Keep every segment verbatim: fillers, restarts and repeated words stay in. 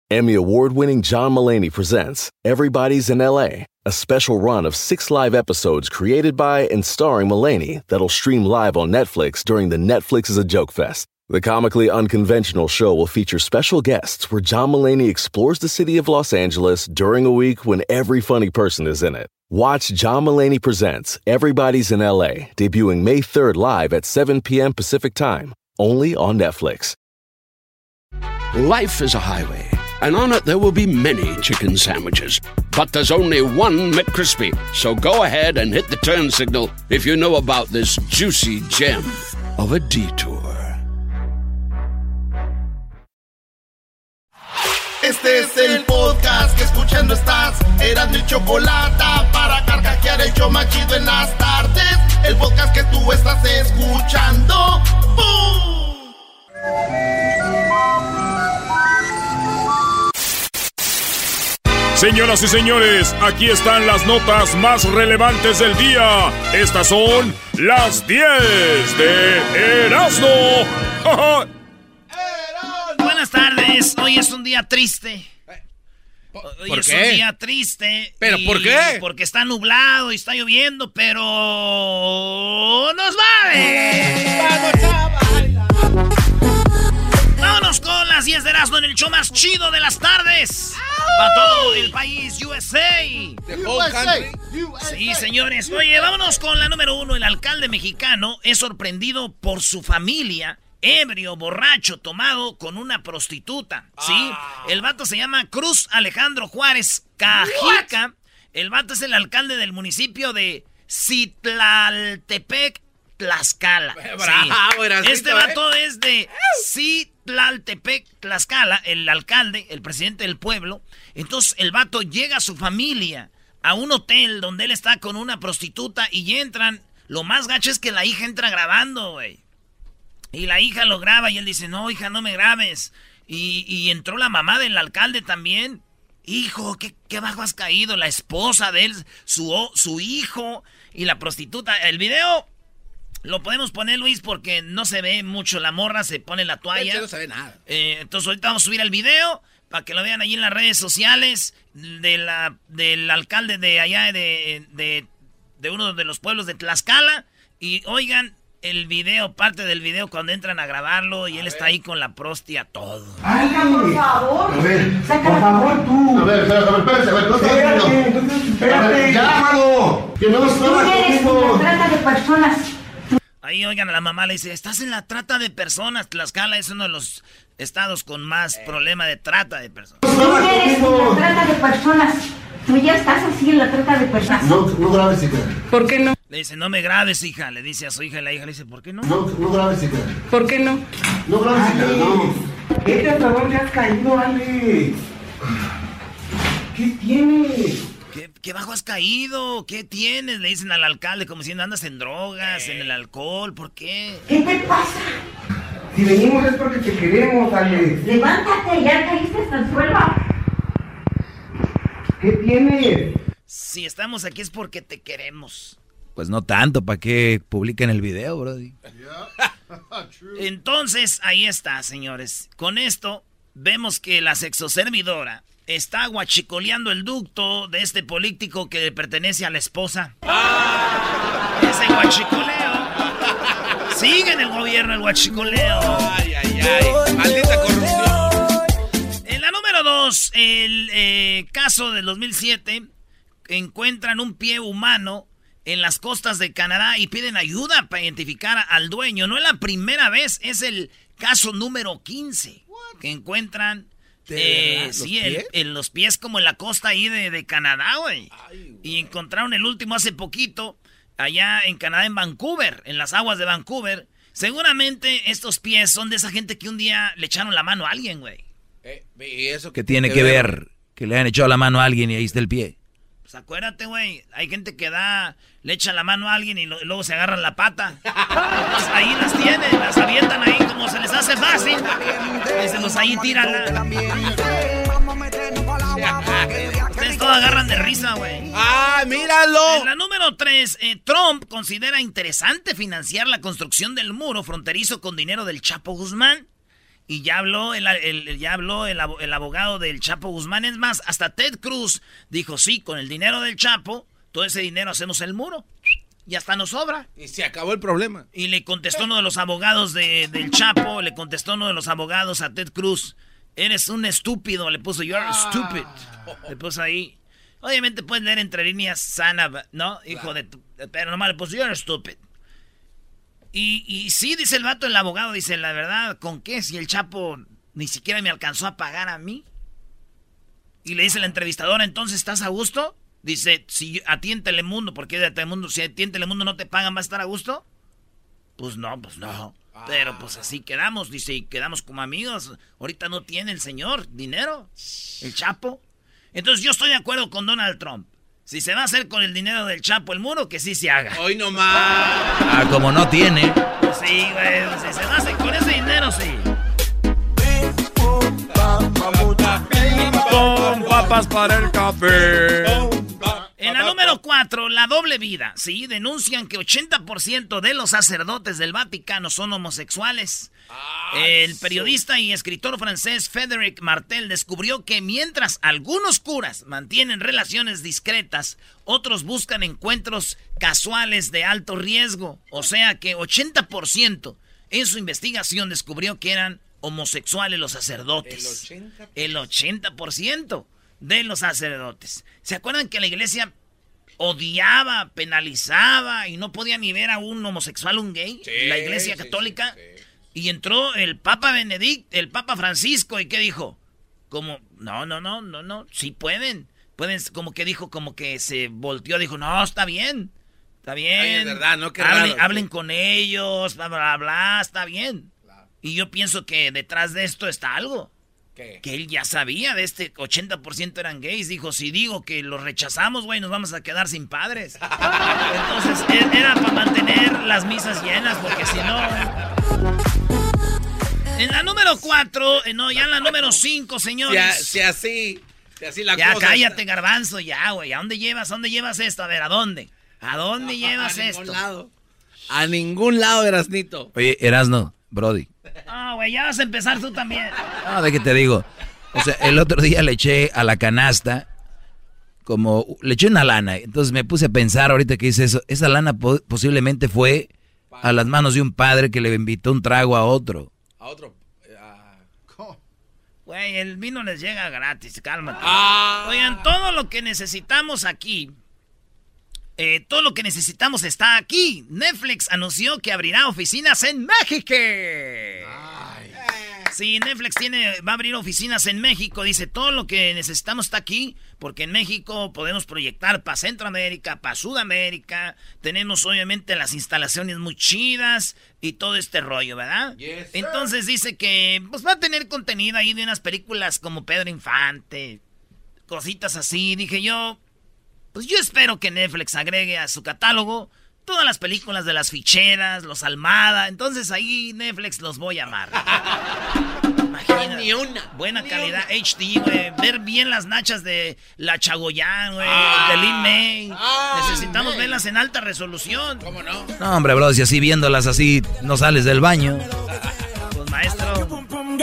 Emmy award-winning John Mulaney presents Everybody's in L A, a special run of six live episodes created by and starring Mulaney that'll stream live on Netflix during the Netflix is a Joke Fest. The comically unconventional show will feature special guests where John Mulaney explores the city of Los Angeles during a week when every funny person is in it. Watch John Mulaney Presents Everybody's in L A, debuting May third live at seven p.m. Pacific Time, only on Netflix. Life is a highway, and on it there will be many chicken sandwiches. But there's only one McCrispy. So go ahead and hit the turn signal if you know about this juicy gem of a detour. Este es el podcast que escuchando estás. Eran mi chocolate para carcajear el show más chido en las tardes. El podcast que tú estás escuchando. ¡Bum! Señoras y señores, aquí están las notas más relevantes del día. Estas son las diez de Erasmo. Buenas tardes, hoy es un día triste. Hoy ¿Por es qué? un día triste. ¿Pero y por qué? Porque está nublado y está lloviendo, pero nos vale. Vámonos con las diez de Erasmo en el show más chido de las tardes. Para todo el país, U S A. U S A. Sí, señores. Oye, vámonos con la número uno. El alcalde mexicano es sorprendido por su familia, ebrio, borracho, tomado con una prostituta. ¿Sí? Ah. El vato se llama Cruz Alejandro Juárez Cajica. El vato es el alcalde del municipio de Citlaltepec, Tlaxcala. Bravo, Sí. Erasmito, Este vato eh. es de Citlaltepec, Tlaxcala, el alcalde, el presidente del pueblo. Entonces el vato llega a su familia a un hotel donde él está con una prostituta y entran. Lo más gacho es que la hija entra grabando, güey. Y la hija lo graba y él dice, no, hija, no me grabes. Y, y entró la mamá del alcalde también. Hijo, ¿qué, qué bajo has caído? La esposa de él, su, su hijo y la prostituta. El video lo podemos poner, Luis, porque no se ve mucho. La morra se pone la toalla. No se ve nada. Eh, entonces ahorita vamos a subir el video para que lo vean allí en las redes sociales de la, del alcalde de allá de, de, de uno de los pueblos de Tlaxcala. Y oigan el video, parte del video cuando entran a grabarlo y él está ahí con la prostia, todo. Ay, por favor. A ver, Por favor, tú. A ver, espérate, espérate, a ver, no estás Espérate, viendo. entonces, A espérate. ver, llámalo. Que no Tú estás eres conmigo. una trata de personas. Ahí, oigan, a la mamá le dice, estás en la trata de personas. Tlaxcala es uno de los estados con más problema de trata de personas. Tú eres una trata de personas. Tú ya estás así en la trata de personas. No, no grabes, hija. ¿Por qué no? Le dice, no me grabes, hija. Le dice a su hija y la hija le dice, ¿por qué no? No, no grabes, hija. ¿Por qué no? No grabes, hija, no. Vete hasta dónde has caído, Alex. ¿Qué tienes? ¿Qué, ¿Qué bajo has caído? ¿Qué tienes? Le dicen al alcalde como diciendo, andas en drogas, en el alcohol, ¿por qué? ¿Qué te pasa? Si venimos es porque te queremos, Alex. Levántate, ya caíste hasta el suelo. ¿Qué tienes? Si estamos aquí es porque te queremos. Pues no tanto, ¿para qué publiquen el video, brody? Entonces, ahí está, señores. Con esto, vemos que la sexoservidora está guachicoleando el ducto de este político que le pertenece a la esposa. Ese guachicoleo. Sigue en el gobierno el guachicoleo. Ay, ay, ay. Maldita corrupción. En la número dos, el eh, caso del dos mil siete, encuentran un pie humano en las costas de Canadá y piden ayuda para identificar al dueño. No es la primera vez, es el caso número quince que encuentran eh, sí, el, en los pies como en la costa ahí de, de Canadá, güey. Y encontraron el último hace poquito allá en Canadá, en Vancouver, en las aguas de Vancouver. Seguramente estos pies son de esa gente que un día le echaron la mano a alguien, güey. Eh, ¿y eso Que tiene que ver que le han echado la mano a alguien y ahí está el pie. Pues acuérdate, güey, hay gente que da, le echa la mano a alguien y, lo, y luego se agarran la pata. Pues ahí las tienen, las avientan ahí como se les hace fácil. Dicen, pues ahí tírala. Ustedes todos agarran de risa, güey. ¡Ah, míralo! En la número tres, eh, Trump considera interesante financiar la construcción del muro fronterizo con dinero del Chapo Guzmán. Y ya habló el, el, ya habló el, el abogado del Chapo Guzmán. Es más, hasta Ted Cruz dijo, sí, con el dinero del Chapo, todo ese dinero hacemos el muro. Y hasta nos sobra. Y se acabó el problema. Y le contestó uno de los abogados de, del Chapo, le contestó uno de los abogados a Ted Cruz. Eres un estúpido, le puso, you're stupid. Le puso ahí. Obviamente puedes leer entre líneas sana, ¿no? Hijo de tu... Pero nomás le puso, you're stupid. Y, y sí, dice el vato, el abogado, dice, la verdad, ¿con qué? Si el Chapo ni siquiera me alcanzó a pagar a mí. Y le dice la entrevistadora, entonces, ¿estás a gusto? Dice, si a ti en Telemundo, porque de Telemundo, si a ti en Telemundo no te pagan, ¿va a estar a gusto? Pues no, pues no. Pero pues así quedamos, dice, y quedamos como amigos. Ahorita no tiene el señor dinero, el Chapo. Entonces yo estoy de acuerdo con Donald Trump. Si se va a hacer con el dinero del Chapo el muro, que sí se haga. Hoy nomás. Ah, como no tiene. Sí, güey, si se va a hacer con ese dinero, sí. Con papas para el café. En la número cuatro, la doble vida. Sí, denuncian que ochenta por ciento de los sacerdotes del Vaticano son homosexuales. El periodista y escritor francés Frédéric Martel descubrió que mientras algunos curas mantienen relaciones discretas, otros buscan encuentros casuales de alto riesgo. O sea que ochenta por ciento en su investigación descubrió que eran homosexuales los sacerdotes. El ochenta por ciento de los sacerdotes. ¿Se acuerdan que la iglesia odiaba, penalizaba y no podía ni ver a un homosexual, un gay? Sí, la iglesia sí, católica. Sí, sí. Y entró el Papa Benedicto, el Papa Francisco, ¿y qué dijo? Como, no, no, no, no, no, sí pueden. Pueden, como que dijo, como que se volteó, dijo, no, está bien, está bien. Ay, es verdad, ¿no? Qué hablen, raro, hablen sí. con ellos, bla, bla, bla, está bien. Claro. Y yo pienso que detrás de esto está algo. ¿Qué? Que él ya sabía de este ochenta por ciento eran gays. Dijo, si digo que los rechazamos, güey, nos vamos a quedar sin padres. Entonces, era para mantener las misas llenas, porque si no... En la número cuatro, no, ya en la número cinco, señores. Si, si así, si así la ya, cosa... Ya, cállate, está... Garbanzo, ya, güey. ¿A dónde llevas? ¿A dónde llevas esto? A ver, ¿a dónde? ¿A dónde no, llevas a esto? Ningún lado. A ningún lado, Erasnito. Oye, Erasno, Brody. Ah, güey, ya vas a empezar tú también. No, de qué te digo. O sea, el otro día le eché a la canasta, como, le eché una lana. Entonces me puse a pensar ahorita que hice eso. Esa lana po- posiblemente fue a las manos de un padre que le invitó un trago a otro. A otro. Güey, el vino les llega gratis, cálmate. Ah. Oigan, todo lo que necesitamos aquí, eh, todo lo que necesitamos está aquí. Netflix anunció que abrirá oficinas en México. Ay. Sí, Netflix tiene, va a abrir oficinas en México. Dice, todo lo que necesitamos está aquí, porque en México podemos proyectar para Centroamérica, para Sudamérica. Tenemos obviamente las instalaciones muy chidas y todo este rollo, ¿verdad? Yes, entonces dice que pues va a tener contenido ahí de unas películas como Pedro Infante, cositas así. Dije yo, pues yo espero que Netflix agregue a su catálogo todas las películas de las ficheras, los Almada. Entonces ahí Netflix los voy a amar. Imagínate. Ni una. Buena ni calidad, una. H D, güey. Ver bien las nachas de la Chagoyán, güey. Ah, de Lin May. Ah, Necesitamos May. verlas en alta resolución. ¿Cómo no? No, hombre, bro, si así viéndolas así no sales del baño. Pues maestro.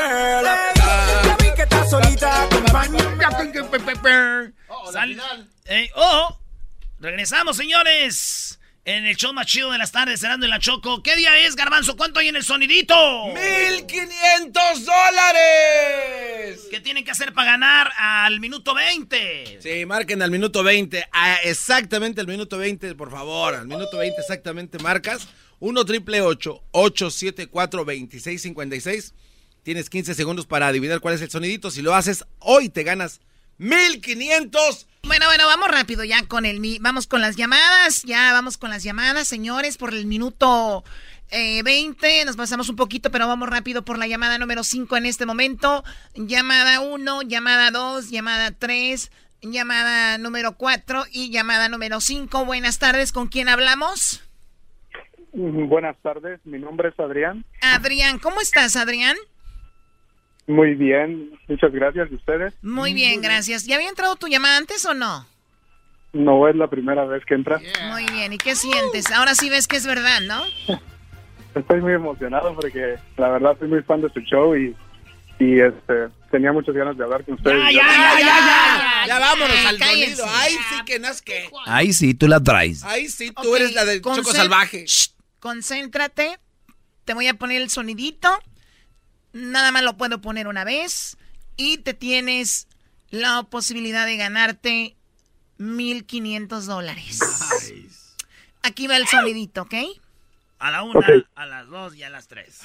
Sal... Eh, oh, regresamos, señores. En el show más chido de las tardes, Serando en la Choco. ¿Qué día es, Garbanzo? ¿Cuánto hay en el sonidito? ¡Mil quinientos dólares! ¿Qué tienen que hacer para ganar al minuto veinte? Sí, marquen al minuto veinte. A exactamente al minuto veinte, por favor. Al minuto veinte exactamente marcas. uno triple ocho, ocho siete cuatro, dos seis cinco seis. Tienes quince segundos para adivinar cuál es el sonidito. Si lo haces, hoy te ganas mil quinientos. Bueno, bueno, vamos rápido ya con el... Vamos con las llamadas, ya vamos con las llamadas, señores, por el minuto eh, veinte. Nos pasamos un poquito, pero vamos rápido por la llamada número cinco en este momento. Llamada uno, llamada dos, llamada tres, llamada número cuatro y llamada número cinco. Buenas tardes, ¿con quién hablamos? Buenas tardes, mi nombre es Adrián. Adrián, ¿cómo estás, Adrián? Muy bien, muchas gracias. ¿Y ustedes? Muy bien, gracias. ¿Ya había entrado tu llamada antes o no? No es la primera vez que entra. Yeah. Muy bien, ¿y qué sientes? Ahora sí ves que es verdad, ¿no? Estoy muy emocionado porque la verdad soy muy fan de su show y y este tenía muchas ganas de hablar con ustedes. Ya, ya, ya, ya, ya, ya, vámonos al sonido. Ay, sí que no es que. Ahí sí, tú la traes. Ay, sí, tú okay. eres la del Concent- Choco Salvaje. Shh, concéntrate. Te voy a poner el sonidito. Nada más lo puedo poner una vez. Y te tienes la posibilidad de ganarte mil quinientos dólares. Nice. Aquí va el sonidito, ¿ok? A la una, okay. A las dos y a las tres.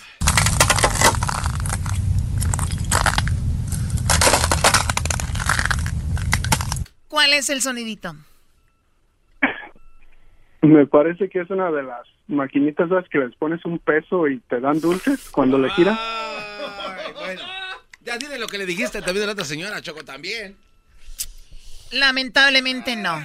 ¿Cuál es el sonidito? Me parece que es una de las maquinitas esas que les pones un peso y te dan dulces cuando le giras. Ay, bueno. Ya dile lo que le dijiste también a la otra señora, Choco, también. Lamentablemente no.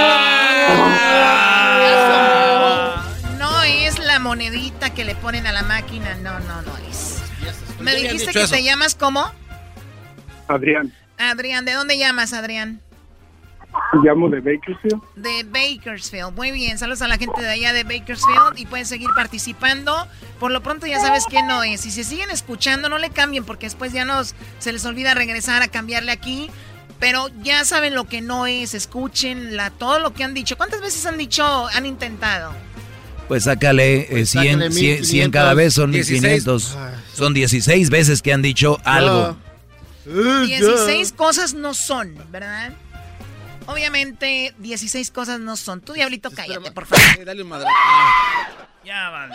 Ah. No es la monedita que le ponen a la máquina, no, no, no es. ¿Me dijiste que eso? Te llamas cómo? Adrián. Adrián, ¿de dónde llamas, Adrián? Llamo de Bakersfield. De Bakersfield, muy bien. Saludos a la gente de allá de Bakersfield y pueden seguir participando. Por lo pronto ya sabes quién no es. Si se siguen escuchando, no le cambien porque después ya nos se les olvida regresar a cambiarle aquí. Pero ya saben lo que no es. Escuchen la, todo lo que han dicho. ¿Cuántas veces han dicho, han intentado? Pues sácale eh, pues cien, cien, cien cada vez, son mil quinientos. Son dieciséis veces que han dicho algo. dieciséis cosas no son, ¿verdad? Obviamente, dieciséis cosas no son. Tú, Diablito, cállate, por favor. Eh, dale un madrazo. Ah. Ya vale.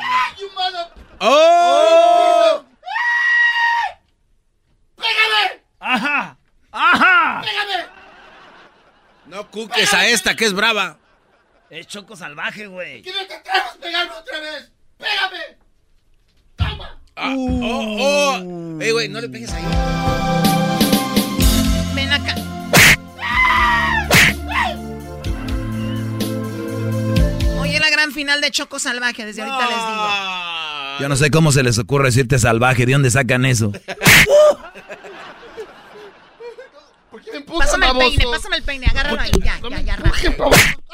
¡Oh! ¡Pégame! ¡Ajá! ¡Ajá! ¡Pégame! No cuques a esta que es brava. Es Choco Salvaje, güey. ¿Qué no te atreves a pegarme otra vez? ¡Pégame! ¡Toma! Ah, ¡Oh, oh! ¡Ey, güey, no le pegues ahí! Ven acá. Oye, la gran final de Choco Salvaje, desde ahorita no. les digo. Yo no sé cómo se les ocurre decirte salvaje, ¿de dónde sacan eso? ¿Por qué me empujan, pásame baboso? el peine, pásame el peine, agárralo ahí, ya, ya, ya, rápido.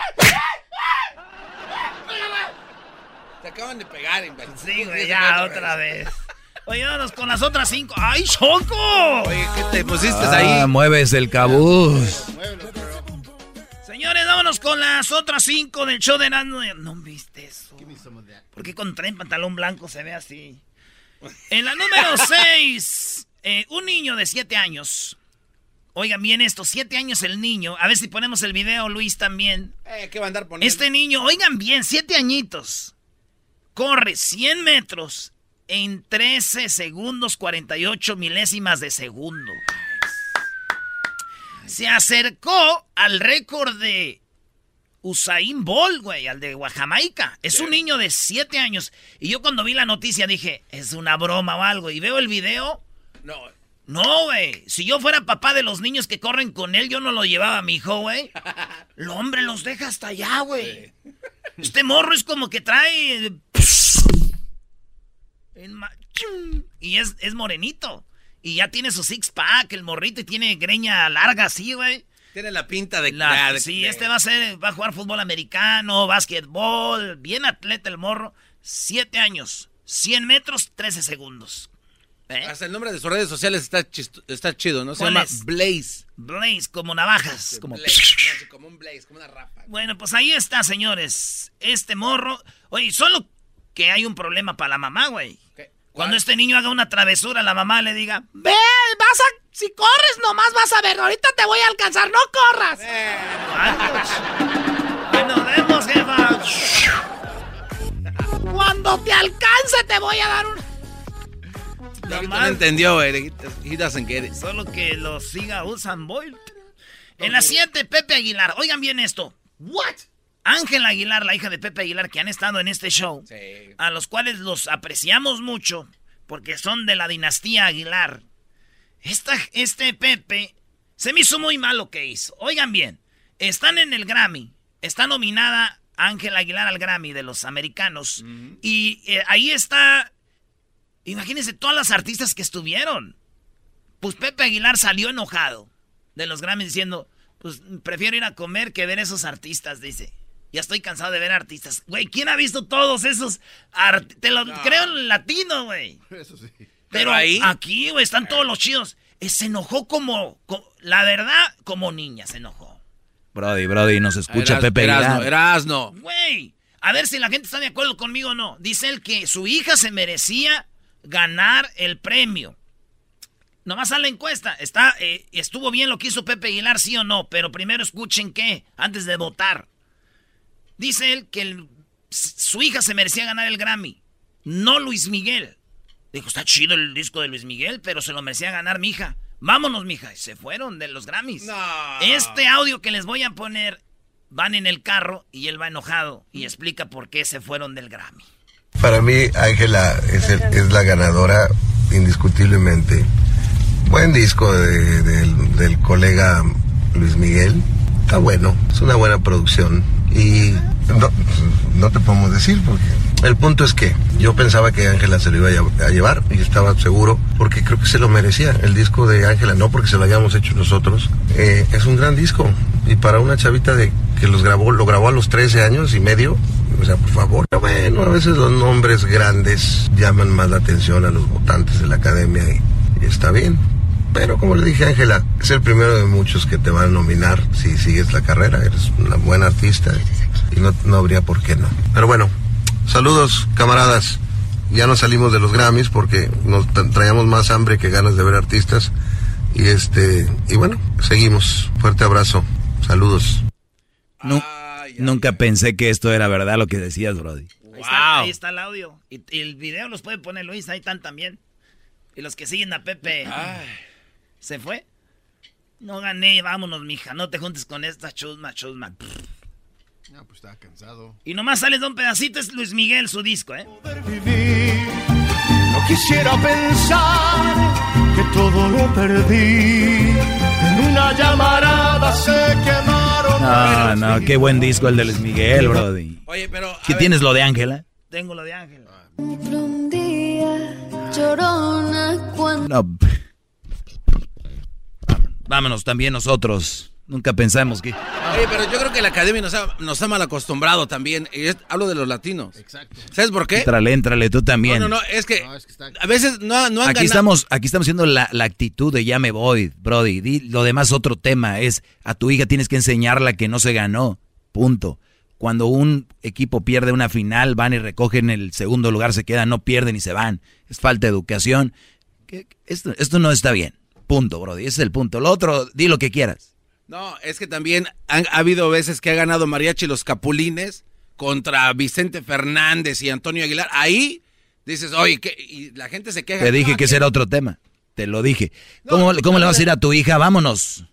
Te acaban de pegar, imbécil. Sí, güey, ya, otra vez. Oye, vámonos con las otras cinco. ¡Ay, Choco! Oye, ¿qué te pusiste ah, ahí? Mueves el cabuz. Señores, vámonos con las otras cinco del show de Erasmo. ¿No viste eso? ¿Por qué con tren pantalón blanco se ve así? En la número seis, eh, un niño de siete años. Oigan bien esto, siete años el niño. A ver si ponemos el video, Luis, también. Eh, ¿qué va a andar poniendo? Este niño, oigan bien, siete añitos. Corre cien metros en trece segundos, cuarenta y ocho milésimas de segundo. Se acercó al récord de Usain Bolt, güey, al de Jamaica. Es un niño de siete años. Y yo cuando vi la noticia dije, es una broma o algo. Y veo el video. No, no, güey. Si yo fuera papá de los niños que corren con él, yo no lo llevaba a mi hijo, güey. El hombre los deja hasta allá, güey. Sí. Este morro es como que trae... Y es, es morenito. Y ya tiene su six pack, el morrito, y tiene greña larga así, güey. Tiene la pinta de... La, de sí, de... este va a ser, va a jugar fútbol americano, básquetbol, bien atleta el morro. Siete años, cien metros, trece segundos. ¿Eh? Hasta el nombre de sus redes sociales está, chisto, está chido, ¿no? Se llama es? Blaze. Blaze, como navajas. Sí, como... Blaze, no, como un Blaze, como una rapa. Bueno, pues ahí está, señores. Este morro... Oye, solo que hay un problema para la mamá, güey. Cuando este niño haga una travesura, la mamá le diga, ve, vas a... Si corres, nomás vas a ver. Ahorita te voy a alcanzar, no corras. Eh, bueno, vemos, jefa. Cuando te alcance, te voy a dar un... No, no entendió, güey. He doesn't get it. Solo que lo siga Usain Bolt. En la siete, Pepe Aguilar. Oigan bien esto. What? Ángela Aguilar, la hija de Pepe Aguilar, que han estado en este show, sí. A los cuales los apreciamos mucho, porque son de la dinastía Aguilar. Esta, este Pepe se me hizo muy mal lo que hizo. Oigan bien, están en el Grammy, está nominada Ángela Aguilar al Grammy de los americanos, uh-huh. Y eh, ahí está, imagínense todas las artistas que estuvieron. Pues Pepe Aguilar salió enojado de los Grammy diciendo, pues prefiero ir a comer que ver esos artistas, dice. Ya estoy cansado de ver artistas. Güey, ¿quién ha visto todos esos artistas? Te lo no. creo en latino, güey. Eso sí. Pero ahí, aquí, güey, están todos los chidos. Eh, se enojó como, como, la verdad, como niña se enojó. Brody, Brody, nos escucha Eras, Pepe Aguilar. Erasno. Güey, a ver si la gente está de acuerdo conmigo o no. Dice él que su hija se merecía ganar el premio. Nomás sale la encuesta. Está, eh, estuvo bien lo que hizo Pepe Aguilar, sí o no. Pero primero escuchen qué, antes de votar. Dice él que el, su hija se merecía ganar el Grammy, no Luis Miguel. Dijo, está chido el disco de Luis Miguel, pero se lo merecía ganar mi hija. Vámonos, mija. Y se fueron de los Grammys. No. Este audio que les voy a poner, van en el carro y él va enojado y explica por qué se fueron del Grammy. Para mí, Ángela es, el, es la ganadora indiscutiblemente. Buen disco de, de, del, del colega Luis Miguel. Está bueno, es una buena producción. Y no, no te podemos decir porque el punto es que yo pensaba que Ángela se lo iba a llevar y estaba seguro porque creo que se lo merecía. El disco de Ángela, no porque se lo hayamos hecho nosotros, eh, es un gran disco. Y para una chavita de que los grabó, lo grabó a los trece años y medio, o sea, por favor. Bueno, a veces los nombres grandes llaman más la atención a los votantes de la academia y, y está bien. Pero como le dije a Ángela, es el primero de muchos que te van a nominar si sigues la carrera. Eres una buena artista y no, no habría por qué no. Pero bueno, saludos camaradas. Ya nos salimos de los Grammys porque nos traíamos más hambre que ganas de ver artistas. Y este y bueno, seguimos. Fuerte abrazo. Saludos. No, nunca pensé que esto era verdad lo que decías, Brody. Ahí está, ahí está el audio. Y, y el video los puede poner Luis, ahí están también. Y los que siguen a Pepe... Ay. ¿Se fue? No gané, vámonos, mija. No te juntes con esta chusma, chusma. No, pues estaba cansado. Y nomás sales de un pedacito, es Luis Miguel, su disco, ¿eh? No quisiera pensar que todo lo perdí. En una llamarada se quemaron. No, no, qué buen disco el de Luis Miguel, Brody. Oye, pero... ¿Qué tienes lo de Ángela? Tengo lo de Ángela. Un día llorona cuando... No... Vámonos también nosotros. Nunca pensamos que... Oye, pero yo creo que la academia nos ha, nos ha mal acostumbrado también. Y es, hablo de los latinos. Exacto. ¿Sabes por qué? Éntrale, éntrale, tú también. No, no, no, es que, no, es que está... a veces no, no han aquí ganado. Estamos, aquí estamos haciendo la, la actitud de ya me voy, Brody. Di, lo demás otro tema. Es a tu hija tienes que enseñarla que no se ganó. Punto. Cuando un equipo pierde una final, van y recogen el segundo lugar, se quedan, no pierden y se van. Es falta de educación. Esto, esto no está bien. Punto, Brody, ese es el punto. Lo otro, di lo que quieras. No, es que también han, ha habido veces que ha ganado Mariachi Los Capulines contra Vicente Fernández y Antonio Aguilar. Ahí dices, oye, ¿qué? Y la gente se queja. Te dije que ese era otro tema. Te lo dije. ¿Cómo, no, ¿cómo no, le vas a ir a tu hija? Vámonos.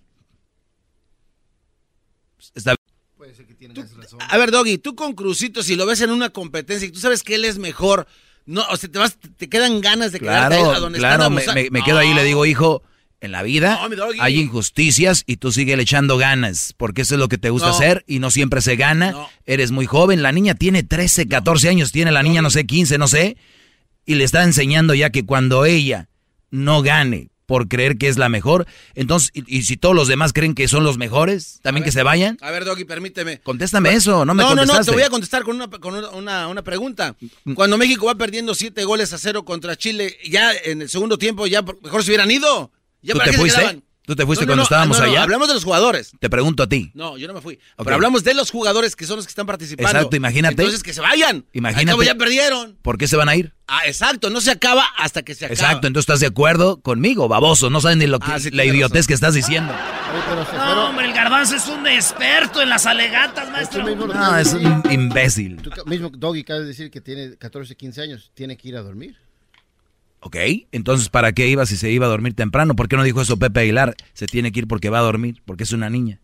Está Puede ser que tienes razón. A ver, Doggy, tú con Crucito, si lo ves en una competencia y tú sabes que él es mejor, no, o sea, te vas, te quedan ganas de claro, quedarte a donde claro, están me, me, me quedo ahí y le digo, hijo, en la vida no, hay injusticias y tú sigue le echando ganas, porque eso es lo que te gusta no. hacer y no siempre se gana. No. Eres muy joven, la niña tiene trece, catorce no. años, tiene la niña, no sé, quince, no sé, y le está enseñando ya que cuando ella no gane por creer que es la mejor, entonces, y, y si todos los demás creen que son los mejores, también que se vayan. A ver, Doggy, permíteme. Contéstame eso, no me no, contestaste. No, no, te voy a contestar con una, con una, una pregunta. Cuando México va perdiendo siete goles a cero contra Chile, ya en el segundo tiempo, ya mejor se hubieran ido. ¿Ya ¿Tú te fuiste? ¿Tú te fuiste no, no, cuando no, estábamos no, no, allá? Hablamos de los jugadores. Te pregunto a ti. No, yo no me fui. Okay. Pero hablamos de los jugadores que son los que están participando. Exacto, imagínate. Entonces que se vayan. Imagínate. Acabo, ya perdieron. ¿Por qué se van a ir? Ah, exacto, no se acaba hasta que se acaba. Exacto, entonces estás de acuerdo conmigo, baboso. No sabes ni lo que, ah, sí, la idiotez razón. que estás diciendo. No, hombre, el Garbanzo es un experto en las alegatas, maestro. Mismo no, es un imbécil. Tú mismo, Doggy, acabas de decir que tiene catorce, quince años. Tiene que ir a dormir. Ok, entonces ¿para qué iba si se iba a dormir temprano? ¿Por qué no dijo eso Pepe Aguilar? Se tiene que ir porque va a dormir, porque es una niña.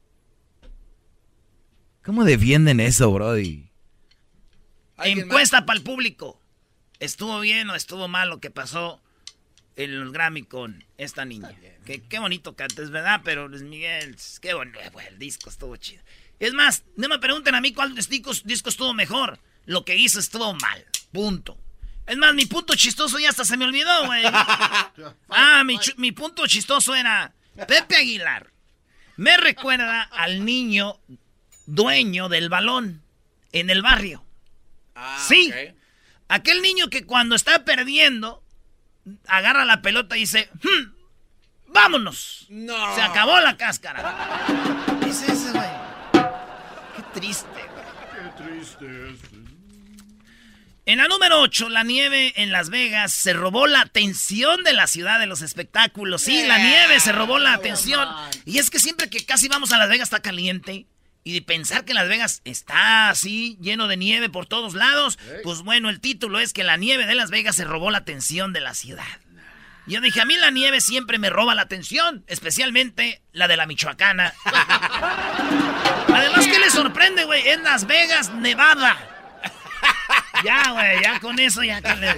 ¿Cómo defienden eso, Brody? Encuesta para el público. ¿Estuvo bien o estuvo mal lo que pasó en los Grammy con esta niña? Que, qué bonito cantes, ¿verdad? Pero Luis Miguel, qué bonito, el disco estuvo chido. Es más, no me pregunten a mí cuál disco, disco estuvo mejor. Lo que hizo estuvo mal, punto. Es más, mi punto chistoso ya hasta se me olvidó, güey. Ah, mi, mi punto chistoso era Pepe Aguilar. Me recuerda al niño dueño del balón en el barrio. Ah, sí. Okay. Aquel niño que cuando está perdiendo, agarra la pelota y dice, hm, ¡vámonos! No. Se acabó la cáscara. ¿Qué es eso, güey? Qué triste, güey. Qué triste. En la número ocho, la nieve en Las Vegas se robó la atención de la ciudad de los espectáculos. Sí, la nieve se robó la atención. Y es que siempre que casi vamos a Las Vegas está caliente. Y de pensar que en Las Vegas está así, lleno de nieve por todos lados, pues bueno, el título es que la nieve de Las Vegas se robó la atención de la ciudad. Yo dije, a mí la nieve siempre me roba la atención, especialmente la de la Michoacana. Además, ¿qué le sorprende, güey? En Las Vegas, Nevada. Ya, güey, ya con eso, ya que le...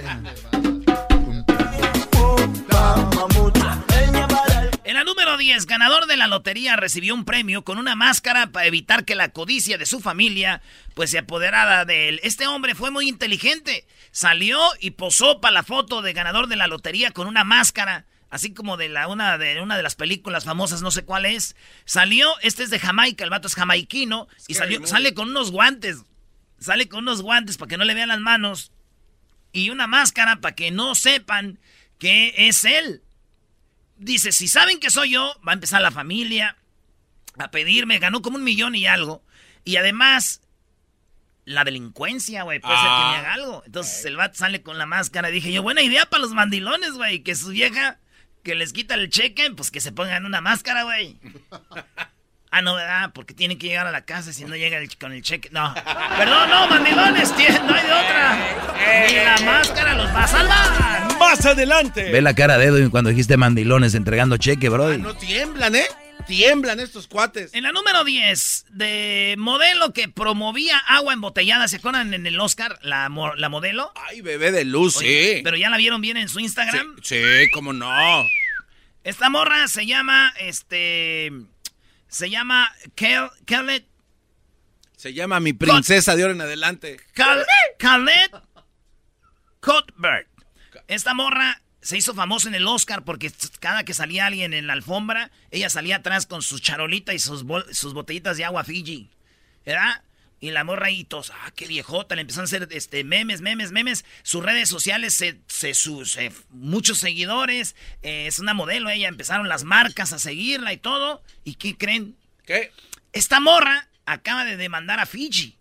En la número diez, ganador de la lotería recibió un premio con una máscara para evitar que la codicia de su familia pues se apoderara de él. Este hombre fue muy inteligente. Salió y posó para la foto de ganador de la lotería con una máscara, así como de la una de una de las películas famosas, no sé cuál es. Salió, este es de Jamaica, el vato es jamaiquino y salió, sale con unos guantes. Sale con unos guantes para que no le vean las manos y una máscara para que no sepan que es él. Dice, si saben que soy yo, va a empezar la familia a pedirme. Ganó como un millón y algo. Y además, la delincuencia, güey, puede ah. ser que me haga algo. Entonces okay. el vato sale con la máscara. Dije yo, buena idea para los mandilones, güey. Que su vieja, que les quita el cheque, pues que se pongan una máscara, güey. Ah, no, ¿verdad? Porque tienen que llegar a la casa si no llega el, con el cheque. No. Perdón, no, mandilones, no hay de otra. Ni la máscara los va a salvar. Más adelante. Ve la cara de Edwin cuando dijiste mandilones entregando cheque, bro. Ah, no tiemblan, ¿eh? Tiemblan estos cuates. En la número diez, de modelo que promovía agua embotellada, ¿se acuerdan en el Oscar? La, la modelo. Ay, bebé de luz, Oye, sí. Pero ya la vieron bien en su Instagram. Sí, sí, cómo no. Esta morra se llama, este... Se llama Khaled. Se llama mi princesa de ahora en adelante. Khaled Cuthbert. Esta morra se hizo famosa en el Oscar porque cada que salía alguien en la alfombra, ella salía atrás con su charolita y sus, bol- sus botellitas de agua Fiji. ¿Verdad? Y la morra ahí todos, ah, qué viejota, le empezaron a hacer este, memes, memes, memes. Sus redes sociales, se, se, sus, eh, muchos seguidores. Eh, es una modelo, ella. Empezaron las marcas a seguirla y todo. ¿Y qué creen? ¿Qué? Esta morra acaba de demandar a Fiji.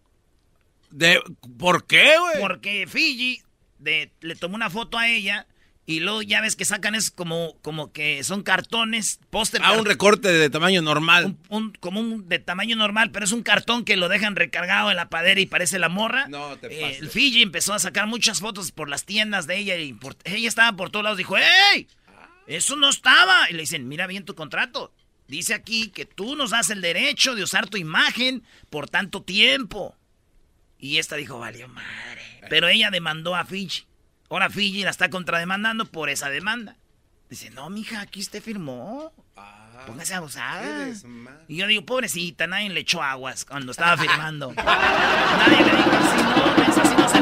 ¿De ¿Por qué, güey? Porque Fiji de, le tomó una foto a ella. Y luego ya ves que sacan es como, como que son cartones, póster. Ah, un recorte de tamaño normal. Un, un, como un de tamaño normal, pero es un cartón que lo dejan recargado en la padera y parece la morra. No, te eh, El Fiji empezó a sacar muchas fotos por las tiendas de ella y por, ella estaba por todos lados. Dijo, ¡ey! Eso no estaba. Y le dicen, mira bien tu contrato. Dice aquí que tú nos das el derecho de usar tu imagen por tanto tiempo. Y esta dijo, valió madre. Pero ella demandó a Fiji. Ahora Fiji la está contrademandando por esa demanda. Dice, no, mija, aquí usted firmó. Ah, póngase abusada. Y yo digo, pobrecita, nadie le echó aguas cuando estaba firmando. Nadie le dijo, así no, es así no se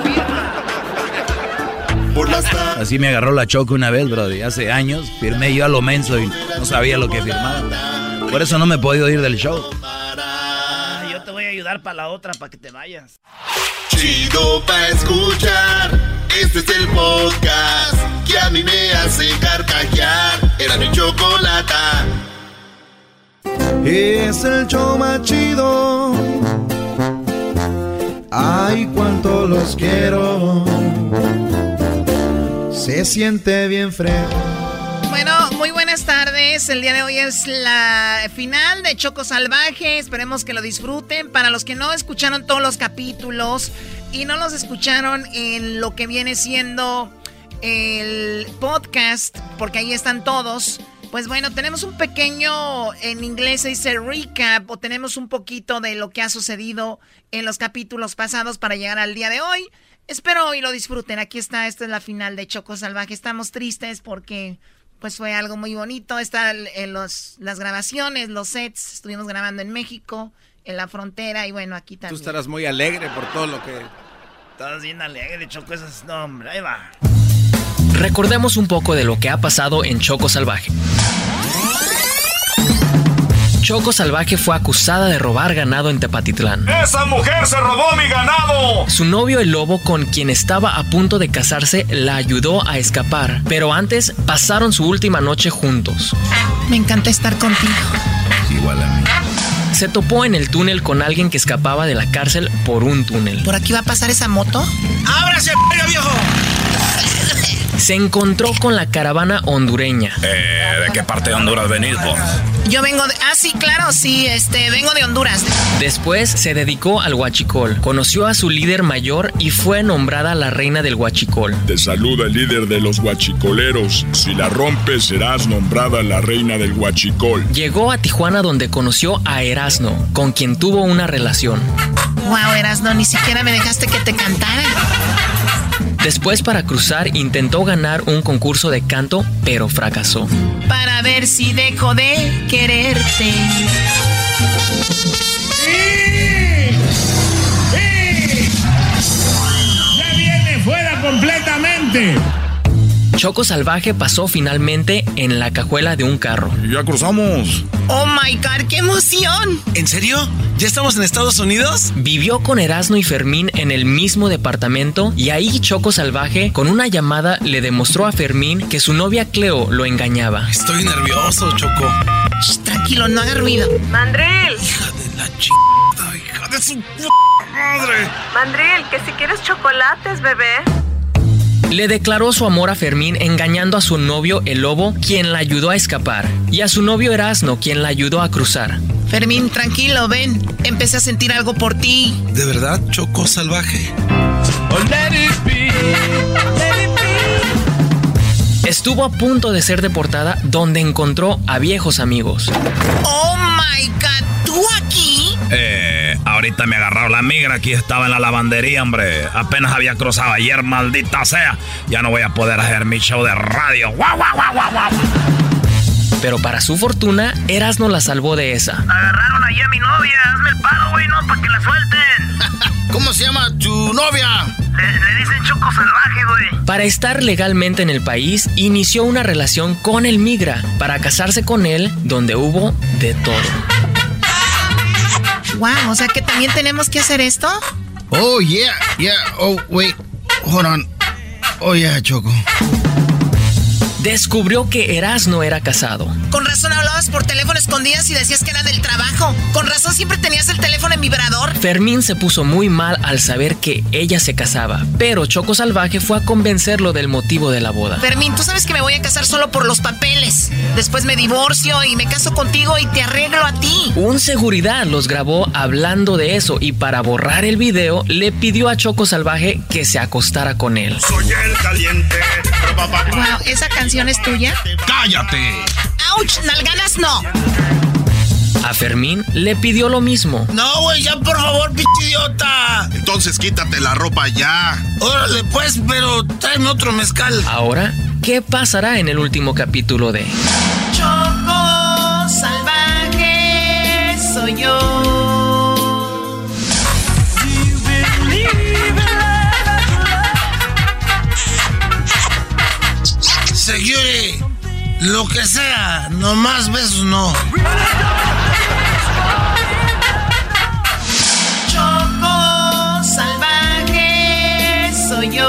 firma. Así me agarró la Choco una vez, brody. Hace años firmé yo a lo menso y no sabía lo que firmaba. Por eso no me he podido ir del show. Ah, yo te voy a ayudar para la otra, para que te vayas. Chido pa' escuchar. Este es el podcast que a mí me hace carcajear. Era mi chocolata. Es el show más chido. Ay, cuánto los quiero. Se siente bien fresco. Bueno, muy buenas tardes. El día de hoy es la final de Choco Salvaje. Esperemos que lo disfruten. Para los que no escucharon todos los capítulos y no los escucharon en lo que viene siendo el podcast, porque ahí están todos, pues bueno, tenemos un pequeño, en inglés se dice recap, o tenemos un poquito de lo que ha sucedido en los capítulos pasados para llegar al día de hoy. Espero hoy lo disfruten. Aquí está, esta es la final de Choco Salvaje. Estamos tristes porque pues fue algo muy bonito. Están en los, las grabaciones, los sets. Estuvimos grabando en México, en la frontera, y bueno, aquí también. Tú estarás muy alegre por todo lo que... Estás bien alegre, Choco, esas... No, hombre, ahí va. Recordemos un poco de lo que ha pasado en Choco Salvaje. Choco Salvaje fue acusada de robar ganado en Tepatitlán. ¡Esa mujer se robó mi ganado! Su novio el lobo, con quien estaba a punto de casarse, la ayudó a escapar, pero antes pasaron su última noche juntos. Me encanta estar contigo. Igual a mí. Se topó en el túnel con alguien que escapaba de la cárcel por un túnel. ¿Por aquí va a pasar esa moto? ¡Ábrase, viejo! Se encontró con la caravana hondureña. Eh, ¿de qué parte de Honduras venís vos? Yo vengo de... Ah, sí, claro, sí, este, vengo de Honduras. Después se dedicó al huachicol. Conoció a su líder mayor y fue nombrada la reina del huachicol. Te saluda el líder de los huachicoleros. Si la rompes, serás nombrada la reina del huachicol. Llegó a Tijuana, donde conoció a Erasno, con quien tuvo una relación. Wow, Erasno, ni siquiera me dejaste que te cantara. Después, para cruzar, intentó ganar un concurso de canto, pero fracasó. Para ver si dejo de quererte. ¡Sí! ¡Sí! ¡Ya viene fuera completamente! Choco Salvaje pasó finalmente en la cajuela de un carro. ¡Ya cruzamos! ¡Oh, my God! ¡Qué emoción! ¿En serio? ¿Ya estamos en Estados Unidos? Vivió con Erasno y Fermín en el mismo departamento y ahí Choco Salvaje, con una llamada, le demostró a Fermín que su novia Cleo lo engañaba. Estoy nervioso, Choco. Shh, tranquilo, no haga ruido. ¡Mandril! Hija de la chingada, hija de su madre. Mandril, que si quieres chocolates, bebé. Le declaró su amor a Fermín, engañando a su novio el lobo, quien la ayudó a escapar, y a su novio Erasno, quien la ayudó a cruzar. Fermín, tranquilo, ven. Empecé a sentir algo por ti. ¿De verdad, Choco Salvaje? Oh, let it be, let it be. Estuvo a punto de ser deportada, donde encontró a viejos amigos. Oh my God, ¿tú aquí? Eh, ahorita me agarraron la migra, aquí estaba en la lavandería, hombre. Apenas había cruzado ayer, maldita sea. Ya no voy a poder hacer mi show de radio. ¡Guau, guau, guau, guau, guau! Pero para su fortuna, Erasno la salvó de esa. Agarraron ahí a mi novia, hazme el paro, güey, no, para que la suelten. ¿Cómo se llama tu novia? Le, le dicen Choco Salvaje, güey. Para estar legalmente en el país, inició una relación con el migra, para casarse con él, donde hubo de todo. Wow, o sea que también tenemos que hacer esto. Oh, yeah, yeah, oh, wait, hold on. Oh, yeah, Choco. Descubrió que Erasno era casado. Con razón hablabas por teléfono escondidas y decías que era del trabajo. Con razón siempre tenías el teléfono en vibrador. Fermín se puso muy mal al saber que ella se casaba, pero Choco Salvaje fue a convencerlo del motivo de la boda. Fermín, tú sabes que me voy a casar solo por los papeles. Después me divorcio y me caso contigo y te arreglo a ti. Un seguridad los grabó hablando de eso y para borrar el video le pidió a Choco Salvaje que se acostara con él. Soy el caliente. Wow, esa canción es tuya. ¡Cállate! ¡Auch! ¡Nalganas no! A Fermín le pidió lo mismo. No, güey, ya por favor, pinche idiota. Entonces quítate la ropa ya. Órale, pues, pero tráeme otro mezcal. Ahora, ¿qué pasará en el último capítulo de Choco Salvaje soy yo? Security, lo que sea, nomás besos no. Choco Salvaje soy yo.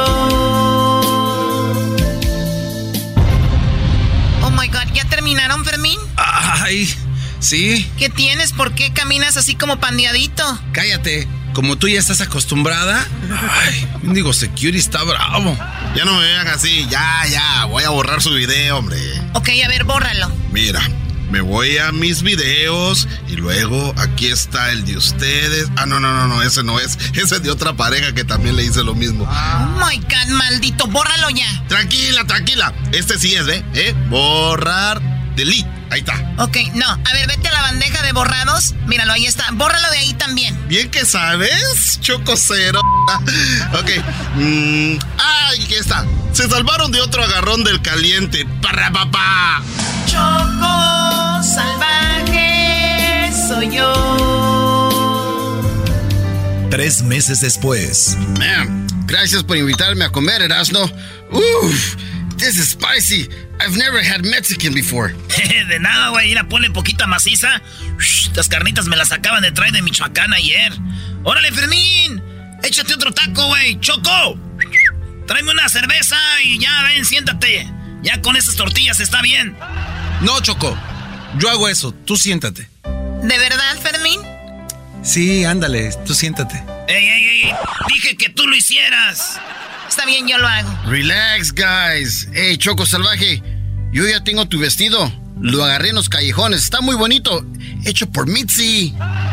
Oh my God, ¿ya terminaron, Fermín? Ay, sí. ¿Qué tienes? ¿Por qué caminas así como pandeadito? Cállate. Como tú ya estás acostumbrada. Ay, digo, Security está bravo. Ya no me vean así, ya, ya. Voy a borrar su video, hombre. Ok, a ver, bórralo. Mira, me voy a mis videos y luego aquí está el de ustedes. Ah, no, no, no, no, ese no es. Ese es de otra pareja que también le hice lo mismo. Oh my God, maldito, bórralo ya. Tranquila, tranquila. Este sí es, ¿eh? ¿Eh? Borrar, delete. Ahí está. Ok, no. A ver, vete a la bandeja de borrados. Míralo, ahí está. Bórralo de ahí también. Bien que sabes, Chococero. Ok. Mm, ¡ay, aquí está! Se salvaron de otro agarrón del caliente. ¡Para papá! Choco Salvaje soy yo. Tres meses después. Man, gracias por invitarme a comer, Erasno. Uff, this is spicy. I've never had Mexican before. De nada, güey. Mira, ponle poquita maciza. Las carnitas me las acaban de traer de Michoacán ayer. ¡Órale, Fermín! Échate otro taco, güey. ¡Choco! Tráeme una cerveza y ya, ven, siéntate. Ya con esas tortillas está bien. No, Choco. Yo hago eso. Tú siéntate. ¿De verdad, Fermín? Sí, ándale. Tú siéntate. ¡Ey, ey, ey! Dije que tú lo hicieras. Está bien, yo lo hago. Relax, guys. Hey, Choco Salvaje. Yo ya tengo tu vestido. Lo agarré en los callejones. Está muy bonito. Hecho por Mitzi.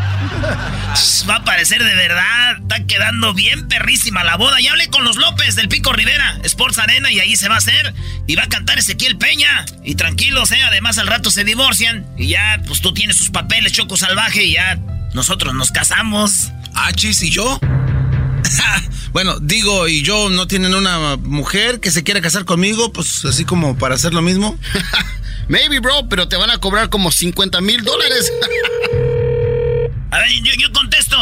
Va a parecer de verdad. Está quedando bien perrísima la boda. Ya hablé con los López del Pico Rivera, Sports Arena, y ahí se va a hacer. Y va a cantar Ezequiel Peña. Y tranquilos, eh. Además, al rato se divorcian. Y ya, pues tú tienes sus papeles, Choco Salvaje. Y ya nosotros nos casamos. ¿Achis y yo? Bueno, digo, ¿y yo no tienen una mujer que se quiera casar conmigo? Pues así como para hacer lo mismo. Maybe, bro, pero te van a cobrar como cincuenta mil dólares. A ver, yo, yo contesto.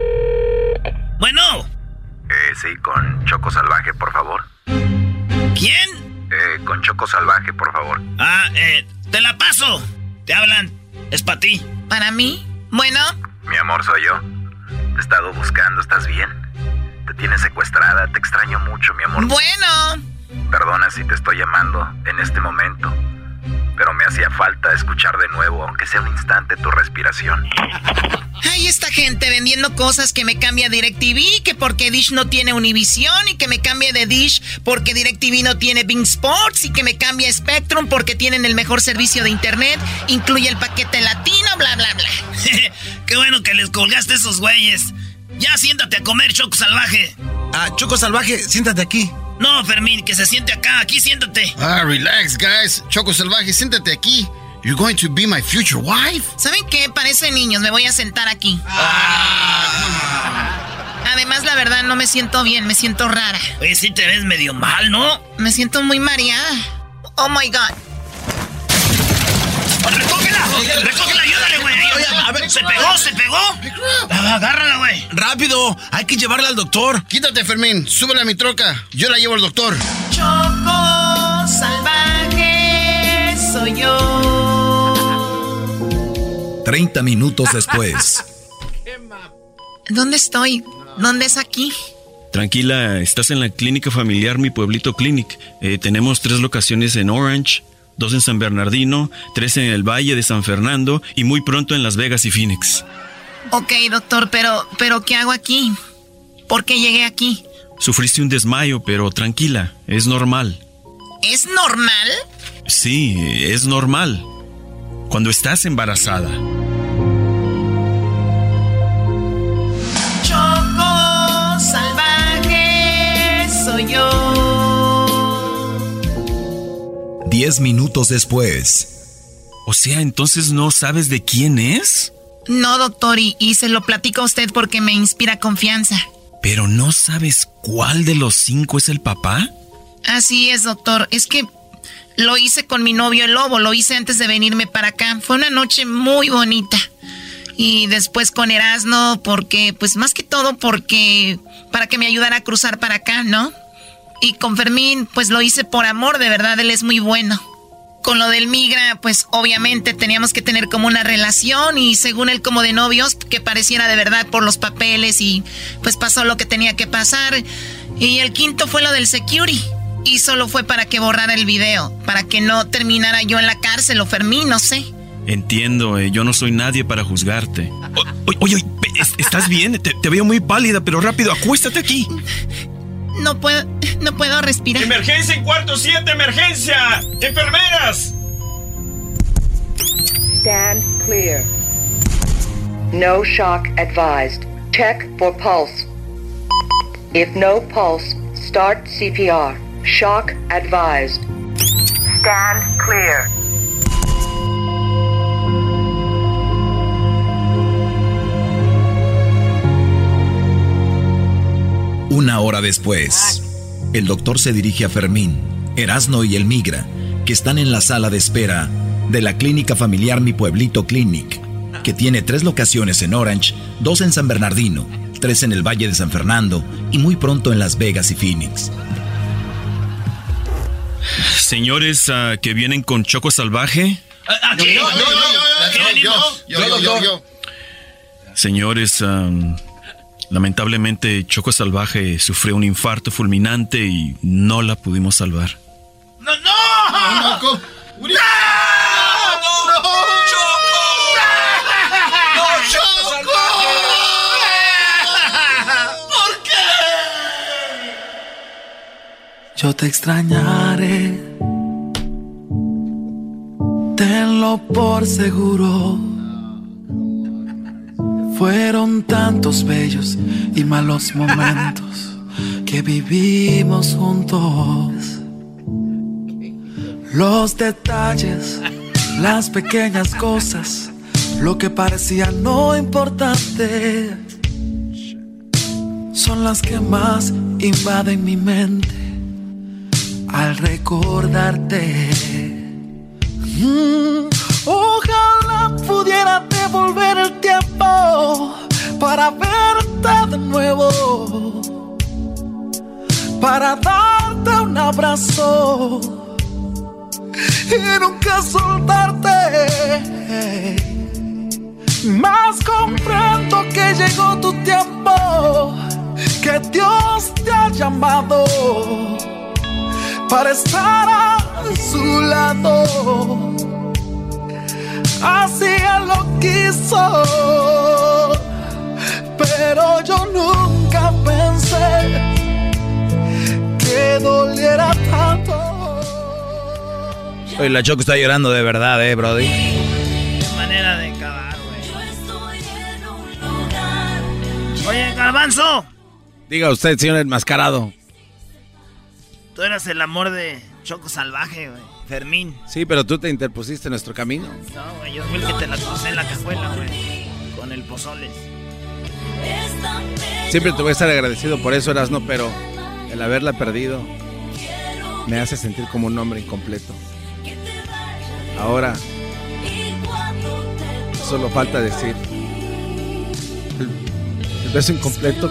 Bueno. Eh, sí, con Choco Salvaje, por favor. ¿Quién? Eh, con Choco Salvaje, por favor. Ah, eh, te la paso. Te hablan. Es para ti. ¿Para mí? Bueno. Mi amor, soy yo. Te he estado buscando, ¿estás bien? Te tienes secuestrada, te extraño mucho, mi amor. Bueno. Perdona si te estoy llamando en este momento, pero me hacía falta escuchar de nuevo, aunque sea un instante, tu respiración. Ay, esta gente vendiendo cosas que me cambia DirecTV, que porque Dish no tiene Univision, y que me cambie de Dish porque DirecTV no tiene Bing Sports, y que me cambie a Spectrum porque tienen el mejor servicio de internet, incluye el paquete latino, bla, bla, bla. Qué bueno que les colgaste esos güeyes. Ya siéntate a comer, Choco Salvaje. Ah, Choco Salvaje, siéntate aquí. No, Fermín, que se siente acá, aquí siéntate. Ah, relax, guys. Choco Salvaje, siéntate aquí. You're going to be my future wife. ¿Saben qué? Parecen niños, me voy a sentar aquí. Ah. Además, la verdad, no me siento bien, me siento rara. Oye, sí te ves medio mal, ¿no? Me siento muy mareada. Oh, my God. Oh, ¡recógela! ¡Recógela, ayúdale, güey! A ver, ¿se pegó, se pegó? Ah, agárrala, güey. ¡Rápido! Hay que llevarla al doctor. Quítate, Fermín. Súbela a mi troca. Yo la llevo al doctor. Choco Salvaje soy yo. Treinta minutos después. ¿Dónde estoy? ¿Dónde es aquí? Tranquila, estás en la clínica familiar Mi Pueblito Clinic. Eh, tenemos tres locaciones en Orange, dos en San Bernardino, tres en el Valle de San Fernando y muy pronto en Las Vegas y Phoenix. Ok, doctor, pero, pero ¿qué hago aquí? ¿Por qué llegué aquí? Sufriste un desmayo, pero tranquila, es normal. ¿Es normal? Sí, es normal. Cuando estás embarazada. Choco Salvaje soy yo. Diez minutos después. O sea, entonces no sabes de quién es. No, doctor, y, y se lo platico a usted porque me inspira confianza. ¿Pero no sabes cuál de los cinco es el papá? Así es, doctor. Es que lo hice con mi novio el lobo, lo hice antes de venirme para acá. Fue una noche muy bonita. Y después con Erasno, porque, pues más que todo porque, para que me ayudara a cruzar para acá, ¿no? Y con Fermín, pues lo hice por amor, de verdad, él es muy bueno. Con lo del migra, pues obviamente teníamos que tener como una relación y según él como de novios, que pareciera de verdad por los papeles y pues pasó lo que tenía que pasar. Y el quinto fue lo del security y solo fue para que borrara el video, para que no terminara yo en la cárcel o Fermín, no sé. Entiendo, eh, yo no soy nadie para juzgarte. Oye, oye, ¿estás bien? Te, te veo muy pálida, pero rápido, acuéstate aquí. No puedo, no puedo respirar. ¡Emergencia en cuarto siete, emergencia! ¡Enfermeras! Stand clear. No shock advised. Check for pulse. If no pulse, start C P R. Shock advised. Stand clear. Una hora después, el doctor se dirige a Fermín, Erasno y el migra, que están en la sala de espera de la clínica familiar Mi Pueblito Clinic, que tiene tres locaciones en Orange, dos en San Bernardino, tres en el Valle de San Fernando y muy pronto en Las Vegas y Phoenix. señores uh, que vienen con Choco Salvaje. Yo, yo, yo, yo, yo, yo, yo. Señores, um, lamentablemente Choco Salvaje sufrió un infarto fulminante y no la pudimos salvar. ¡No, no! ¡No! Yo te extrañaré, tenlo por seguro. Fueron tantos bellos y malos momentos que vivimos juntos. Los detalles, las pequeñas cosas, lo que parecía no importante, son las que más invaden mi mente al recordarte. Mm, ojalá pudiera devolver el tiempo para verte de nuevo, para darte un abrazo y nunca soltarte. Mas comprendo que llegó tu tiempo, que Dios te ha llamado para estar a su lado. Así Él lo quiso, pero yo nunca pensé que doliera tanto. Oye, la Choco está llorando de verdad, eh, brody. Qué manera de acabar, güey. Oye, Garbanzo. Diga usted, señor enmascarado. Tú eras el amor de Choco Salvaje, güey. Fermín. Sí, pero tú te interpusiste en nuestro camino. No, güey, yo fui el que te la crucé en la cajuela, güey. Con el pozoles. Siempre te voy a estar agradecido por eso, Erasno, pero el haberla perdido me hace sentir como un hombre incompleto. Ahora, solo falta decir el, el beso incompleto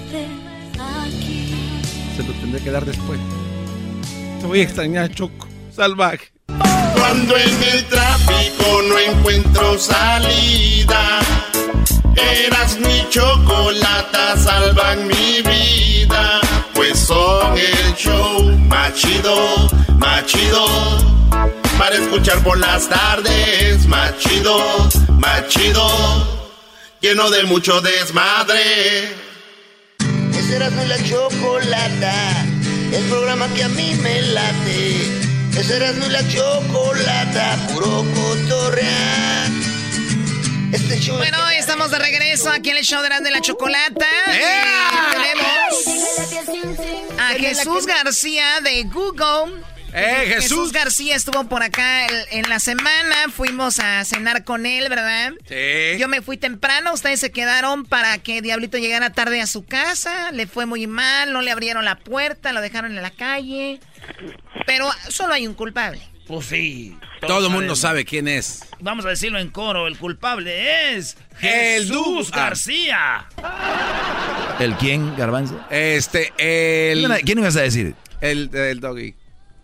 se lo tendré que dar después. Te voy a extrañar, Choco Salvaje. Cuando en el tráfico no encuentro salida, Eras mi chocolata, salvan mi vida, pues son el show más chido, más chido, para escuchar por las tardes, más chido, más chido, lleno de mucho desmadre. Esa era no la chocolata, el programa que a mí me late. Esa era no la chocolata, puro cotorrear. Este show bueno, es... estamos de regreso aquí en el show de Erasmo y la Chocolata. ¡Yeah! Tenemos a Jesús García de Google. ¡Eh, Jesús! Jesús García estuvo por acá en la semana. Fuimos a cenar con él, ¿verdad? Sí. Yo me fui temprano. Ustedes se quedaron para que Diablito llegara tarde a su casa. Le fue muy mal. No le abrieron la puerta. Lo dejaron en la calle. Pero solo hay un culpable. Pues sí. Todo el mundo sabe quién es. Vamos a decirlo en coro. El culpable es Jesús el García. ¿El quién, Garbanzo? Este, el... ¿Quién ibas a decir? El, el doggy.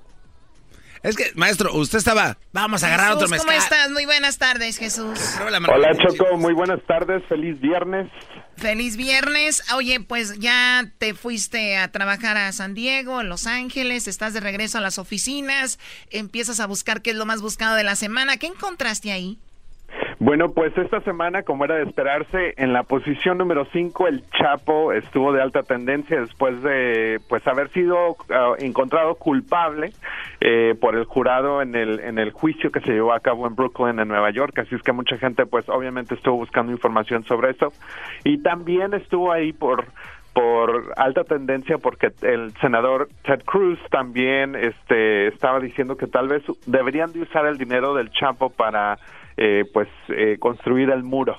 Es que, maestro, usted estaba... Vamos a agarrar Jesús, otro mezcal. ¿cómo estás? Muy buenas tardes, Jesús. Hola, Choco. Muy buenas tardes. Feliz viernes. Feliz viernes. Oye, pues ya te fuiste a trabajar a San Diego, Los Ángeles. Estás de regreso a las oficinas. Empiezas a buscar qué es lo más buscado de la semana. ¿Qué encontraste ahí? Bueno, pues esta semana, como era de esperarse, en la posición número cinco, el Chapo estuvo de alta tendencia después de pues haber sido uh, encontrado culpable eh, por el jurado en el en el juicio que se llevó a cabo en Brooklyn, en Nueva York. Así es que mucha gente, pues obviamente estuvo buscando información sobre eso. Y también estuvo ahí por... por alta tendencia porque el senador Ted Cruz también este estaba diciendo que tal vez deberían de usar el dinero del Chapo para eh, pues eh, construir el muro.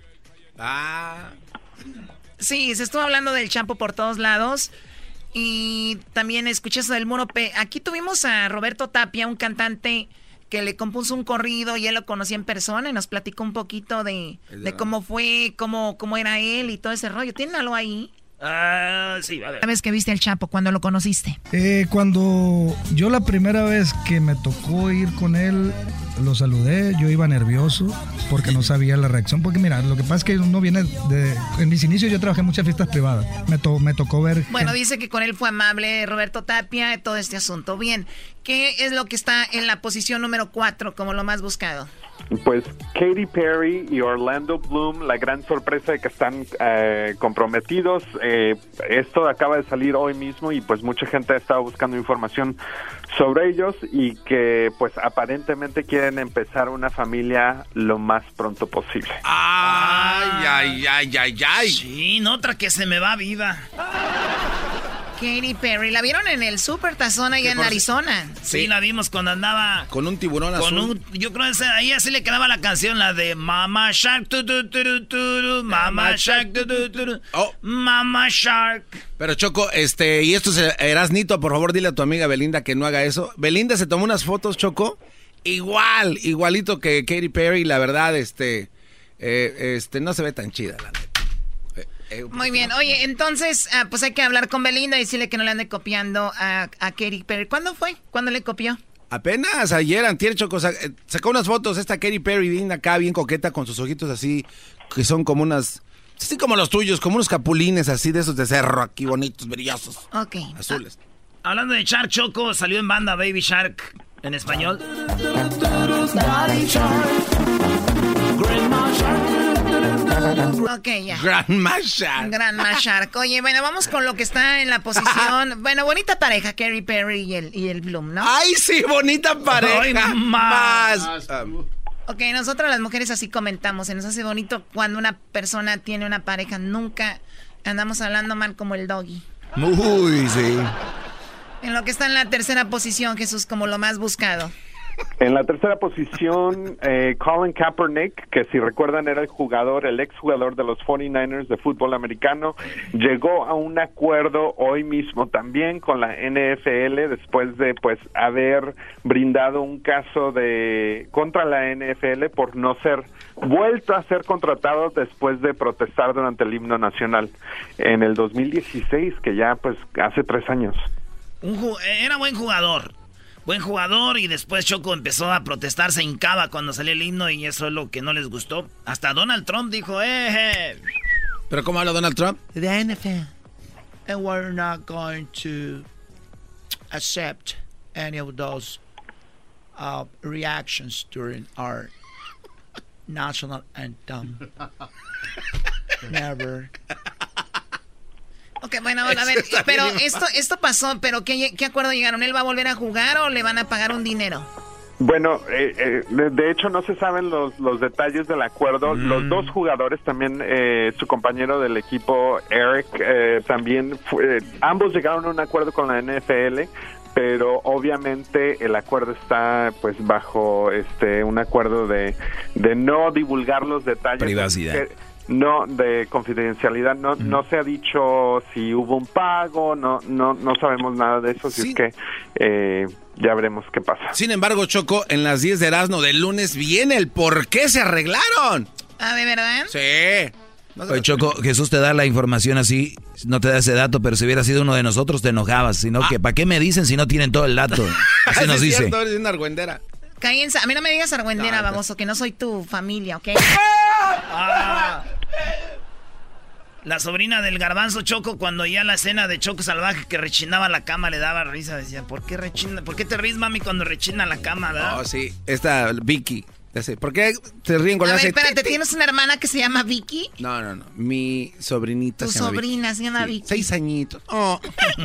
Ah. Sí, se estuvo hablando del Chapo por todos lados y también escuché eso del muro. Aquí tuvimos a Roberto Tapia, un cantante que le compuso un corrido y él lo conocía en persona y nos platicó un poquito de, de cómo fue, cómo, cómo era él y todo ese rollo. ¿Tienen algo ahí? Ah, uh, sí, a ver. ¿La vez que viste al Chapo, cuando lo conociste? Eh, cuando yo la primera vez que me tocó ir con él, lo saludé, yo iba nervioso porque no sabía la reacción. Porque mira, lo que pasa es que uno viene de... En mis inicios yo trabajé en muchas fiestas privadas. Me, to, me tocó ver... Bueno, que, dice que con él fue amable Roberto Tapia, todo este asunto. Bien, ¿qué es lo que está en la posición número cuatro como lo más buscado? Pues Katy Perry y Orlando Bloom, la gran sorpresa de que están eh, comprometidos. Eh, esto acaba de salir hoy mismo y pues mucha gente ha estado buscando información sobre ellos y que pues aparentemente quieren empezar una familia lo más pronto posible. Ay, ay, ay, ay, ay. Sí, no, otra que se me va viva. Katy Perry, ¿la vieron en el Super Tazón allá en Arizona? Sí, sí, la vimos cuando andaba... Con un tiburón con azul. Un, yo creo que ahí así le quedaba la canción, la de Mama Shark, tu, tu, tu, tu, tu, Mama Shark, tu, tu, tu, oh. Mama Shark. Pero Choco, este, y esto es Erasnito, por favor dile a tu amiga Belinda que no haga eso. Belinda se tomó unas fotos, Choco, igual, igualito que Katy Perry, la verdad, este, eh, este, no se ve tan chida, la neta. Muy bien, oye, entonces, ah, pues hay que hablar con Belinda y decirle que no le ande copiando a, a Katy Perry. ¿Cuándo fue? ¿Cuándo le copió? Apenas ayer, antier, Choco, sacó unas fotos esta Katy Perry bien acá, bien coqueta, con sus ojitos así, que son como unas, así como los tuyos, como unos capulines así de esos de cerro, aquí bonitos, brillosos. Ok. Azules. Ah, hablando de Shark, Choco, salió en banda Baby Shark en español. Ok, ya. Grandma Shark. Grandma Shark. Oye, bueno, vamos con lo que está en la posición. Bueno, bonita pareja, Katy Perry y el, y el Bloom, ¿no? ¡Ay, sí, bonita pareja! Ay, más. más. Um. Ok, nosotras las mujeres así comentamos. Se nos hace bonito cuando una persona tiene una pareja. Nunca andamos hablando mal como el Doggy. Uy, sí. En lo que está en la tercera posición, Jesús, como lo más buscado. En la tercera posición, eh, Colin Kaepernick, que si recuerdan era el jugador, el exjugador de los cuarenta y nueve ers de fútbol americano, llegó a un acuerdo hoy mismo también con la N F L después de pues haber brindado un caso de contra la N F L por no ser vuelto a ser contratado después de protestar durante el himno nacional en el dos mil dieciséis, que ya pues hace tres años. Un ju- era buen jugador. Buen jugador y después Choco empezó a protestar, se hincaba cuando salió el himno y eso es lo que no les gustó. Hasta Donald Trump dijo, eh, eh. ¿Pero cómo habla Donald Trump? The N F L. And we're not going to accept any of those uh, reactions during our national anthem. Never. Ok, bueno, a ver, pero esto esto pasó, pero ¿qué, ¿qué acuerdo llegaron? ¿Él va a volver a jugar o le van a pagar un dinero? Bueno, eh, eh, de, de hecho no se saben los, los detalles del acuerdo. Mm. Los dos jugadores, también eh, su compañero del equipo, Eric, eh, también, fue, eh, ambos llegaron a un acuerdo con la N F L, pero obviamente el acuerdo está pues bajo este un acuerdo de, de no divulgar los detalles. Privacidad. Que, No, de confidencialidad, no mm. no se ha dicho si hubo un pago, no no no sabemos nada de eso, así sí. es que eh, ya veremos qué pasa. Sin embargo, Choco, en las diez de Erasmo del lunes viene el por qué se arreglaron. Ah, ¿de verdad? Sí. No Oye, Choco, Jesús te da la información así, no te da ese dato, pero si hubiera sido uno de nosotros te enojabas, sino ah. que ¿para qué me dicen si no tienen todo el dato? Así nos sí, dice. Cierto, eres una argüendera. Cállense, a mí no me digas argüendera, no, baboso, que no soy tu familia, ¿ok? Ah. La sobrina del Garbanzo, Choco, cuando ya la escena de Choco Salvaje que rechinaba la cama le daba risa, decía, ¿por qué rechina? ¿Por qué te ríes, mami, cuando rechina la cama, verdad? Oh, sí, esta Vicky. ¿Por qué te ríen con la... A ver, hace... espérate, ¿tienes una hermana que se llama Vicky? No, no, no, mi sobrinita tu se llama sobrina Vicky. se llama sí, Vicky. Seis añitos. Oh.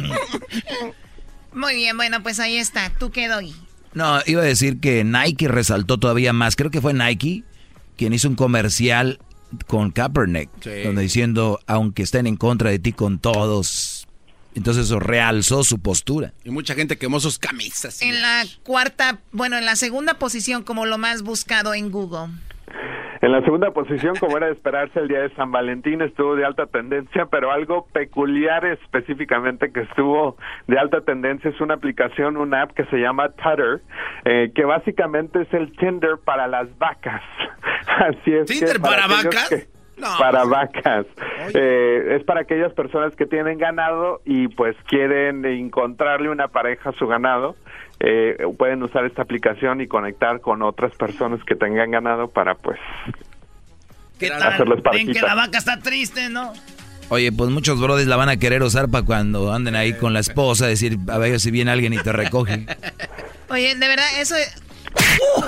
Muy bien, bueno, pues ahí está. ¿Tú qué, Doggy? No, iba a decir que Nike resaltó todavía más. Creo que fue Nike quien hizo un comercial con Kaepernick, sí. donde diciendo, aunque estén en contra de ti con todos, entonces eso realzó su postura. Y mucha gente quemó sus camisas. En la cuarta, bueno, en la segunda posición como lo más buscado en Google. En la segunda posición, como era de esperarse, el día de San Valentín estuvo de alta tendencia, pero algo peculiar específicamente que estuvo de alta tendencia es una aplicación, una app que se llama Tutter, eh, que básicamente es el Tinder para las vacas. Así es. ¿Tinder que para para vacas? Que, no, para pues, vacas. Eh, es para aquellas personas que tienen ganado y pues quieren encontrarle una pareja a su ganado. Eh, pueden usar esta aplicación y conectar con otras personas que tengan ganado para pues ¿Qué tal? hacerles Ven parejita. que la vaca está triste, ¿no? Oye, pues muchos brodis la van a querer usar para cuando anden ahí con la esposa, decir, a ver si viene alguien y te recoge. Oye, de verdad, eso es... ¡Uh!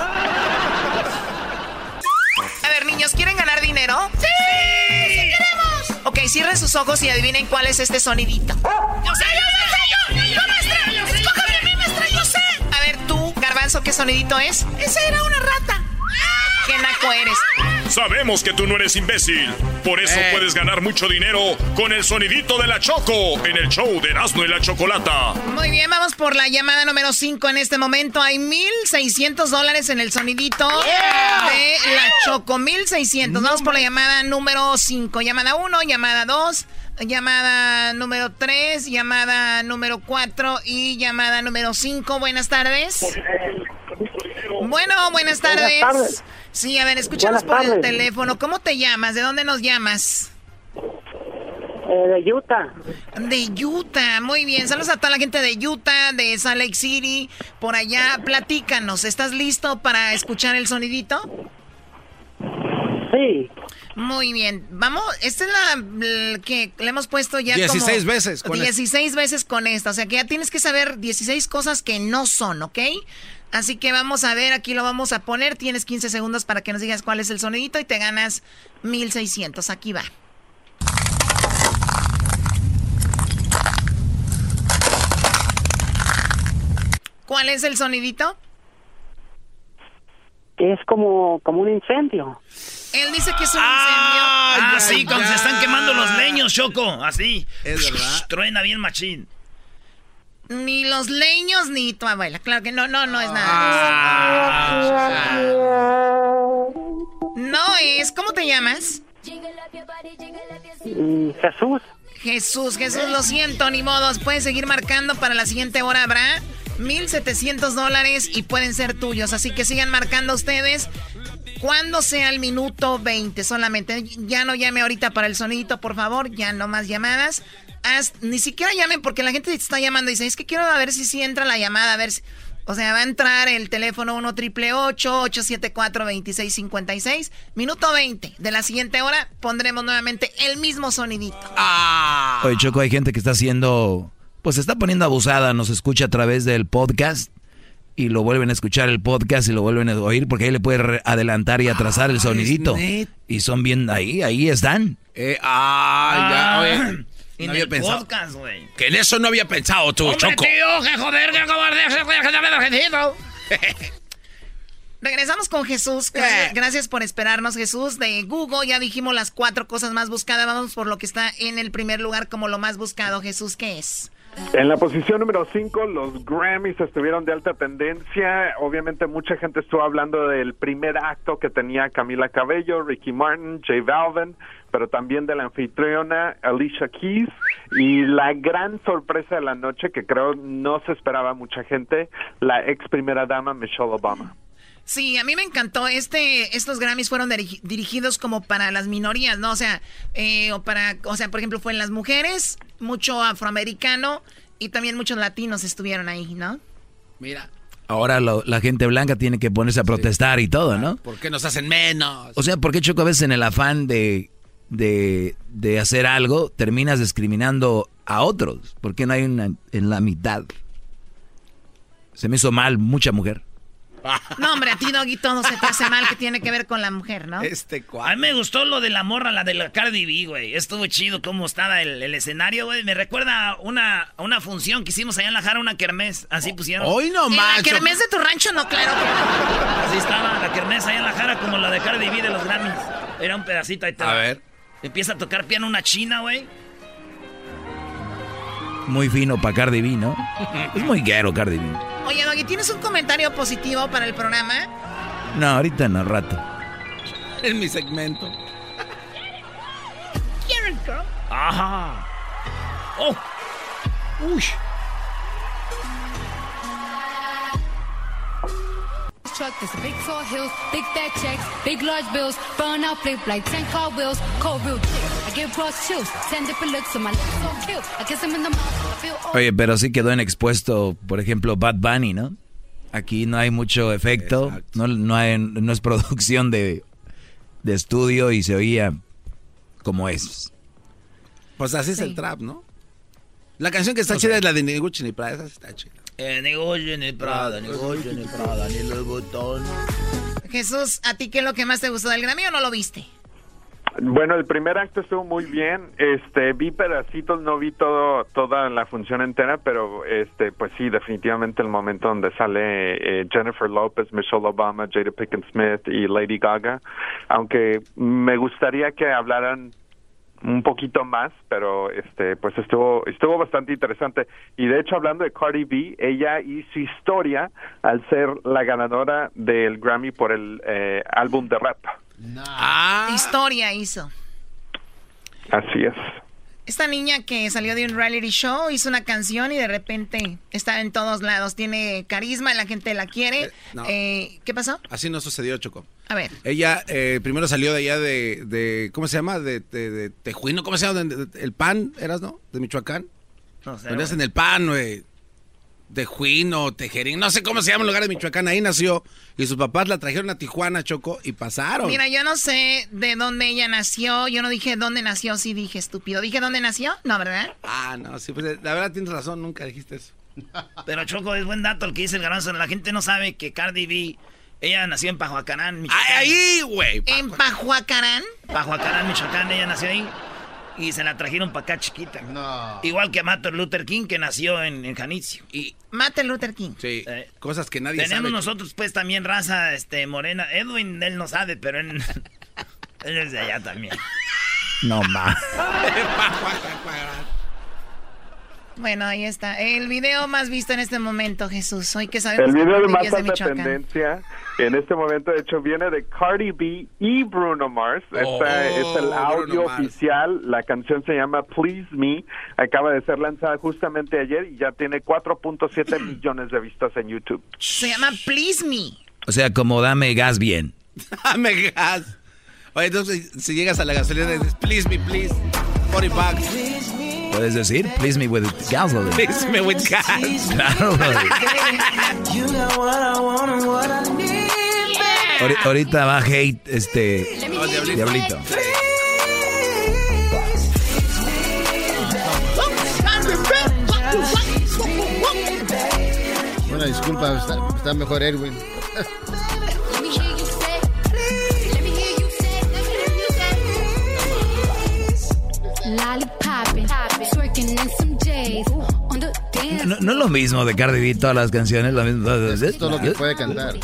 A ver, niños, ¿quieren ganar dinero? ¡Sí! ¡Sí queremos! Ok, cierren sus ojos y adivinen cuál es este sonidito. ¡Yo sé, yo sé! ¡Yo, yo, maestra! ¡Escójame a mí, maestra! ¡Yo sé! A ver, tú, Garbanzo, ¿qué sonidito es? ¡Esa era una rata! ¡Qué naco eres! Sabemos que tú no eres imbécil. Por eso Eh. puedes ganar mucho dinero con el sonidito de la Choco en el show de Erasmo y la Chocolata. Muy bien, vamos por la llamada número cinco en este momento. Hay mil seiscientos dólares en el sonidito Yeah. de la Choco. mil seiscientos. Vamos por la llamada número cinco. Llamada uno, llamada dos, llamada número tres, llamada número cuatro y llamada número cinco. Buenas tardes. Bueno, buenas tardes. Buenas tardes. Sí, a ver, escúchanos Buenas por el tardes. teléfono. ¿Cómo te llamas? ¿De dónde nos llamas? Eh, de Utah. De Utah, muy bien. Saludos a toda la gente de Utah, de Salt Lake City, por allá. Platícanos, ¿estás listo para escuchar el sonidito? Sí. Muy bien. Vamos, esta es la, la que le hemos puesto ya dieciséis como veces con dieciséis veces con esta. O sea que ya tienes que saber dieciséis cosas que no son, ¿ok? Así que vamos a ver, aquí lo vamos a poner. Tienes quince segundos para que nos digas cuál es el sonidito y te ganas mil seiscientos. Aquí va. ¿Cuál es el sonidito? Es como, como un incendio. Él dice que es un Ah, incendio. sí, cuando se están quemando los leños, Choco. Así. Es verdad. Truena bien machín. Ni los leños ni tu abuela. Claro que no, no, no es nada. Ah. No es. ¿Cómo te llamas? Mm, Jesús. Jesús, Jesús, lo siento, ni modos. Puedes seguir marcando. Para la siguiente hora habrá mil setecientos dólares y pueden ser tuyos. Así que sigan marcando ustedes cuando sea el minuto veinte solamente. Ya no llame ahorita para el sonidito, por favor. Ya no más llamadas. Haz, ni siquiera llamen porque la gente te está llamando y dice, es que quiero a ver si sí entra la llamada, a ver si... O sea, va a entrar el teléfono uno triple ocho, ocho siete cuatro, dos seis cinco seis. Minuto veinte. De la siguiente hora pondremos nuevamente el mismo sonidito. Ah. Oye, Choco, hay gente que está haciendo... Pues se está poniendo abusada, nos escucha a través del podcast y lo vuelven a escuchar el podcast y lo vuelven a oír porque ahí le puede adelantar y atrasar el sonidito. Y son bien ahí, ahí están. Eh, ah, ya, oye. En No había el pensado. podcast, güey. Que en eso no había pensado tú, ¡Hombre, Choco. tío! ¡Que joder, que cobarde! Regresamos con Jesús. Gracias, gracias por esperarnos, Jesús. De Google ya dijimos las cuatro cosas más buscadas. Vamos por lo que está en el primer lugar como lo más buscado. Jesús, ¿qué es? En la posición número cinco, los Grammys estuvieron de alta tendencia. Obviamente mucha gente estuvo hablando del primer acto que tenía Camila Cabello, Ricky Martin, J Balvin, pero también de la anfitriona Alicia Keys y la gran sorpresa de la noche que creo no se esperaba mucha gente, la ex primera dama Michelle Obama. Sí, a mí me encantó. Este, estos Grammys fueron dirigi- dirigidos como para las minorías, ¿no? O sea, eh, o para, o sea, por ejemplo, fue en las mujeres, mucho afroamericano y también muchos latinos estuvieron ahí, ¿no? Mira. Ahora lo- la gente blanca tiene que ponerse a protestar y todo, ¿no? ¿Por qué nos hacen menos? O sea, ¿por qué, Choco, a veces en el afán de, de, de hacer algo terminas discriminando a otros? ¿Por qué no hay una en la mitad? Se me hizo mal mucha mujer. No, hombre, a ti, Doggy, todo se te hace mal que tiene que ver con la mujer, ¿no? Este A mí me gustó lo de la morra, la de la Cardi B, güey. Estuvo chido cómo estaba el, el escenario, güey. Me recuerda a una, a una función que hicimos allá en La Jara, una kermés. Así pusieron. Hoy no ¿En la macho. kermés de tu rancho? No, claro. Así estaba la kermés allá en La Jara, como la de Cardi B de los Grammys. Era un pedacito ahí. Te A va. ver. Empieza a tocar piano una china, güey. Muy fino para Cardi B, ¿no? Es muy guero Cardi B. Oye, Doggy, ¿tienes un comentario positivo para el programa? No, ahorita en el rato. En mi segmento. Karen Girl. Ajá. Oh. Uy. truck, there's big tall hills, big fat checks, big large bills, burn out flip like ten car wheels, cold real chill. I give bros chills, ten different looks, so my lips so kill. I kiss them in the mouth, I feel all... Oye, pero sí quedó en expuesto, por ejemplo, Bad Bunny, ¿no? Aquí no hay mucho efecto, no, no, hay, no es producción de, de estudio y se oía como es. Pues así sí. Es el trap, ¿no? La canción que está o chida sea, es la de Ni Gucci ni Prada, esa está chida. Eh, ni Gucci ni Prada, ni Gucci ni Prada, ni Louis Vuitton. Jesús, ¿a ti qué es lo que más te gustó del Grammy o no lo viste? Bueno, el primer acto estuvo muy bien, este, vi pedacitos, no vi todo, toda la función entera, pero este, pues sí, definitivamente el momento donde sale eh, Jennifer Lopez, Michelle Obama, Jada Pinkett Smith y Lady Gaga, aunque me gustaría que hablaran un poquito más, pero este, pues estuvo, estuvo bastante interesante. Y de hecho, hablando de Cardi B, ella hizo historia al ser la ganadora del Grammy por el eh, álbum de rap. No. Ah. Historia hizo. Así es. Esta niña que salió de un reality show hizo una canción y de repente está en todos lados. Tiene carisma, la gente la quiere. Eh, no. eh, ¿Qué pasó? Así no sucedió, Choco. A ver. Ella eh, primero salió de allá de, de ¿cómo se llama? De, de, de Tejuino, ¿cómo se llama? De, de, el Pan, ¿eras, no? De Michoacán. No sé. Venías en el Pan, güey. Tejuino, Tejerín, no sé cómo se llama el lugar de Michoacán, ahí nació. Y sus papás la trajeron a Tijuana, Choco, y pasaron. Mira, yo no sé de dónde ella nació. Yo no dije dónde nació, sí dije estúpido. ¿Dije dónde nació? No, ¿verdad? Ah, no, sí, pues la verdad tienes razón, nunca dijiste eso. Pero Choco, es buen dato el que dice el Garbanzo. La gente no sabe que Cardi B, ella nació en Pajuacarán, Michoacán. ¡Ahí, güey! ¿En Pajuacarán? Pajuacarán, Michoacán, ella nació ahí. Y se la trajeron para acá chiquita. No. Igual que a Martin Luther King, que nació en, en Janitzio. Y Martin Luther King. Sí, eh, cosas que nadie tenemos sabe. Tenemos nosotros, pues, también raza este, morena. Edwin, él no sabe, pero él, él es de allá también. No más. Bueno, ahí está. El video más visto en este momento, Jesús. Hoy que sabemos el video que de más de alta tendencia en este momento, de hecho, viene de Cardi B y Bruno Mars. Oh, este es el audio oficial. La canción se llama Please Me. Acaba de ser lanzada justamente ayer y ya tiene cuatro punto siete millones de vistas en YouTube. Se llama Please Me. O sea, como dame gas bien. Dame gas. Oye, entonces, si llegas a la gasolina dices, please me, please. cuarenta bucks. Puedes decir, please me with gasoline. Please me with gas. Claro, Ahor- ahorita va hate, este, oh, diablito. diablito. Bueno, disculpa, está, está mejor Erwin. No, no es lo mismo de Cardi B todas las canciones, lo mismo. Es todo lo que puede cantar.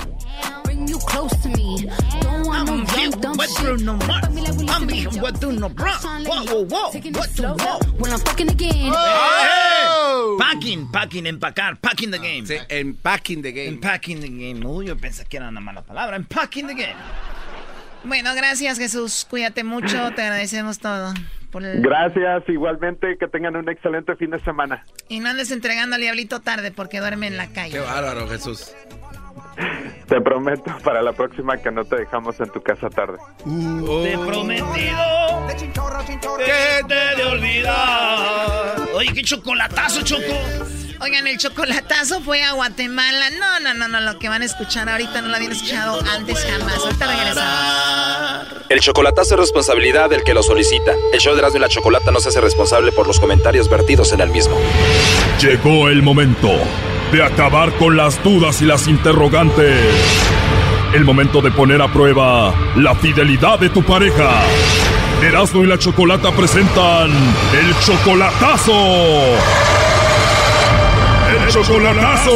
Packing, packing, empacar, packing the game. Sí, empacking the game. Empacking the game. Uy, yo pensé que era una mala palabra. Empacking the game. Bueno, gracias, Jesús. Cuídate mucho, te agradecemos todo. Por el... Gracias, igualmente, que tengan un excelente fin de semana. Y no andes entregando al diablito tarde porque duerme en la calle. Qué bárbaro, Jesús. Te prometo para la próxima que no te dejamos en tu casa tarde. Uh, oh. Te he prometido que te de olvidar. Oye, qué chocolatazo, Choco. Oigan, el chocolatazo fue a Guatemala. No, no, no, no, lo que van a escuchar ahorita no lo habían escuchado antes jamás. Ahorita regresamos. El chocolatazo es responsabilidad del que lo solicita. El show de Erasmo y la Chocolata no se hace responsable por los comentarios vertidos en el mismo. Llegó el momento de acabar con las dudas y las interrogantes. El momento de poner a prueba la fidelidad de tu pareja. Erasmo y la Chocolata presentan el chocolatazo. ¡El chocolatazo!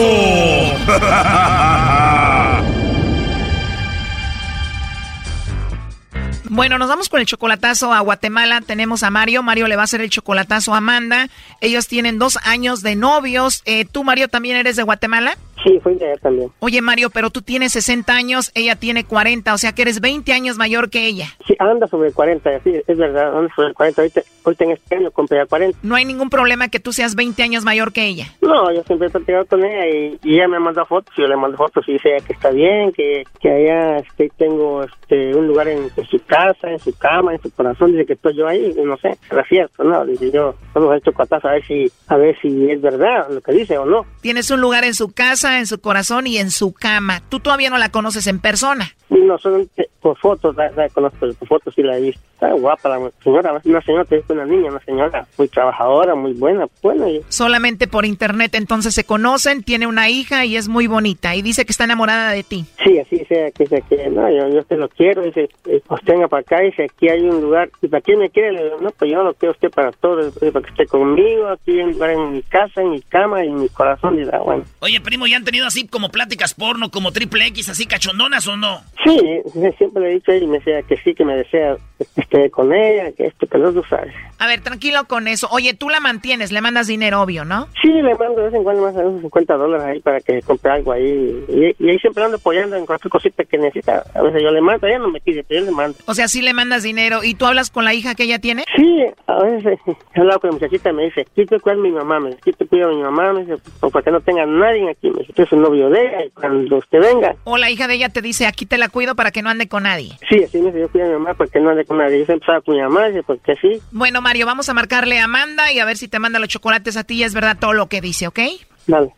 Bueno, nos vamos con el chocolatazo a Guatemala. Tenemos a Mario. Mario le va a hacer el chocolatazo a Amanda. Ellos tienen dos años de novios. Eh, ¿Tú, Mario, también eres de Guatemala? Sí, fui de ella también. Oye, Mario, pero tú tienes sesenta años, ella tiene cuarenta, o sea que eres veinte años mayor que ella. Sí, anda sobre cuarenta, sí, es verdad, anda sobre cuarenta. Ahorita, ahorita en este año compré a cuarenta. No hay ningún problema que tú seas veinte años mayor que ella. No, yo siempre he platicado con ella y, y ella me manda fotos, yo le mando fotos y dice que está bien, que, que allá este, tengo este, un lugar en, en su casa, en su cama, en su corazón, dice que estoy yo ahí, y no sé, era cierto, ¿no? Dice yo, vamos a hecho chocolatazo a ver si, a ver si es verdad lo que dice o no. Tienes un lugar en su casa, en su corazón y en su cama. Tú todavía no la conoces en persona. No, son por fotos, la, la conozco, por fotos sí la he visto. Está guapa la señora, una señora, te dice una niña, una señora muy trabajadora, muy buena, buena. Solamente por internet entonces se conocen, tiene una hija y es muy bonita y dice que está enamorada de ti. Sí, así sea, que dice que no, yo, yo te lo quiero, dice, pues venga para acá, dice, aquí hay un lugar, y para quién me quiere, le digo, no, pues yo lo quiero usted para todo, para que esté conmigo, aquí hay un lugar en mi casa, en mi cama y en mi corazón, dice, bueno. Oye, primo, ¿ya han tenido así como pláticas porno, como triple X, así cachondonas o no? Sí, siempre le he dicho a ella y me decía que sí, que me desea que esté con ella, que esto, que no lo sabes. A ver, tranquilo con eso. Oye, tú la mantienes, le mandas dinero, obvio, ¿no? Sí, le mando de vez en cuando más de cincuenta dólares ahí para que compre algo ahí. Y, y ahí siempre ando apoyando en cualquier cosita que necesita. A veces yo le mando, ella no me pide, pero yo le mando. O sea, sí le mandas dinero. ¿Y tú hablas con la hija que ella tiene? Sí, a veces he hablado con la muchachita y me dice, aquí te cuido a mi mamá, me dice, aquí te cuido a mi mamá, me dice, para que no tenga nadie aquí, me dice, tú eres el novio de ella y cuando usted venga. O la hija de ella te dice, aquí te la cuido para que no ande con nadie. Sí, así me dice, yo cuido a mi mamá para que no ande con nadie. Yo siempre estaba con mi mamá, dice, porque sí. Bueno, Mario, vamos a marcarle a Amanda y a ver si te manda los chocolates a ti y es verdad todo lo que dice, ¿ok? Dale.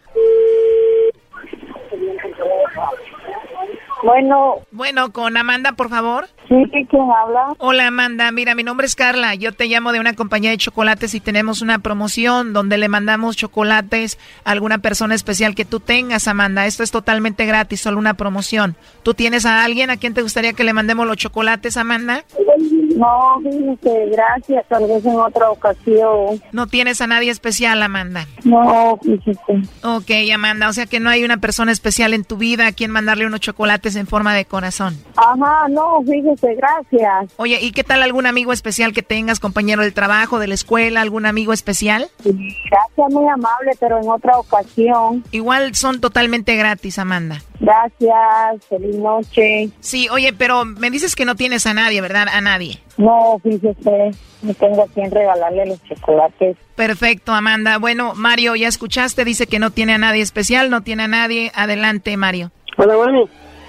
Bueno. Bueno, con Amanda, por favor. Sí, ¿quién habla? Hola, Amanda. Mira, mi nombre es Carla. Yo te llamo de una compañía de chocolates y tenemos una promoción donde le mandamos chocolates a alguna persona especial que tú tengas, Amanda. Esto es totalmente gratis, solo una promoción. ¿Tú tienes a alguien a quien te gustaría que le mandemos los chocolates, Amanda? No, fíjate, gracias, tal vez en otra ocasión. ¿No tienes a nadie especial, Amanda? No, fíjate. Ok, Amanda, o sea que no hay una persona especial en tu vida a quien mandarle unos chocolates en forma de corazón. Ajá, no, fíjese, gracias. Oye, ¿y qué tal algún amigo especial que tengas, compañero del trabajo, de la escuela, algún amigo especial? Gracias, muy amable, pero en otra ocasión. Igual son totalmente gratis, Amanda. Gracias, feliz noche. Sí, oye, pero me dices que no tienes a nadie, ¿verdad? A nadie. No, fíjese, no tengo a quien regalarle los chocolates. Perfecto, Amanda. Bueno, Mario, ya escuchaste, dice que no tiene a nadie especial, no tiene a nadie. Adelante, Mario. Hola, mami.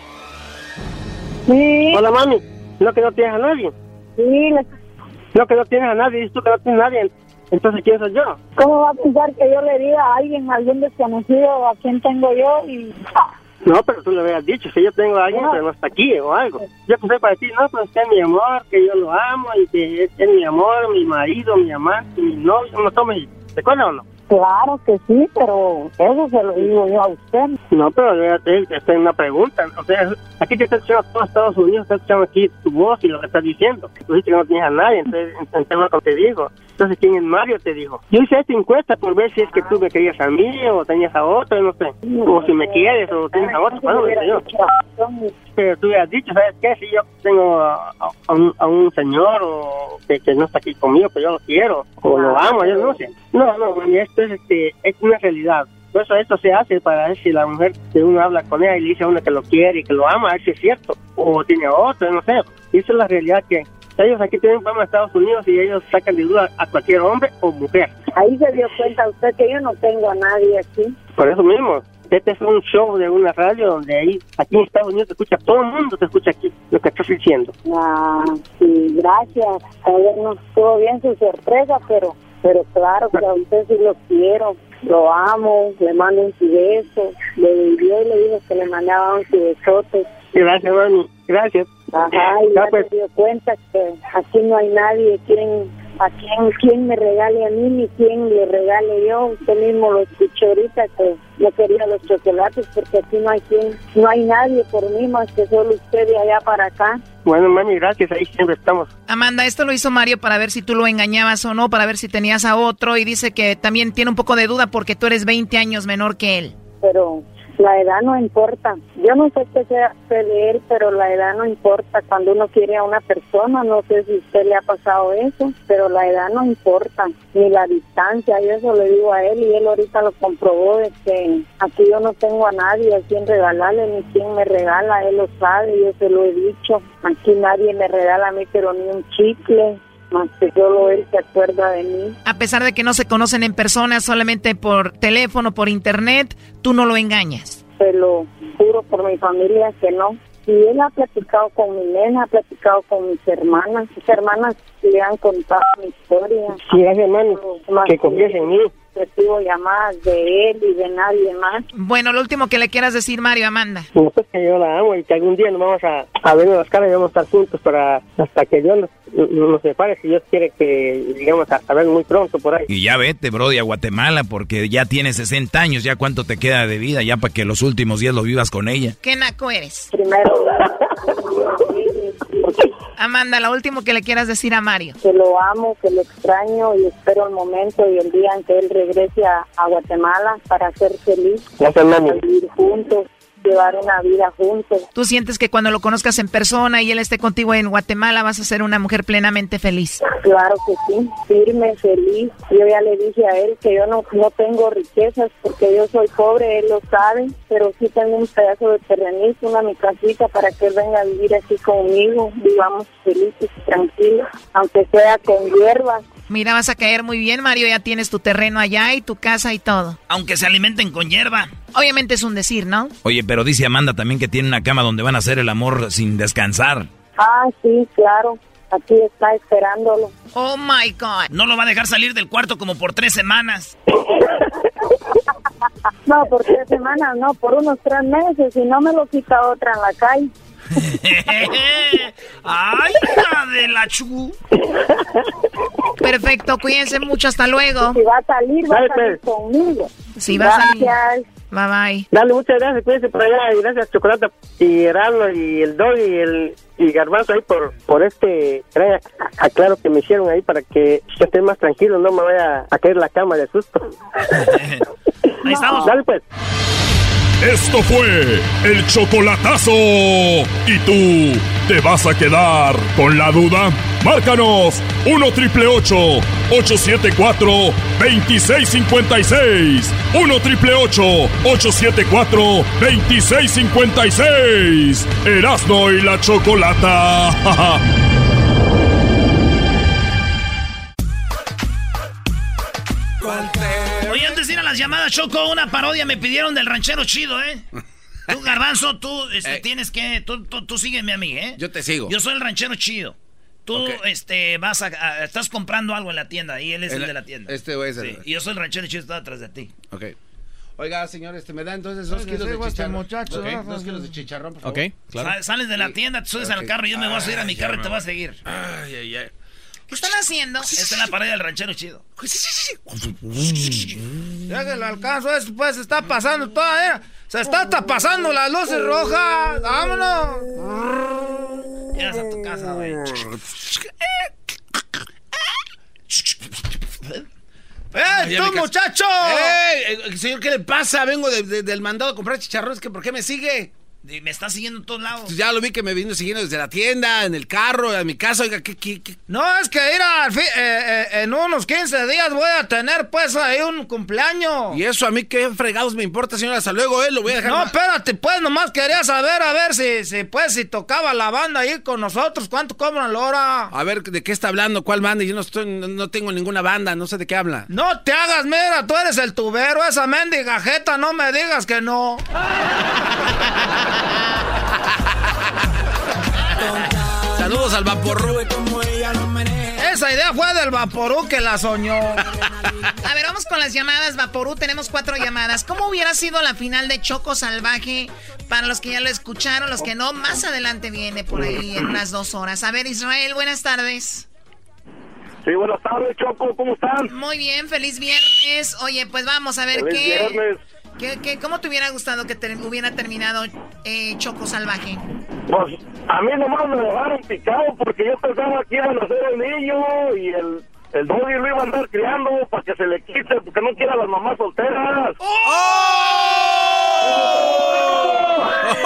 Sí. Hola, mami. ¿No que no tienes a nadie? Sí. Le... No que no tienes a nadie, dices tú que no tienes a nadie. Entonces, ¿quién soy yo? ¿Cómo va a pensar que yo le diga a alguien, a algún desconocido, a quién tengo yo y... No, pero tú le habías dicho, si yo tengo a alguien, no. Pero no está aquí o algo. Yo pensé para decir, no, pues es mi amor, que yo lo amo y que es, es mi amor, mi marido, mi amante, mi novio, no tome, ¿te acuerdas o no? Claro que sí, pero eso se lo digo yo a usted. No, pero te es una pregunta. O sea, aquí te está escuchando todo Estados Unidos, está escuchando aquí tu voz y lo que estás diciendo. Tú dices que no tienes a nadie, entonces, entonces lo que te digo. Entonces, ¿quién es Mario? Te dijo. Yo hice esta encuesta por ver si es que tú me querías a mí o tenías a otro, no sé. O si me quieres o tienes a otro, bueno, dice yo. Pero tú has dicho, ¿sabes qué? Si yo tengo a, a, un, a un señor o que, que no está aquí conmigo, pero yo lo quiero o lo amo, yo no sé. No, no, mami, esto es, este, es una realidad. Por eso esto se hace para ver si la mujer que uno habla con ella y le dice a uno que lo quiere y que lo ama, a ver si es cierto. O tiene a otro, no sé. Y esa es la realidad que ellos aquí tienen fama en Estados Unidos y ellos sacan de duda a cualquier hombre o mujer. Ahí se dio cuenta usted que yo no tengo a nadie aquí. Por eso mismo. Este es un show de una radio donde ahí, aquí en Estados Unidos te escucha, todo el mundo te escucha aquí, lo que estás diciendo. Ah, sí, gracias. A ver, no estuvo bien su sorpresa, pero pero claro que a usted sí lo quiero, lo amo, le mando un beso, le vivió y le dijo que le mandaba un besote. Gracias, mami, gracias. Ajá, y ya, ya pues. Se dio cuenta que aquí no hay nadie quien... a quien, quien me regale a mí ni quien le regale yo. Usted mismo lo escuchó ahorita que no quería los chocolates porque aquí no hay quien, no hay nadie por mí más que solo usted de allá para acá. Bueno, mami, gracias, ahí siempre estamos. Amanda, esto lo hizo Mario para ver si tú lo engañabas o no, para ver si tenías a otro y dice que también tiene un poco de duda porque tú eres veinte años menor que él. Pero La edad no importa. Yo no sé qué sea de él, pero la edad no importa. Cuando uno quiere a una persona, no sé si a usted le ha pasado eso, pero la edad no importa, ni la distancia. Yo eso le digo a él y él ahorita lo comprobó de que aquí yo no tengo a nadie a quien regalarle, ni quien me regala. Él lo sabe, yo se lo he dicho. Aquí nadie me regala a mí, pero ni un chicle. Más que solo él se acuerda de mí. A pesar de que no se conocen en persona, solamente por teléfono, por internet, tú no lo engañas. Te lo juro por mi familia que no. Y él ha platicado con mi nena, ha platicado con mis hermanas. Mis hermanas le han contado mi historia. Sí, gracias, hermano, que confíes en mí. Recibo llamadas de él y de nadie más. Bueno, lo último que le quieras decir, Mario, Amanda. No, pues que yo la amo y que algún día nos vamos a, a ver en las caras y vamos a estar juntos para hasta que Dios nos, nos separe, si Dios quiere que lleguemos a, a ver muy pronto por ahí. Y ya vete, brody, a Guatemala, porque ya tienes sesenta años, ya cuánto te queda de vida, ya para que los últimos días lo vivas con ella. ¿Qué naco eres? Primero. Amanda, lo último que le quieras decir a Mario. Que lo amo, que lo extraño y espero el momento y el día en que él regrese a, a Guatemala para ser feliz. Gracias, mami. Vivir juntos, llevar una vida juntos. ¿Tú sientes que cuando lo conozcas en persona y él esté contigo en Guatemala vas a ser una mujer plenamente feliz? Claro que sí, firme, feliz. Yo ya le dije a él que yo no, no tengo riquezas porque yo soy pobre, él lo sabe, pero sí tengo un pedazo de terrenito, una mi casita para que él venga a vivir aquí conmigo, vivamos felices y tranquilos, aunque sea con hierbas. Mira, vas a caer muy bien, Mario, ya tienes tu terreno allá y tu casa y todo. Aunque se alimenten con hierba. Obviamente es un decir, ¿no? Oye, pero dice Amanda también que tiene una cama donde van a hacer el amor sin descansar. Ah, sí, claro. Aquí está esperándolo. Oh, my God. No lo va a dejar salir del cuarto como por tres semanas. No, por tres semanas, no, por unos tres meses. Y no me lo quita otra en la calle. ¡Ay, hija de la chu! Perfecto, cuídense mucho, hasta luego. Si va a salir, va a salir conmigo. Si va a salir. Gracias. Bye bye. Dale, muchas gracias, cuídense por allá y gracias Chocolata y Erasmo y el Dog y el y Garbanzo ahí por por este aclaro que me hicieron ahí para que yo esté más tranquilo, no me vaya a caer la cama de susto. Ahí estamos. Dale pues. Esto fue el chocolatazo. ¿Y tú te vas a quedar con la duda? Márcanos uno triple ocho, ocho siete cuatro, dos seis cinco seis. uno triple ocho, ocho siete cuatro, dos seis cinco seis. Erasmo y la Chocolata. Oye, antes de ir a las llamadas, Choco, una parodia me pidieron del ranchero chido, ¿eh? Tú, Garbanzo, tú este, eh. tienes que... Tú, tú, tú sígueme a mí, ¿eh? Yo te sigo. Yo soy el ranchero chido. Tú, okay. este, vas a, a... Estás comprando algo en la tienda y él es el, el de la tienda. Este güey es el... Sí, y yo soy el ranchero chido, está atrás de ti. Ok. Oiga, señor, este, me da entonces dos kilos de chicharrón. Muchacho, okay. Dos kilos de chicharrón, por favor. Ok, claro. Sales de la tienda, te subes okay. al carro y yo me voy a subir a mi carro y te voy a seguir. Ay, ay, ay. ¿Qué están haciendo? Esta es la pared del ranchero chido. Ya que lo alcanzo, eso pues se está pasando toda, ¿eh? Se está hasta pasando las luces rojas. ¡Vámonos! Llegas a tu casa, güey. ¡Eh, tú, muchacho! ¡Eh, señor, qué le pasa! Vengo de, de, del mandado a comprar chicharrones, ¿que por qué me sigue? Me está siguiendo en todos lados. Pues ya lo vi que me vino siguiendo desde la tienda, en el carro, a mi casa. Oiga, ¿qué, qué, qué? No, es que ir a, eh, eh, en unos quince días voy a tener, pues, ahí un cumpleaños. ¿Y eso a mí qué fregados me importa, señora? Hasta luego, ¿eh? Lo voy a dejar. No, espérate, pues, nomás quería saber, a ver si, si, pues, si tocaba la banda ahí con nosotros. ¿Cuánto cobran la hora? A ver, ¿de qué está hablando? ¿Cuál banda? Yo no estoy, no, no tengo ninguna banda, no sé de qué habla. No te hagas, mira, tú eres el tubero, esa mendiga jeta, no me digas que no. Saludos al Vaporru. Esa idea fue del Vaporú que la soñó. A ver, vamos con las llamadas, Vaporú. Tenemos cuatro llamadas. ¿Cómo hubiera sido la final de Choco Salvaje? Para los que ya lo escucharon, los que no, más adelante viene por ahí en unas dos horas. A ver, Israel, buenas tardes. Sí, buenas tardes, Choco, ¿cómo están? Muy bien, feliz viernes. Oye, pues vamos a ver feliz qué... viernes. ¿Qué, qué, ¿Cómo te hubiera gustado que ter, hubiera terminado eh, Choco Salvaje? Pues a mí nomás me dejaron picado porque yo pensaba que iban a hacer el niño y el, el doggy lo iba a andar criando para que se le quite, porque no quiera a las mamás solteras. ¡Oh!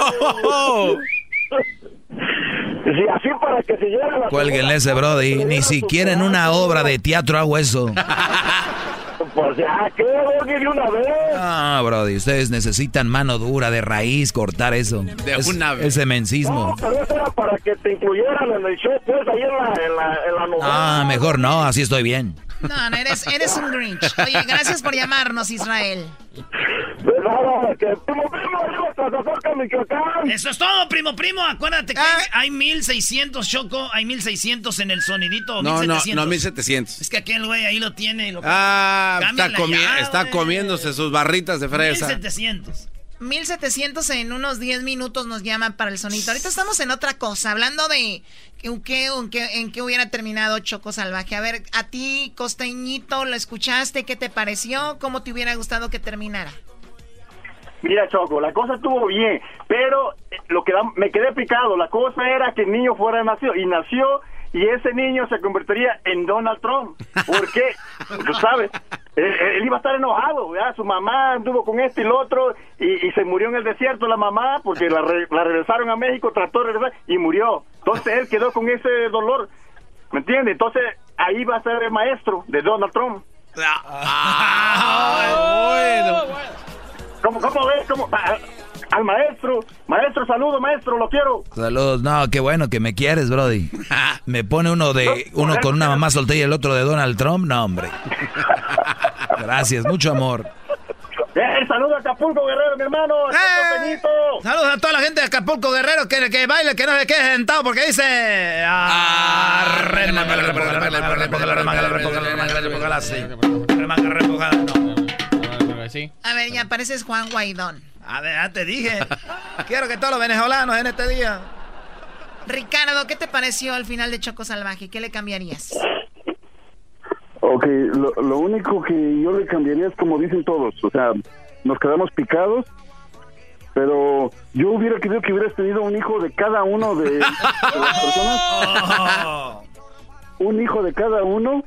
Sí, así para que se lleve la... Cuélguenle ese Brody, ni siquiera en una obra de teatro hago eso. Pues ya, ¿qué? De una vez. Ah, Brody, ustedes necesitan mano dura, de raíz, cortar eso. De es, una vez. Ese mencismo. No, pero eso era para que te incluyeran en el show, pues, ahí en la, en la, en la novela. Ah, mejor no, así estoy bien. No, no, eres, eres un Grinch. Oye, gracias por llamarnos, Israel. De nada, que primo, primo, yo, Michoacán. Eso es todo, primo, primo. Acuérdate que ah. hay mil seiscientos, Choco. Hay mil seiscientos en el sonidito. No, mil setecientos. no, no, mil setecientos. Es que aquel güey ahí lo tiene. Lo ah, está, comi ya, está comiéndose sus barritas de fresa. mil setecientos. mil setecientos en unos diez minutos nos llaman para el sonito. Ahorita estamos en otra cosa, hablando de en qué, en qué, en qué hubiera terminado Choco Salvaje. A ver, a ti, Costeñito, ¿lo escuchaste? ¿Qué te pareció? ¿Cómo te hubiera gustado que terminara? Mira, Choco, la cosa estuvo bien, pero lo que da, me quedé picado. La cosa era que el niño fuera nacido, y nació, y ese niño se convertiría en Donald Trump. ¿Por qué? Tú sabes, él, él iba a estar enojado, ¿verdad? Su mamá anduvo con este y el otro, y, y se murió en el desierto la mamá, porque la, re, la regresaron a México, trató de regresar, y murió. Entonces él quedó con ese dolor, ¿me entiendes? Entonces ahí va a ser el maestro de Donald Trump. Ah, bueno. ¿Cómo, cómo ves? ¿Cómo? Al maestro, maestro, saludo, maestro, lo quiero. Saludos, no, qué bueno que me quieres, Brody. Me pone uno de uno con una mamá soltera y el otro de Donald Trump, no, hombre. Gracias, mucho amor. Eh, saludos a Acapulco Guerrero, mi hermano. ¡Eh! Saludos a toda la gente de Acapulco Guerrero que, que baile, que no se quede sentado porque dice. A ver, ya pareces Juan Guaidón. A ver, ya te dije. Quiero que todos los venezolanos en este día. Ricardo, ¿qué te pareció al final de Choco Salvaje? ¿Qué le cambiarías? Ok, lo, lo único que yo le cambiaría es como dicen todos, o sea, nos quedamos picados, pero yo hubiera querido que hubieras tenido un hijo de cada uno de, de las personas. Oh. Un hijo de cada uno.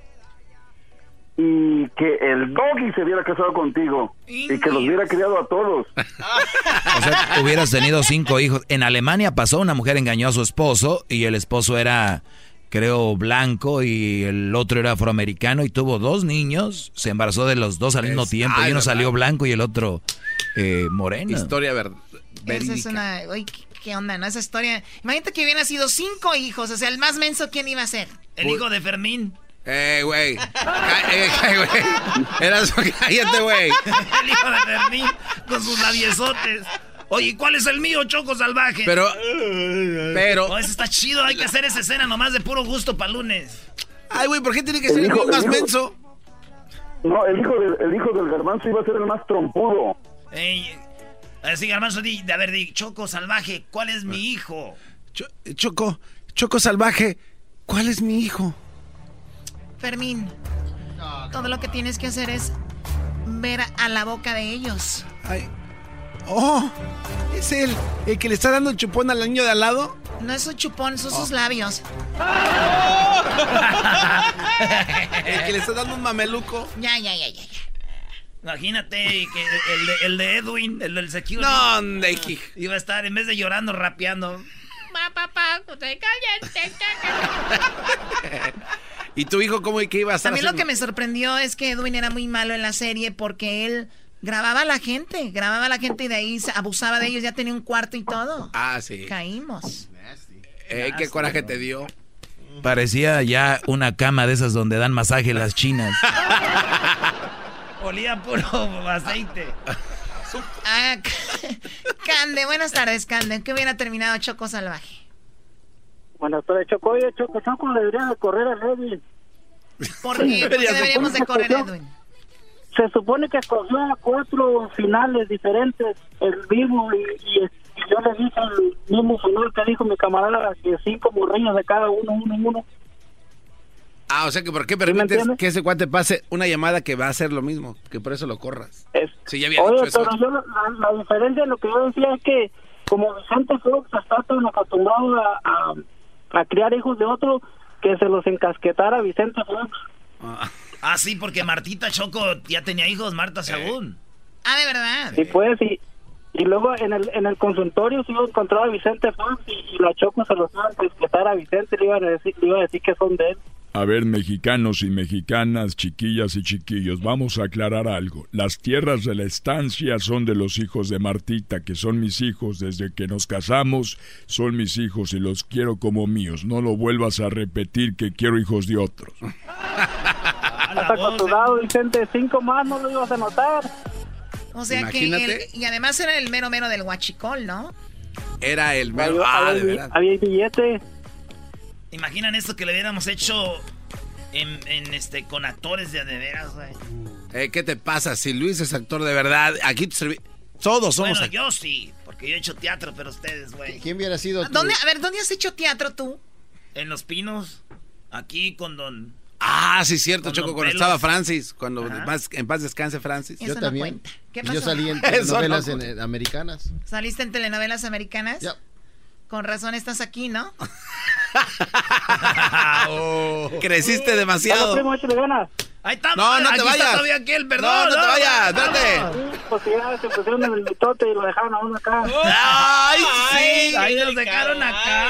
Y que el Doggy se hubiera casado contigo y que los hubiera criado a todos. O sea, hubieras tenido cinco hijos. En Alemania pasó, una mujer engañó a su esposo y el esposo era, creo, blanco y el otro era afroamericano y tuvo dos niños. Se embarazó de los dos al mismo tiempo. Y uno salió blanco y el otro eh, moreno. Historia verdad. Esa es una... Uy, ¿qué onda, no? Esa historia... Imagínate que hubieran sido cinco hijos. O sea, el más menso, ¿quién iba a ser? El hijo de Fermín. Eh, güey. Eh, güey. Eras, cállate, güey. El hijo de Fermín con sus labiosotes. Oye, ¿cuál es el mío, Choco Salvaje? Pero, pero... Oh, ese está chido, hay que hacer esa escena nomás de puro gusto para lunes. Ay, güey, ¿por qué tiene que ser el, hijo, el más el hijo, menso? No, el hijo, del, el hijo del Garbanzo iba a ser el más trompudo. Ey, así, Garbanzo, di, a ver, di, Choco Salvaje, ¿cuál es mi hijo? Ch Choco, Choco Salvaje, ¿cuál es mi hijo? Fermín, todo lo que tienes que hacer es ver a la boca de ellos. Ay. Oh, ¿es él el que le está dando el chupón al niño de al lado? No es un chupón, son oh. sus labios. El que le está dando un mameluco. Ya, ya, ya, ya, ya. Imagínate que el de, el de Edwin, el del security. No, de iba a estar, en vez de llorando, rapeando. Papá, te calles, te calles. ¿Y tu hijo cómo y qué iba a estar También haciendo? Lo que me sorprendió es que Edwin era muy malo en la serie porque él grababa a la gente, grababa a la gente y de ahí abusaba de ellos, ya tenía un cuarto y todo. Ah, sí. Caímos. Eh, qué coraje te dio. Parecía ya una cama de esas donde dan masaje las chinas. Olía puro aceite. Ah, Cande, buenas tardes, Cande. ¿Qué hubiera terminado Choco Salvaje? Bueno, pero Choco, oye, Choco, Choco le debería de correr a Edwin. ¿Por qué? ¿Por qué deberíamos de correr a Edwin? Se supone que escogió a cuatro finales diferentes, el vivo, y, y, y yo le dije al mismo final que dijo mi camarada, que cinco morrillos de cada uno, uno, uno. Ah, o sea que ¿por qué permites que ese cuate pase una llamada que va a hacer lo mismo? Que por eso lo corras. Es, sí, ya había oye, dicho eso. Pero yo, la, la diferencia de lo que yo decía es que como Vicente Fox está tan acostumbrado a, a, a criar hijos de otro, que se los encasquetara Vicente Fox. Ah. Ah, sí, porque Martita Choco ya tenía hijos, Marta Sagún. Ah, ¿de verdad? Sí, pues, y, Y luego en el en el consultorio se encontró a Vicente Fox y, y la Choco se los iba a respetar a Vicente, le iban a decir, le iba a decir que son de él. A ver, mexicanos y mexicanas, chiquillas y chiquillos, vamos a aclarar algo. Las tierras de la estancia son de los hijos de Martita, que son mis hijos desde que nos casamos, son mis hijos y los quiero como míos. No lo vuelvas a repetir que quiero hijos de otros. Estás acostumbrado, Vicente, cinco más no lo ibas a notar. O sea Imagínate. que, el, y además era el mero mero del huachicol, ¿no? Era el mero, había, ah, había, de verdad. Había billete. ¿Imaginan esto que le hubiéramos hecho en, en este con actores de de veras, güey? Eh, ¿Qué te pasa? Si Luis es actor de verdad, aquí te serví... Todos somos Bueno, act- yo sí, porque yo he hecho teatro, pero ustedes, güey. ¿Quién hubiera sido tú? ¿Dónde, a ver, ¿dónde has hecho teatro tú? En Los Pinos, aquí con don... Ah, sí, cierto, Con Choco, Don cuando Pelos. estaba Francis, cuando Ajá. más, en paz descanse Francis. Eso Yo no también. cuenta. ¿Qué Yo pasó? salí en Eso novelas no en, en americanas. ¿Saliste en telenovelas americanas? Ya. Con razón estás aquí, ¿no? Oh, creciste demasiado. Hola, primo, échale ganas. Ahí está. No, no te aquí vayas. Está todavía aquel, perdón. No, no te vayas, espérate. Sí, pues ya se pusieron en el mitote y lo dejaron a uno acá. ¡Ay, sí! Ahí nos dejaron acá.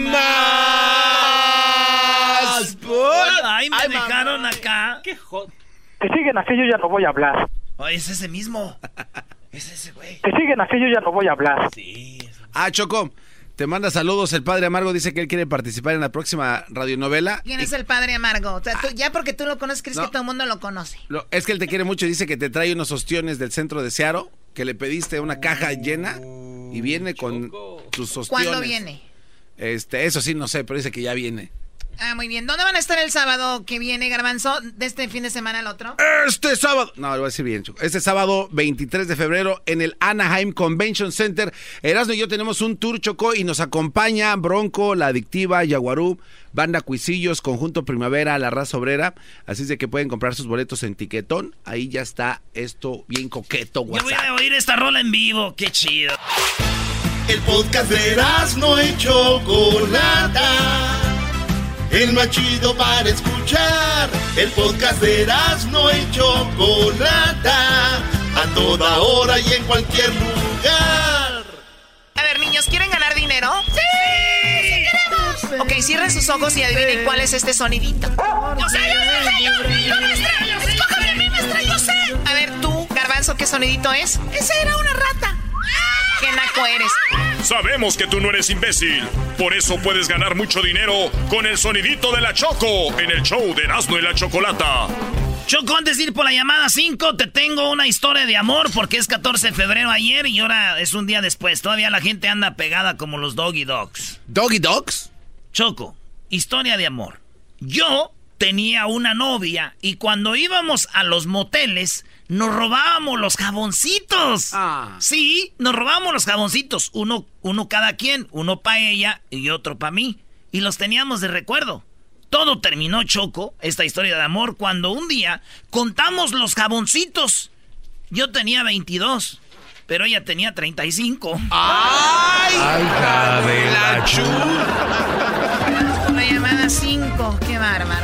¡Más! ¡Put! Ahí me Ay, dejaron mamá. acá. Que siguen aquello, ya no voy a hablar. Oh, es ese mismo. Es ese, güey. Que siguen aquello, ya no voy a hablar. Sí. Ah, Choco, te manda saludos. El padre Amargo dice que él quiere participar en la próxima radionovela. ¿Quién Y- es el padre amargo? O sea, tú- ya porque tú lo conoces, crees No. que todo el mundo lo conoce. Lo- es que él te quiere mucho y dice que te trae unos ostiones del centro de Seattle, que le pediste una caja llena y viene con sus ostiones. ¿Cuándo viene? Este, eso sí, no sé, pero dice que ya viene. Ah, muy bien. ¿Dónde van a estar el sábado que viene, Garbanzo? ¿De este fin de semana al otro? Este sábado, no, lo voy a decir bien, Choco. Este sábado veintitrés de febrero en el Anaheim Convention Center. Erasmo y yo tenemos un tour, Choco, y nos acompaña Bronco, La Adictiva, Yaguarú, Banda Cuisillos, Conjunto Primavera, La Raza Obrera. Así es de que pueden comprar sus boletos en Tiquetón. Ahí ya está esto bien coqueto, Yo voy WhatsApp. a oír esta rola en vivo. Qué chido. El podcast de Erasmo y Chocolata, el más chido para escuchar. El podcast de Erasmo y Chocolata, a toda hora y en cualquier lugar. A ver, niños, ¿quieren ganar dinero? ¡Sí! ¡Sí queremos! Ok, cierren sus ojos y adivinen cuál es este sonidito. ¡Yo sé, yo sé, yo sé! ¡Yo maestra! ¡Escójame a mí, maestra! ¡Yo sé! A ver, tú, Garbanzo, ¿qué sonidito es? ¡Esa era una rata! ¡Qué naco eres! Sabemos que tú no eres imbécil. Por eso puedes ganar mucho dinero con el sonidito de la Choco en el show de Erasmo y la Chocolata. Choco, antes de ir por la llamada cinco, te tengo una historia de amor porque es catorce de febrero ayer y ahora es un día después. Todavía la gente anda pegada como los Doggy Dogs. ¿Doggy Dogs? Choco, historia de amor. Yo tenía una novia y cuando íbamos a los moteles nos robábamos los jaboncitos. Ah. Sí, nos robábamos los jaboncitos. Uno, uno cada quien, uno para ella y otro para mí. Y los teníamos de recuerdo. Todo terminó, Choco, esta historia de amor, cuando un día contamos los jaboncitos. Yo tenía veintidós, pero ella tenía treinta y cinco. ¡Ay! ¡Ay, hija de la La llamada cinco, qué bárbaro.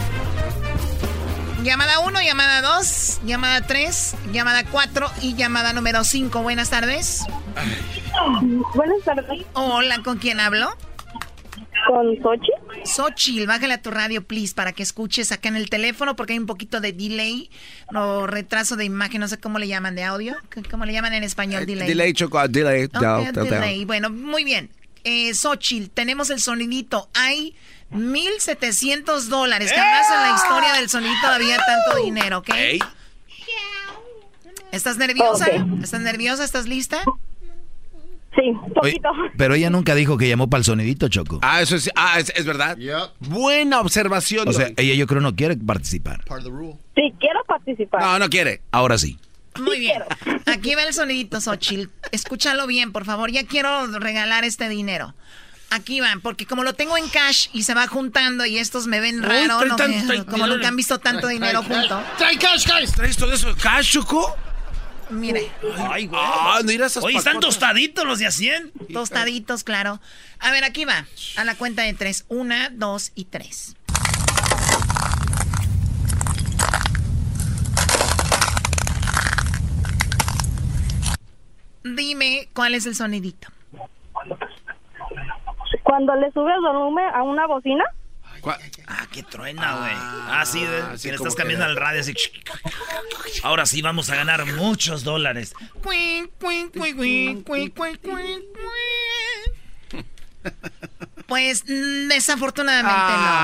Llamada uno, llamada dos, llamada tres, llamada cuatro y llamada número cinco. Buenas tardes. Buenas tardes. Hola, ¿con quién hablo? ¿Con Xochitl? Xochitl, bájale a tu radio, please, para que escuches acá en el teléfono, porque hay un poquito de delay o retraso de imagen, no sé cómo le llaman, de audio. ¿Cómo le llaman en español? Delay. Delay, Choco, delay. Ok, Del- del- del. delay. Bueno, muy bien. Eh, Xochitl, tenemos el sonidito. Hay mil setecientos dólares. Jamás en la historia del sonidito había tanto dinero, ¿ok? Ey. ¿Estás nerviosa? Ok. ¿Estás nerviosa? ¿Estás lista? Sí, Oye, poquito. pero ella nunca dijo que llamó para el sonidito, Choco. Ah, eso es, ah, es, es verdad. Buena observación. O sea, Doggy. ella yo creo no quiere participar. Sí, quiero participar. No, no quiere. Ahora sí. Muy bien. Aquí va el sonidito, Xochitl. Escúchalo bien, por favor. Ya quiero regalar este dinero. Aquí van, porque como lo tengo en cash y se va juntando y estos me ven Uy, raro, trae no tan- me- trae como dinero. nunca han visto tanto dinero junto. Trae cash, cash. ¿Traes todo eso cash, Choco? Mire, Ay, güey. Ah, mira esas Oye, están pacotas. tostaditos los de a cien. tostaditos, claro. A ver, aquí va. A la cuenta de tres. Una, dos y tres. Dime, ¿Cuál es el sonidito? Cuando le subes volumen a una bocina. Ah, qué truena, güey. Ah, sí, ah, sí, le estás cambiando al radio así. Ahora sí vamos a ganar muchos dólares. Pues desafortunadamente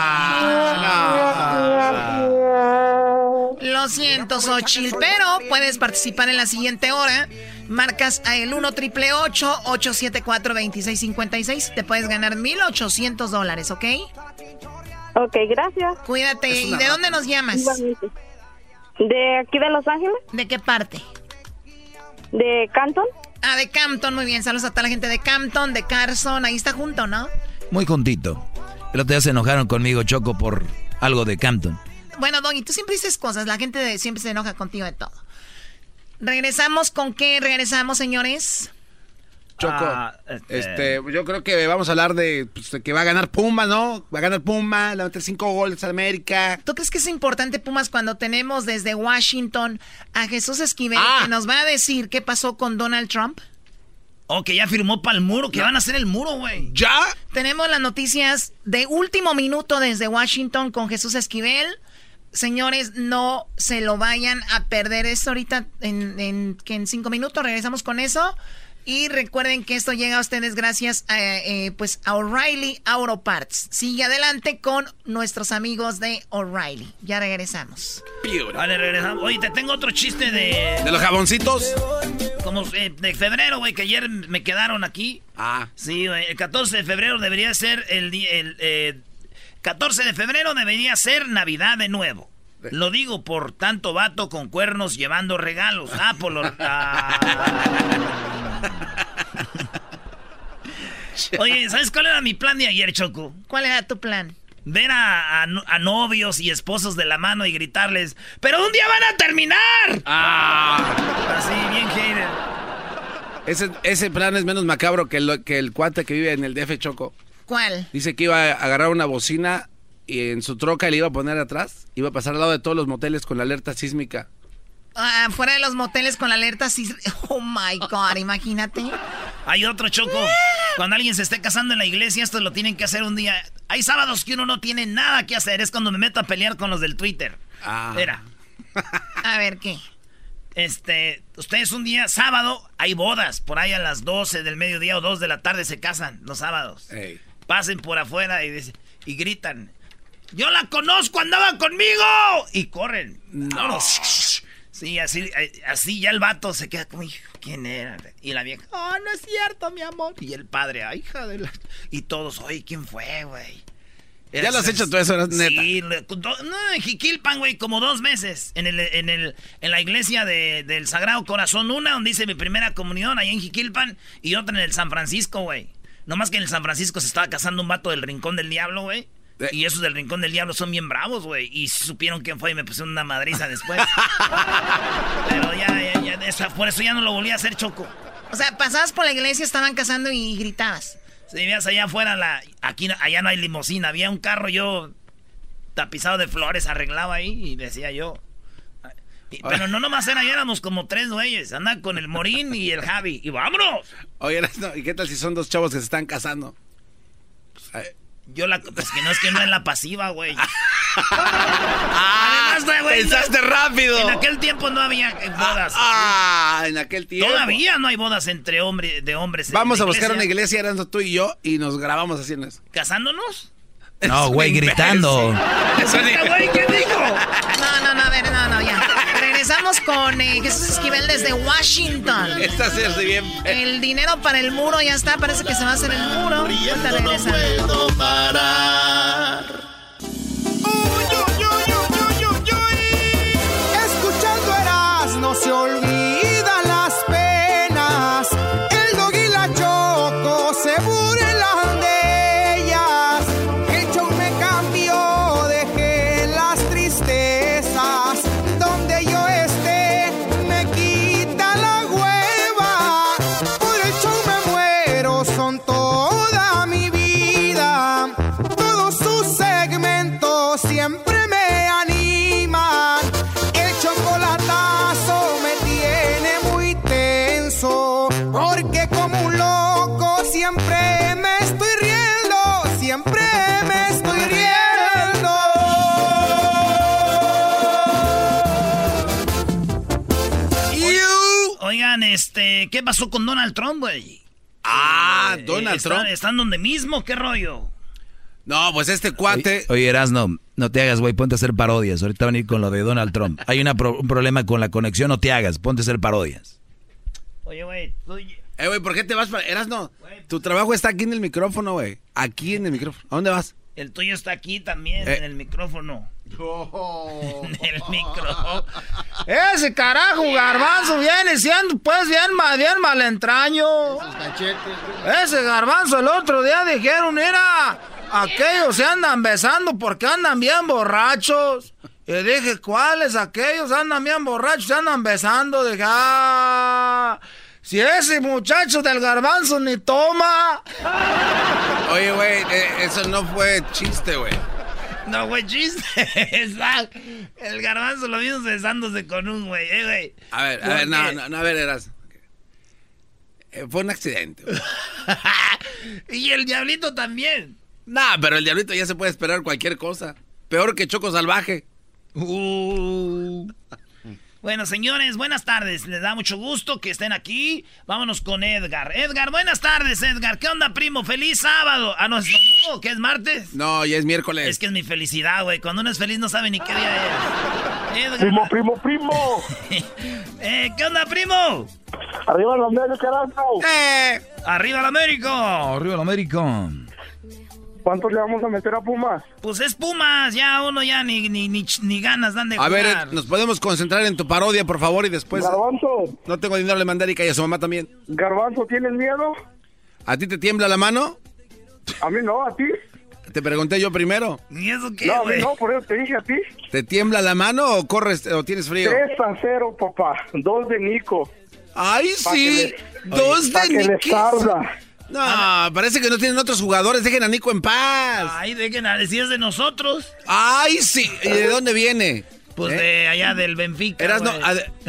ah, no. no. Lo siento, Xochitl, pero puedes participar en la siguiente hora. Marcas a el uno triple ocho ocho siete cuatro dos seis cinco seis. Te puedes ganar mil ochocientos dólares, ¿ok? Ok, gracias. Cuídate. ¿Y de dónde nos llamas? De aquí de Los Ángeles. ¿De qué parte? De Canton. Ah, de Campton, muy bien. Saludos a toda la gente de Campton, de Carson. Ahí está junto, ¿no? Muy juntito. El otro día se enojaron conmigo, Choco, por algo de Campton. Bueno, Doggy, tú siempre dices cosas. La gente de, siempre se enoja contigo de todo. ¿Regresamos con qué? ¿Regresamos, señores? Choco, ah, este... este, yo creo que vamos a hablar de, pues, de que va a ganar Puma, ¿no? Va a ganar Puma, le va a meter cinco goles a América. ¿Tú crees que es importante, Pumas, cuando tenemos desde Washington a Jesús Esquivel, ah. que nos va a decir qué pasó con Donald Trump? Oh, que ya firmó para el muro, que no. van a hacer el muro, güey. ¿Ya? Tenemos las noticias de último minuto desde Washington con Jesús Esquivel. Señores, no se lo vayan a perder. Esto ahorita en, en, que en cinco minutos regresamos con eso. Y recuerden que esto llega a ustedes gracias a, eh, pues a O'Reilly Auto Parts. Sigue adelante con nuestros amigos de O'Reilly. Ya regresamos. Vale, regresamos. Oye, te tengo otro chiste de... ¿De los jaboncitos? Como eh, de febrero, güey, que ayer me quedaron aquí. Ah. Sí, güey. El catorce de febrero debería ser el día... El, eh, catorce de febrero debería ser Navidad de nuevo. Lo digo por tanto vato con cuernos llevando regalos. Ah, por lo... Ah. Oye, ¿sabes cuál era mi plan de ayer, Choco? ¿Cuál era tu plan? Ver a, a, a novios y esposos de la mano y gritarles, ¡pero un día van a terminar! Ah. Así, bien hater. Ese, ese plan es menos macabro que el, que el cuate que vive en el D F, Choco. ¿Cuál? Dice que iba a agarrar una bocina y en su troca le iba a poner atrás, iba a pasar al lado de todos los moteles con la alerta sísmica. Ah, fuera de los moteles con la alerta sísmica. Oh my God, imagínate. Hay otro, Choco. Cuando alguien se esté casando en la iglesia, esto lo tienen que hacer un día. Hay sábados que uno no tiene nada que hacer. Es cuando me meto a pelear con los del Twitter. Ah. Mira. A ver, ¿qué? Este, ustedes un día, sábado, hay bodas. Por ahí a las doce del mediodía o dos de la tarde se casan los sábados. Hey. Pasen por afuera y, dice, y gritan, ¡yo la conozco, andaba conmigo! Y corren. No. no. Sí, así, así ya el vato se queda como, ¿quién era? Y la vieja, oh, no es cierto, mi amor. Y el padre, ay, hija de la... Y todos, oye, ¿quién fue, güey? Ya lo has hecho todo eso, neta. Sí, no, en Jiquilpan, güey, como dos meses. En el, en el, en la iglesia de, del Sagrado Corazón, una donde hice mi primera comunión, ahí en Jiquilpan, y otra en el San Francisco, güey. Nomás que en el San Francisco se estaba casando un vato del Rincón del Diablo, güey. Y esos del Rincón del Diablo son bien bravos, güey. Y supieron quién fue y me pusieron una madriza después. Pero ya, ya, ya esa, por eso ya no lo volví a hacer, Choco. O sea, pasabas por la iglesia, estaban casando y gritabas. Si veías allá afuera, la, aquí allá no hay limusina. Había un carro yo tapizado de flores, arreglaba ahí y decía yo. Y, pero no nomás era, éramos como tres güeyes. Andan con el Morín y el Javi. Y vámonos. Oye, no, ¿y qué tal si son dos chavos que se están casando? Ay. Yo la... Pues que no es que no es la pasiva, güey. Ah, además, güey, pensaste no, rápido. En aquel tiempo no había bodas. Ah, ah en aquel tiempo. Todavía no hay bodas entre hombres de hombres. Vamos a buscar una iglesia, eran tú y yo, y nos grabamos haciendo eso. ¿Casándonos? No, güey, gritando. Eso güey, ¿qué dijo? No, no, no, a ver, no, no, ya. Regresamos con eh, Jesús Esquivel desde Washington. Esta se hace bien. El dinero para el muro ya está, parece que se va a hacer el muro. Ahorita regresamos. No puedo parar. Uy, uy, uy, uy, uy, uy. Escuchando Erasmo se olvida las penas. El Dog y la Choco se burlan de ellas. El show me cambió, dejé las tristezas. Donde yo esté me quita la hueva. Por el show me muero, son toda mi vida. Todo su secreto Oigan, este, ¿qué pasó con Donald Trump, güey? Ah, eh, Donald ¿están, Trump. ¿Están donde mismo? ¿Qué rollo? No, pues este cuate... Oye, oye Erasno, no te hagas, güey, ponte a hacer parodias. Ahorita van a ir con lo de Donald Trump. Hay una pro- un problema con la conexión, no te hagas, ponte a hacer parodias. Oye, güey, tú... Eh, güey, ¿por qué te vas para...? Erasno, tu trabajo está aquí en el micrófono, güey. Aquí en el micrófono. ¿A dónde vas? El tuyo está aquí también, Eh. en el micrófono. Oh. En el micrófono. Ese carajo garbanzo viene siendo pues bien, ma- bien malentraño. Ese garbanzo el otro día dijeron, mira, aquellos se andan besando porque andan bien borrachos. Y dije, ¿cuáles aquellos andan bien borrachos, se andan besando? Dije, ah, si ese muchacho del garbanzo ni toma. Oye, güey, eh, eso no fue chiste, güey. No, güey, chiste. Exacto. El garbanzo lo vimos besándose con un güey, eh, güey. A ver, a ver, no, no, no, a ver, Eras. Eh, fue un accidente, güey. Y el diablito también. Nah, pero el diablito ya se puede esperar cualquier cosa. Peor que Choco Salvaje. Uh. Bueno, señores, buenas tardes. Les da mucho gusto que estén aquí. Vámonos con Edgar. Edgar, buenas tardes, Edgar. ¿Qué onda, primo? ¡Feliz sábado! ¿Ah, no es domingo? ¿Qué es martes? No, ya es miércoles. Es que es mi felicidad, güey. Cuando uno es feliz no sabe ni qué día es. Edgar. Primo, primo, primo. eh, ¿Qué onda, primo? Arriba la América, carajo. Eh, arriba la América. Arriba la América. ¿Cuántos le vamos a meter a Pumas? Pues es Pumas, ya uno ya ni, ni, ni, ni ganas dan de A jugar. ver, eh, nos podemos concentrar en tu parodia, por favor, y después... Garbanzo. No tengo dinero de mandar y a su mamá también. Garbanzo, ¿tienes miedo? ¿A ti te tiembla la mano? A mí no, a ti. Te pregunté yo primero. ¿Y eso qué, No, a güey? mí no, por eso te dije a ti. ¿Te tiembla la mano o corres o tienes frío? tres a cero, papá. Dos de Nico. ¡Ay, Pa' sí! que le- ¡Dos pa' de que les Nico! tarda. No, parece que no tienen otros jugadores. Dejen a Nico en paz. Ay, dejen a decir es de nosotros. ¡Ay, sí! ¿Y de dónde viene? Pues ¿Eh? de allá del Benfica, Eras no... güey. a de-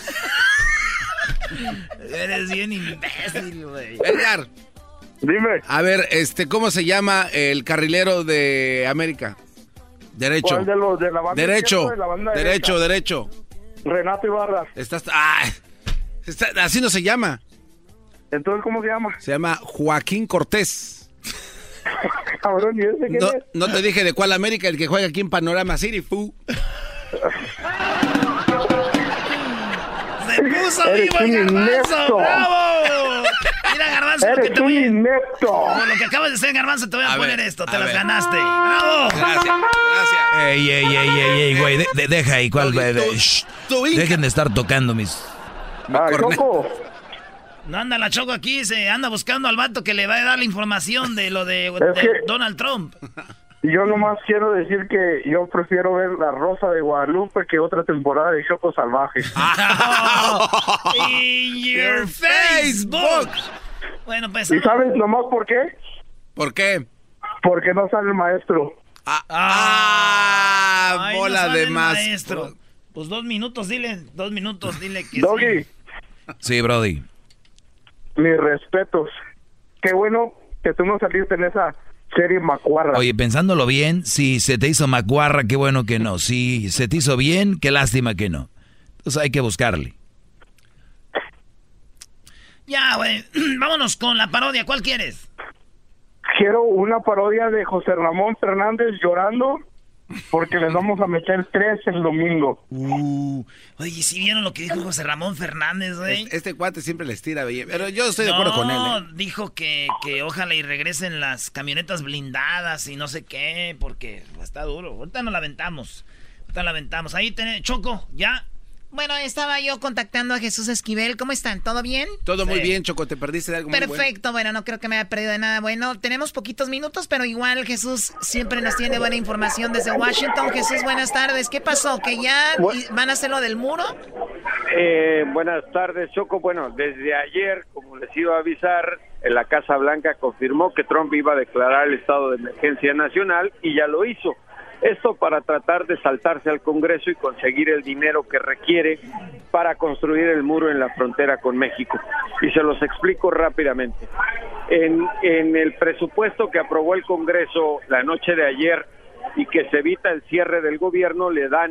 Eres bien imbécil, güey. Edgar. Dime. A ver, este, ¿cómo se llama el carrilero de América? Derecho. ¿Cuál de los de la banda Derecho. izquierda o de la banda Derecho, derecha? derecho. Renato Ibarra. Estás... ¡Ah! Está- así no se llama. Entonces, ¿cómo se llama? Se llama Joaquín Cortés. Cabrón, ¿y ese quién No, es? no te dije de cuál América, el que juega aquí en Panorama City, fu. ¡Se puso Eres vivo el un Garbanzo! inepto. ¡Bravo! Mira, Garbanzo, lo que Eres te un voy a... inepto. Con lo que acabas de hacer, Garbanzo, te voy a, A poner ver, esto. a Te las ver. ganaste. ¡Bravo! Gracias, gracias. Ey, ey, ey, ey, ey, güey, de- de- deja ahí, ¿cuál? Tu- de- de- tu- shh. tu Inca. Dejen de estar tocando mis... Ah, corne- Choco. No anda la Choco aquí, se anda buscando al vato que le va a dar la información de lo de, Es de que- Donald Trump. Yo nomás quiero decir que yo prefiero ver La Rosa de Guadalupe que otra temporada de Choco Salvaje. In your Facebook. Bueno, pues... ¿Y sabes nomás por qué? ¿Por qué? Porque no sale el maestro. Ah, ah, Ay, no bola sale de el más. maestro. Pues dos minutos, dile, dos minutos, dile que Doggy, sí. Sí, Brody. mis respetos. Qué bueno que tú no saliste en esa serie macuarra. Oye, pensándolo bien, si se te hizo macuarra, qué bueno que no. Si se te hizo bien, qué lástima que no. Entonces hay que buscarle. Ya, güey. Vámonos con la parodia. ¿Cuál quieres? Quiero una parodia de José Ramón Fernández llorando porque les vamos a meter tres el domingo. Uh, oye, ¿sí vieron lo que dijo José Ramón Fernández, güey? Este, este cuate siempre les tira, bien, pero yo estoy de acuerdo No, con él. ¿eh? dijo que, que ojalá y regresen las camionetas blindadas y no sé qué, porque está duro. Ahorita no la aventamos. Ahorita la aventamos. Ahí tenés, Choco, ¿ya? Bueno, estaba yo contactando a Jesús Esquivel. ¿Cómo están? ¿Todo bien? Todo muy Sí. bien, Choco, te perdiste de algo muy bueno. Perfecto, bueno, no creo que me haya perdido de nada. Bueno, tenemos poquitos minutos, pero igual Jesús siempre nos tiene buena información desde Washington. Jesús, buenas tardes. ¿Qué pasó? ¿Que ya van a hacer lo del muro? Eh, buenas tardes, Choco. Bueno, desde ayer, como les iba a avisar, en la Casa Blanca confirmó que Trump iba a declarar el estado de emergencia nacional y ya lo hizo. Esto para tratar de saltarse al Congreso y conseguir el dinero que requiere para construir el muro en la frontera con México. Y se los explico rápidamente. En, en el presupuesto que aprobó el Congreso la noche de ayer y que se evita el cierre del gobierno, le dan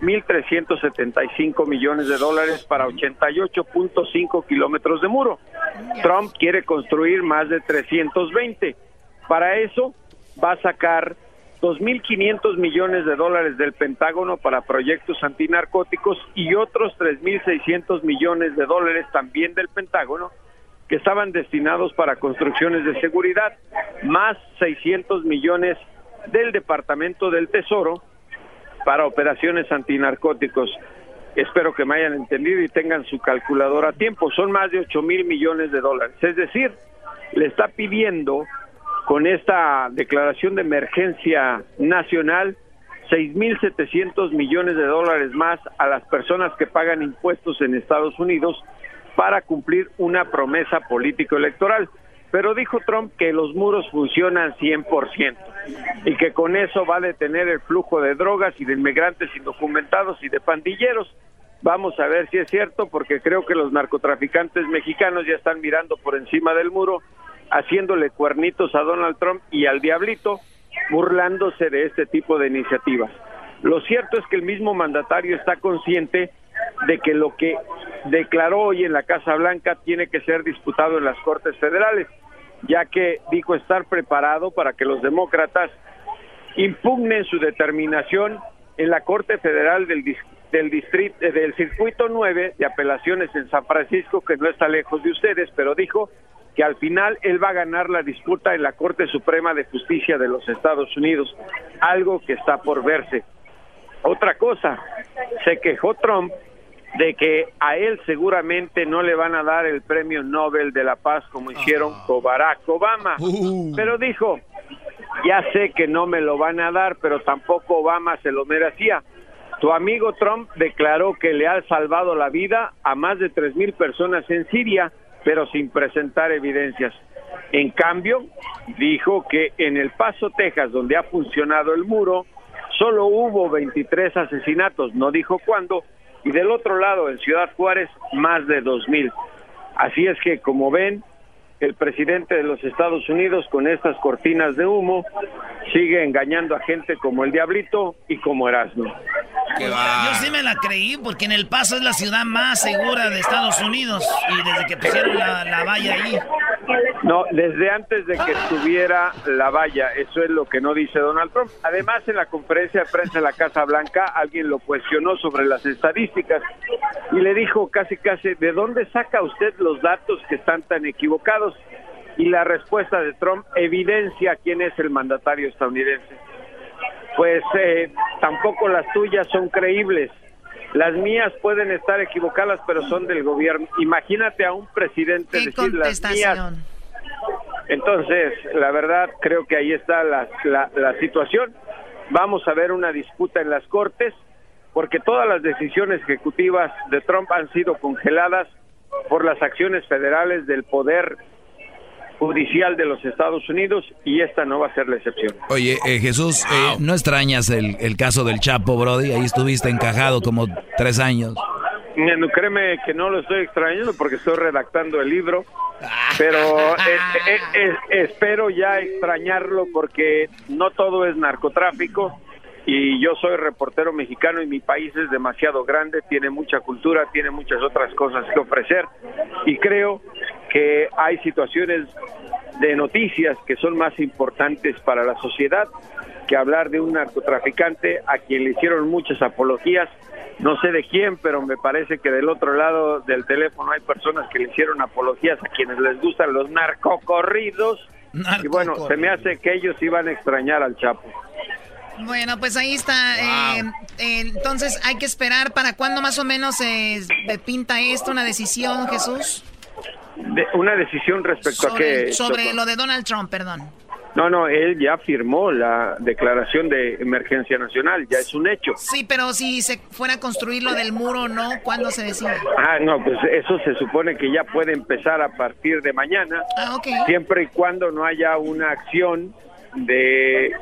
mil trescientos setenta y cinco millones de dólares para ochenta y ocho punto cinco kilómetros de muro. Trump quiere construir más de trescientos veinte. Para eso va a sacar dos mil quinientos millones de dólares del Pentágono para proyectos antinarcóticos y otros tres mil seiscientos millones de dólares también del Pentágono que estaban destinados para construcciones de seguridad, más seiscientos millones del Departamento del Tesoro para operaciones antinarcóticos. Espero que me hayan entendido y tengan su calculadora a tiempo. Son más de ocho mil millones de dólares. Es decir, le está pidiendo con esta declaración de emergencia nacional seis mil setecientos millones de dólares más a las personas que pagan impuestos en Estados Unidos para cumplir una promesa político-electoral. Pero dijo Trump que los muros funcionan cien por ciento y que con eso va a detener el flujo de drogas y de inmigrantes indocumentados y de pandilleros. Vamos a ver si es cierto, porque creo que los narcotraficantes mexicanos ya están mirando por encima del muro, haciéndole cuernitos a Donald Trump y al diablito, burlándose de este tipo de iniciativas. Lo cierto es que el mismo mandatario está consciente de que lo que declaró hoy en la Casa Blanca tiene que ser disputado en las Cortes Federales, ya que dijo estar preparado para que los demócratas impugnen su determinación en la Corte Federal del, del, distrito, del Circuito nueve de Apelaciones en San Francisco, que no está lejos de ustedes, pero dijo que al final él va a ganar la disputa en la Corte Suprema de Justicia de los Estados Unidos, algo que está por verse. Otra cosa, se quejó Trump de que a él seguramente no le van a dar el premio Nobel de la Paz como hicieron con Barack Obama, uh. pero dijo, ya sé que no me lo van a dar, pero tampoco Obama se lo merecía. Tu amigo Trump declaró que le ha salvado la vida a más de tres mil personas en Siria, pero sin presentar evidencias. En cambio, dijo que en El Paso, Texas, donde ha funcionado el muro, solo hubo veintitrés asesinatos, no dijo cuándo, y del otro lado, en Ciudad Juárez, más de dos mil. Así es que, como ven, el presidente de los Estados Unidos, con estas cortinas de humo, sigue engañando a gente como el Diablito y como Erasmo. Yo sí me la creí, porque en El Paso es la ciudad más segura de Estados Unidos, y desde que pusieron la, la valla ahí. No, desde antes de que estuviera la valla, eso es lo que no dice Donald Trump. Además, en la conferencia de prensa de la Casa Blanca, alguien lo cuestionó sobre las estadísticas y le dijo casi casi, ¿de dónde saca usted los datos que están tan equivocados? Y la respuesta de Trump evidencia quién es el mandatario estadounidense. Pues eh, tampoco las tuyas son creíbles. Las mías pueden estar equivocadas, pero son del gobierno. Imagínate a un presidente decir las mías. Entonces, la verdad, creo que ahí está la, la, la situación. Vamos a ver una disputa en las Cortes, porque todas las decisiones ejecutivas de Trump han sido congeladas por las acciones federales del Poder Judicial de los Estados Unidos, y esta no va a ser la excepción. Oye, eh, Jesús, eh, ¿no extrañas el, el caso del Chapo, Brody? Ahí estuviste encajado como tres años. No, créeme que no lo estoy extrañando porque estoy redactando el libro, pero eh, eh, eh, espero ya extrañarlo porque no todo es narcotráfico, y yo soy reportero mexicano y mi país es demasiado grande, tiene mucha cultura, tiene muchas otras cosas que ofrecer, y creo que hay situaciones de noticias que son más importantes para la sociedad que hablar de un narcotraficante a quien le hicieron muchas apologías. No sé de quién, pero me parece que del otro lado del teléfono hay personas que le hicieron apologías a quienes les gustan los narcocorridos. Narco y bueno, se me hace que ellos iban a extrañar al Chapo. Bueno, pues ahí está. Wow. Eh, eh, entonces hay que esperar. ¿Para cuándo más o menos se eh, pinta esto? ¿Una decisión, Jesús? De, ¿Una decisión respecto sobre, a qué? Sobre Choco? Lo de Donald Trump, perdón. No, no, él ya firmó la declaración de emergencia nacional, ya es un hecho. Sí, pero si se fuera a construir lo del muro, ¿no? ¿Cuándo se decide? Ah, no, pues eso se supone que ya puede empezar a partir de mañana. Ah, ok. Siempre y cuando no haya una acción de,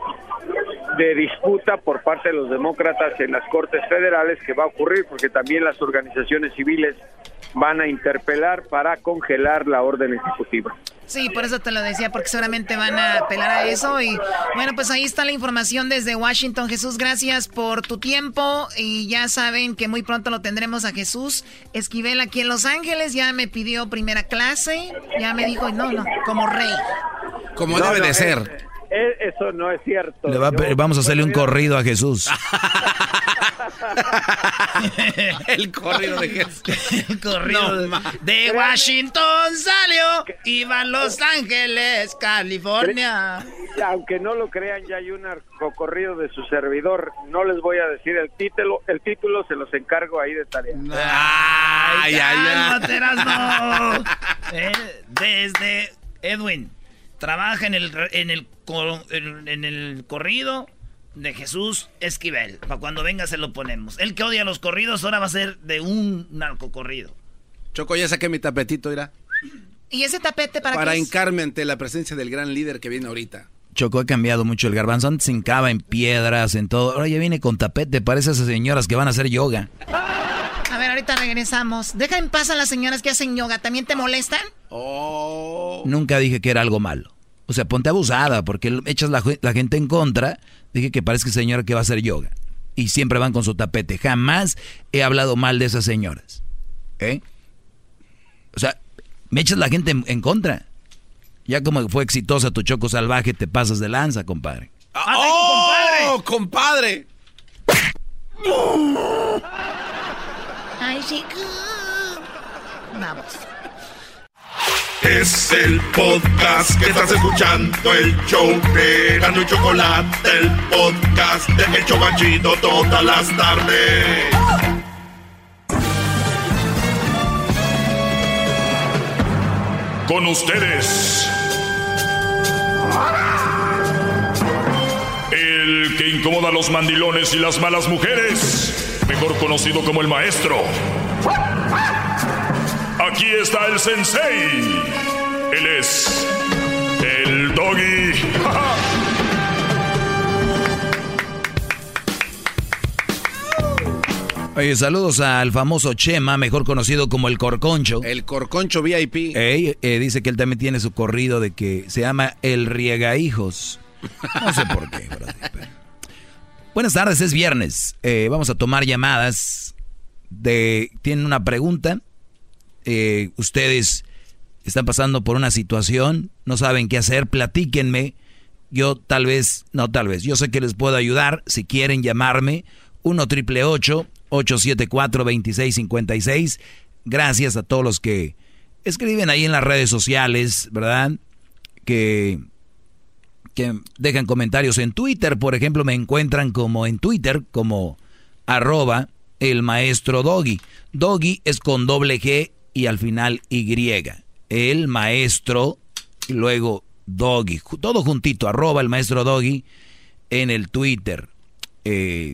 de disputa por parte de los demócratas en las Cortes Federales, que va a ocurrir porque también las organizaciones civiles van a interpelar para congelar la orden ejecutiva. Sí, por eso te lo decía, porque seguramente van a apelar a eso. Y bueno, pues ahí está la información desde Washington. Jesús, gracias por tu tiempo. Y ya saben que muy pronto lo tendremos a Jesús Esquivel aquí en Los Ángeles. Ya me pidió primera clase. Ya me dijo, no, no, como rey. Como No, debe no, de es- ser. es- eso no es cierto. Le va a pe- Yo- vamos a hacerle un corrido a Jesús. El corrido de Jesús. El corrido No, de, ma. de Washington salió, iba a Los Ángeles, California. Aunque no lo crean, ya hay un narcocorrido de su servidor. No les voy a decir el título, el título se los encargo ahí de tarea. Ay, ay, ay. Cálmate, Erasmo. Eh, desde Edwin, trabaja en el en el cor- en, en el corrido de Jesús Esquivel. Para cuando venga se lo ponemos. El que odia los corridos ahora va a ser de un narcocorrido. Choco, ya saqué mi tapetito, mira. ¿Y ese tapete para, Para qué es? hincarme ante la presencia del gran líder que viene ahorita. Choco, ha cambiado mucho el garbanzo. Antes se hincaba en piedras, en todo. Ahora ya viene con tapete. Parece a esas señoras que van a hacer yoga. A ver, ahorita regresamos. Deja en paz a las señoras que hacen yoga. ¿También te molestan? Oh. Nunca dije que era algo malo. O sea, ponte abusada, porque echas la, la gente en contra. Dije que parece señora que va a hacer yoga. Y siempre van con su tapete. Jamás he hablado mal de esas señoras. ¿Eh? O sea, me echas la gente en, en contra. Ya como fue exitosa tu Choco Salvaje, te pasas de lanza, compadre. ¡Oh, compadre! Ay, chico. Vamos. Es el podcast que estás escuchando, el show de Erasmo y Chocolate, el podcast de El Chobachito todas las tardes. Con ustedes, el que incomoda a los mandilones y las malas mujeres, mejor conocido como el maestro. Aquí está el sensei. Él es el Doggy. Oye, saludos al famoso Chema, mejor conocido como el Corconcho. El Corconcho V I P. Ey, eh, dice que él también tiene su corrido de que se llama El Riegahijos. No sé por qué, brother, pero... Buenas tardes, es viernes. Eh, vamos a tomar llamadas. De, tienen una pregunta. Eh, ustedes están pasando por una situación, no saben qué hacer, platíquenme. Yo tal vez, no tal vez, yo sé que les puedo ayudar. Si quieren llamarme, uno triple ocho, ocho siete cuatro, dos seis cinco seis. Gracias a todos los que escriben ahí en las redes sociales, ¿verdad? Que, que dejan comentarios en Twitter. Por ejemplo, me encuentran como en Twitter, como arroba el maestro Doggy. Doggy es con doble G y al final Y. El maestro y luego Doggy. Todo juntito, arroba el maestro Doggy en el Twitter. Eh,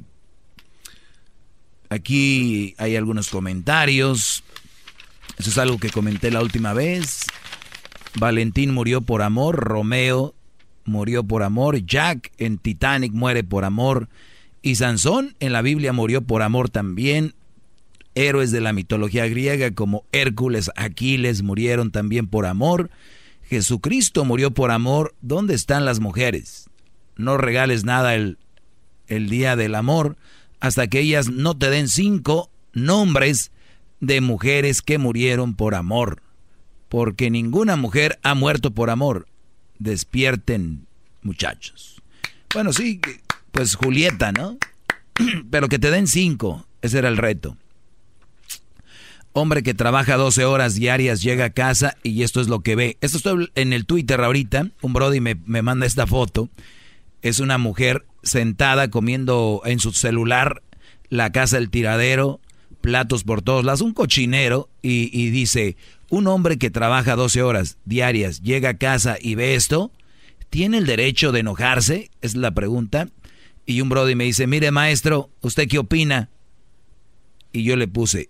aquí hay algunos comentarios. Eso es algo que comenté la última vez. Valentín murió por amor. Romeo murió por amor. Jack en Titanic muere por amor. Y Sansón en la Biblia murió por amor también. Héroes de la mitología griega como Hércules, Aquiles murieron también por amor. Jesucristo murió por amor. ¿Dónde están las mujeres? No regales nada el, el día del amor hasta que ellas no te den cinco nombres de mujeres que murieron por amor. Porque ninguna mujer ha muerto por amor. Despierten, muchachos. Bueno, sí, pues Julieta, ¿no? Pero que te den cinco. Ese era el reto. Hombre que trabaja doce horas diarias llega a casa y esto es lo que ve. Esto estoy en el Twitter ahorita. Un brody me, me manda esta foto. Es una mujer sentada comiendo en su celular, la casa del tiradero, platos por todos lados, un cochinero. Y, y dice, un hombre que trabaja doce horas diarias llega a casa y ve esto, ¿tiene el derecho de enojarse? Es la pregunta. Y un brody me dice, mire maestro, ¿usted qué opina? Y yo le puse,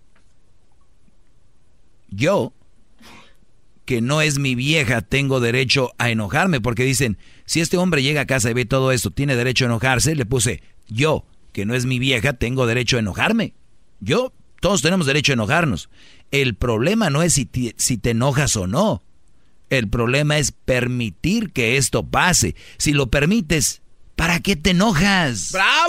yo, que no es mi vieja, tengo derecho a enojarme, porque dicen, si este hombre llega a casa y ve todo esto, ¿tiene derecho a enojarse? Le puse, yo, que no es mi vieja, tengo derecho a enojarme. Yo, todos tenemos derecho a enojarnos. El problema no es si te, si te enojas o no. El problema es permitir que esto pase. Si lo permites, ¿para qué te enojas? ¡Bravo!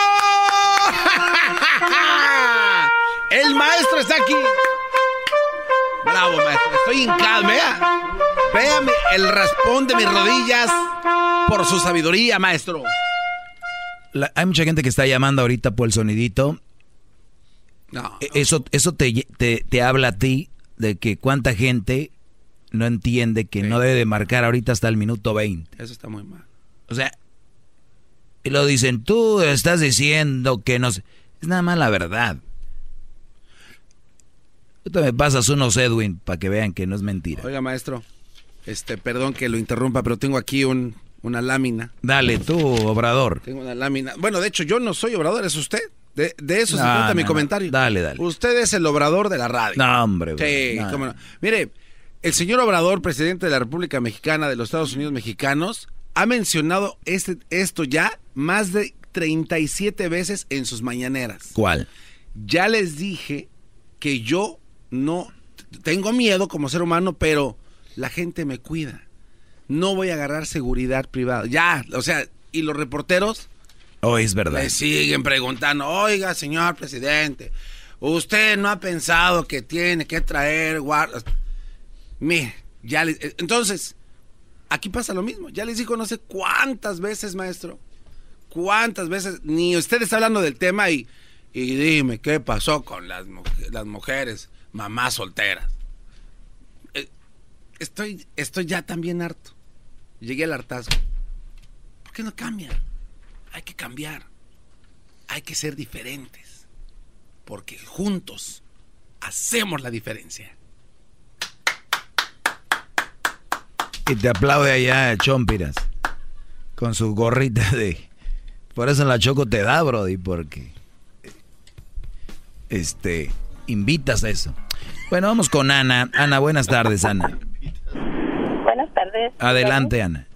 El maestro está aquí. Bravo, maestro. Estoy hincado, vea. Véame el raspón de mis rodillas por su sabiduría, maestro. La, hay mucha gente que está llamando ahorita por el sonidito. No, no. Eso, eso te, te, te habla a ti de que cuánta gente no entiende que sí. no debe de marcar ahorita hasta el minuto veinte. Eso está muy mal. O sea, y lo dicen, tú estás diciendo que no sé. Es nada más la verdad. Tú me pasas unos Edwin para que vean que no es mentira. Oiga, maestro, este, perdón que lo interrumpa, pero tengo aquí un, una lámina. Dale, tú, Obrador. Tengo una lámina. Bueno, de hecho, yo no soy Obrador, es usted. De, de eso no, se trata no, mi no. comentario. Dale, dale. Usted es el Obrador de la radio. No, hombre. Güey. Sí, no. cómo no. Mire, el señor Obrador, presidente de la República Mexicana, de los Estados Unidos Mexicanos, ha mencionado este, esto ya más de treinta y siete veces en sus mañaneras. ¿Cuál? Ya les dije que yo no tengo miedo como ser humano, pero la gente me cuida. No voy a agarrar seguridad privada. Ya, o sea, y los reporteros... Oh, es verdad. Le siguen preguntando, oiga, señor presidente, usted no ha pensado que tiene que traer guardas. Mire, ya les... Entonces, aquí pasa lo mismo. Ya les digo no sé cuántas veces, maestro, cuántas veces, ni usted está hablando del tema y, y dime, ¿qué pasó con las, las mujeres, mamás solteras? Eh, estoy, estoy ya también harto. Llegué al hartazgo. ¿Por qué no cambian? Hay que cambiar, hay que ser diferentes, porque juntos hacemos la diferencia. Y te aplaude allá Chompiras, con su gorrita de... Por eso la Choco te da, brody, porque... Este, invitas a eso. Bueno, vamos con Ana. Ana, buenas tardes, Ana. Buenas tardes. Adelante, Ana.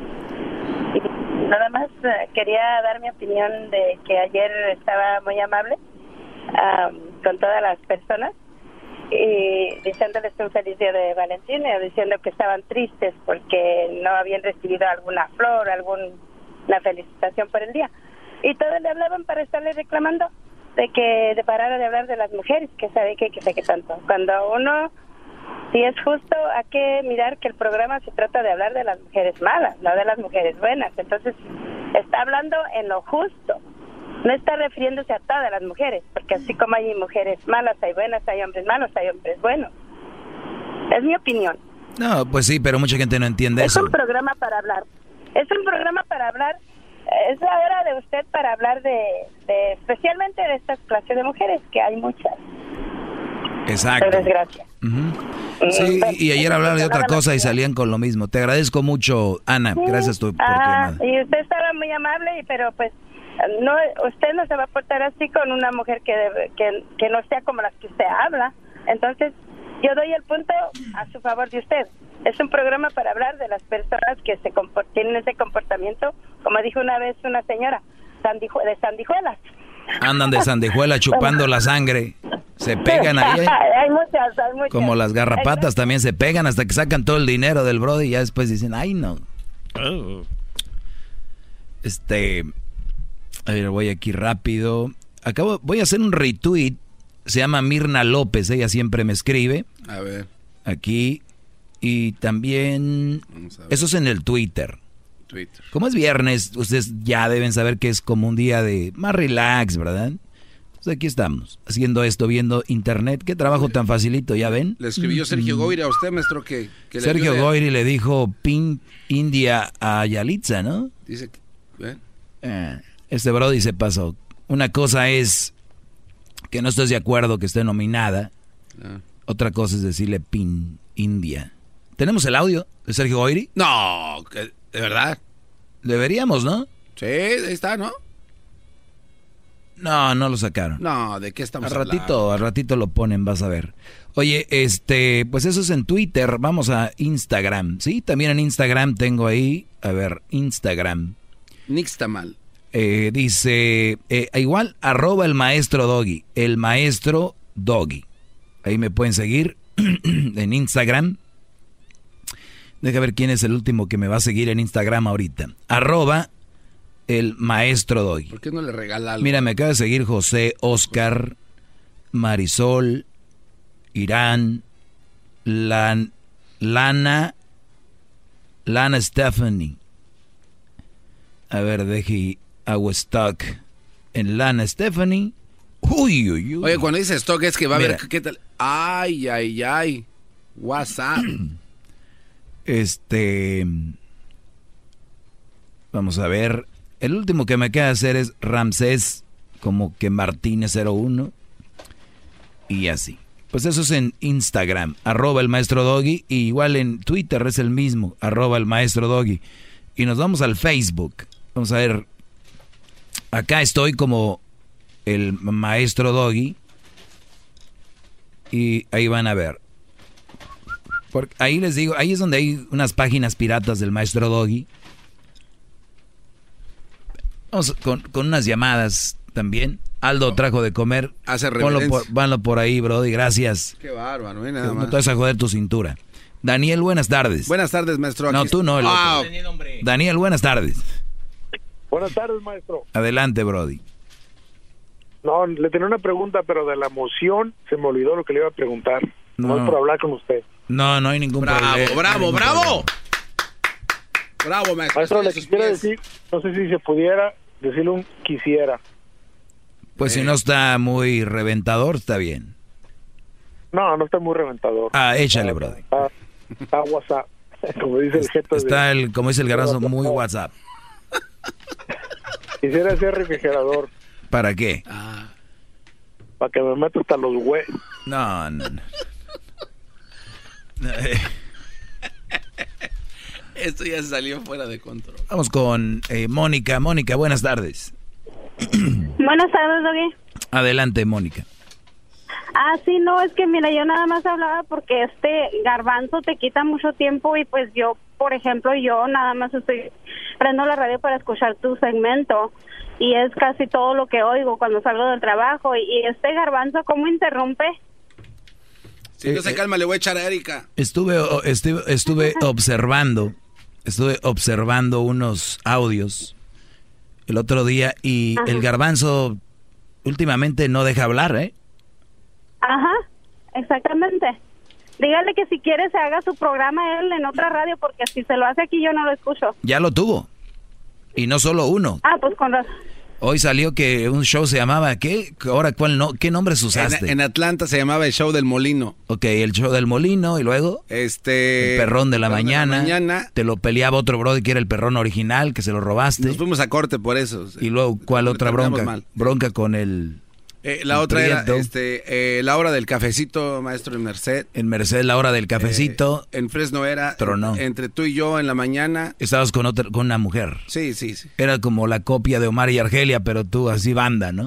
Nada más uh, quería dar mi opinión de que ayer estaba muy amable um, con todas las personas y diciéndoles un feliz día de Valentín y diciendo que estaban tristes porque no habían recibido alguna flor, alguna felicitación por el día. Y todos le hablaban para estarle reclamando de que de parara de hablar de las mujeres, que sabe que, que sé que tanto. Cuando uno... Si es justo, hay que mirar que el programa se trata de hablar de las mujeres malas, no de las mujeres buenas. Entonces, está hablando en lo justo. No está refiriéndose a todas las mujeres, porque así como hay mujeres malas, hay buenas, hay hombres malos, hay hombres buenos. Es mi opinión. No, pues sí, pero mucha gente no entiende es eso. Es un programa para hablar. Es un programa para hablar. Es la hora de usted para hablar de, de especialmente de estas clases de mujeres, que hay muchas. Exacto. Por desgracia. Uh-huh. Sí, y ayer hablaban de otra cosa y salían con lo mismo. Te agradezco mucho, Ana. Sí. Gracias tu, por ah, tu llamada. Y usted estaba muy amable, pero pues no, usted no se va a portar así con una mujer que, que, que no sea como las que usted habla. Entonces, yo doy el punto a su favor de usted. Es un programa para hablar de las personas que se comport- tienen ese comportamiento, como dijo una vez una señora, sandiju- de sandijuelas. Andan de sandijuela chupando la sangre. Se pegan ahí. ¿eh? Hay muchas, hay muchas. Como las garrapatas también se pegan hasta que sacan todo el dinero del brody y ya después dicen, ay no. Oh. Este, a ver, voy aquí rápido. Acabo, voy a hacer un retweet. Se llama Mirna López, ella siempre me escribe. A ver. Aquí. Y también, eso es en el Twitter. Twitter. Como es viernes, ustedes ya deben saber que es como un día de más relax, ¿verdad? Pues aquí estamos, haciendo esto, viendo internet. Qué trabajo tan facilito, ¿ya ven? Le escribió Sergio Goyri a usted, maestro, que, que le Sergio ayude. Goyri le dijo Pin India a Yalitza, ¿no? Dice que... ¿eh? Eh, este brody se pasó. Una cosa es que no estés de acuerdo que esté nominada. Ah. Otra cosa es decirle Pin India. ¿Tenemos el audio de Sergio Goyri? No, ¿de verdad? Deberíamos, ¿no? Sí, ahí está, ¿no? No, no lo sacaron. No, ¿de qué estamos al ratito, hablando? Al ratito lo ponen, vas a ver. Oye, este, pues eso es en Twitter. Vamos a Instagram. Sí, también en Instagram tengo ahí, a ver, Instagram. Nixtamal. Eh, dice, eh, igual, arroba el maestro Doggy. El maestro Doggy. Ahí me pueden seguir en Instagram. Deja ver quién es el último que me va a seguir en Instagram ahorita. Arroba el maestro Doggy. ¿Por qué no le regala algo? Mira, me acaba de seguir José, Oscar, Marisol, Irán, Lan, Lana, Lana Stephanie. A ver, deje hago stock en Lana Stephanie. Uy, uy, uy. Oye, cuando dice stock es que va Mira. a ver qué tal. Ay, ay, ay. WhatsApp. Este... Vamos a ver. El último que me queda hacer es Ramsés, como que Martínez cero uno. Y así. Pues eso es en Instagram, arroba el maestro Doggy. Y igual en Twitter es el mismo, arroba el maestro Doggy. Y nos vamos al Facebook. Vamos a ver. Acá estoy como el maestro Doggy. Y ahí van a ver. Porque ahí les digo, ahí es donde hay unas páginas piratas del maestro Doggy. Vamos con, con unas llamadas también. Aldo trajo de comer. Hace Ponlo reverencia. por, ponlo por ahí, brody, gracias. Qué bárbaro, ¿eh? Nada No más. te vas a joder tu cintura. Daniel, buenas tardes. Buenas tardes, maestro. No, Aquí tú no, el Ah, otro. Daniel, buenas tardes. Buenas tardes, maestro. Adelante, brody. No, le tenía una pregunta, pero de la emoción se me olvidó lo que le iba a preguntar. No, No. por hablar con usted. No, no hay ningún Bravo, problema. bravo, No hay ningún bravo. problema. Bravo, maestro. Maestro, le Sus quisiera pies. decir, no sé si se pudiera decirle un quisiera. Pues si no está muy reventador, está bien. No, no está muy reventador. Ah, échale, brody. Está, está WhatsApp, como dice el jefe. Está de- el, como dice el garbanzo, muy WhatsApp. Quisiera ser refrigerador ¿Para qué? para que me meta hasta los huevos. No, no, no. Eh, Esto ya salió fuera de control. Vamos con eh, Mónica. Mónica, buenas tardes. Buenas tardes, Doggy. Adelante, Mónica. Ah, sí, no, es que mira, yo nada más hablaba porque este garbanzo te quita mucho tiempo y pues yo, por ejemplo, yo nada más estoy prendo la radio para escuchar tu segmento y es casi todo lo que oigo cuando salgo del trabajo y, y este garbanzo, ¿cómo interrumpe? Si no se calma, le voy a echar a Erika. Estuve, o- estuve, estuve observando, estuve observando unos audios el otro día y Ajá. el garbanzo últimamente no deja hablar, ¿eh? Ajá, exactamente. Dígale que si quiere se haga su programa él en otra radio porque si se lo hace aquí yo no lo escucho. Ya lo tuvo. Y no solo uno. Ah, pues con razón. Hoy salió que un show se llamaba, ¿qué? Ahora, ¿cuál no? ¿Qué nombres usaste? En, en Atlanta se llamaba el show del molino. Ok, el show del molino y luego... Este... El perrón de la, Perrón de la mañana. mañana. Te lo peleaba otro brody que era el perrón original, que se lo robaste. Nos fuimos a corte por eso. Y luego, ¿cuál otra terminamos bronca? mal. Bronca con el... Eh, la el otra era Prieto. este, eh, la hora del cafecito, maestro, en Merced. En Merced, la hora del cafecito. Eh, en Fresno era Tronó. entre tú y yo en la mañana. Estabas con otra, con una mujer. Sí, sí, sí. Era como la copia de Omar y Argelia, pero tú así banda, ¿no?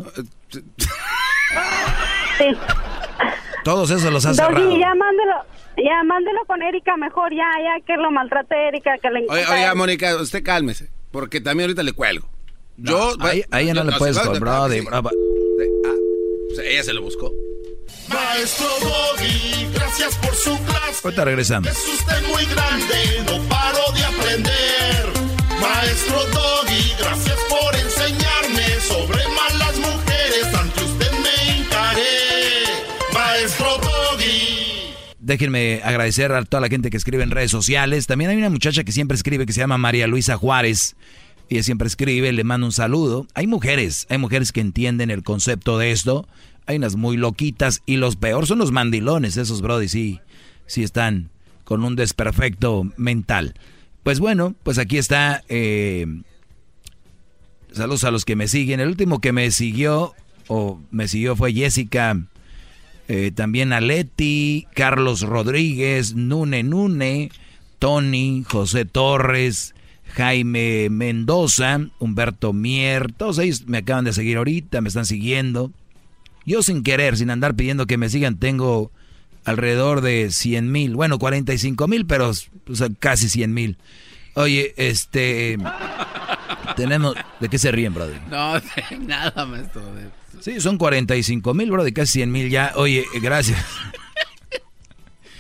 Sí. Todos esos los has Doggy, cerrado. ya mándelo, ya mándelo con Erika mejor, ya, ya que lo maltrate Erika, que le Oye, encanta. oiga, Mónica, usted cálmese, porque también ahorita le cuelgo. yo, a ella- a ella no yo- le puedes si va- cobrar, brody, sí. brava. Ah, pues ella se lo buscó. Maestro Doggy, gracias por su clase. Ahorita regresamos. Es usted muy grande, no paro de aprender. Maestro Doggy, gracias por enseñarme sobre malas mujeres. Ante usted me hincaré. Maestro Doggy. Déjenme agradecer a toda la gente que escribe en redes sociales. También hay una muchacha que siempre escribe que se llama María Luisa Juárez. Ella siempre escribe, le mando un saludo. Hay mujeres, hay mujeres que entienden el concepto de esto. Hay unas muy loquitas y los peor son los mandilones, esos brody, sí, sí están con un desperfecto mental. Pues bueno, pues aquí está. Eh, saludos a los que me siguen. El último que me siguió, o me siguió fue Jessica. Eh, también a Leti, Carlos Rodríguez, Nune Nune, Tony, José Torres, Jaime Mendoza, Humberto Mier, todos ellos me acaban de seguir ahorita, me están siguiendo. Yo sin querer, sin andar pidiendo que me sigan, tengo alrededor de cien mil, bueno, cuarenta y cinco mil, pero o sea, casi cien mil. Oye, este, tenemos, ¿de qué se ríen, brother? No, de nada, maestro. de- Sí, son cuarenta y cinco mil, bro, de casi cien mil ya. Oye, gracias.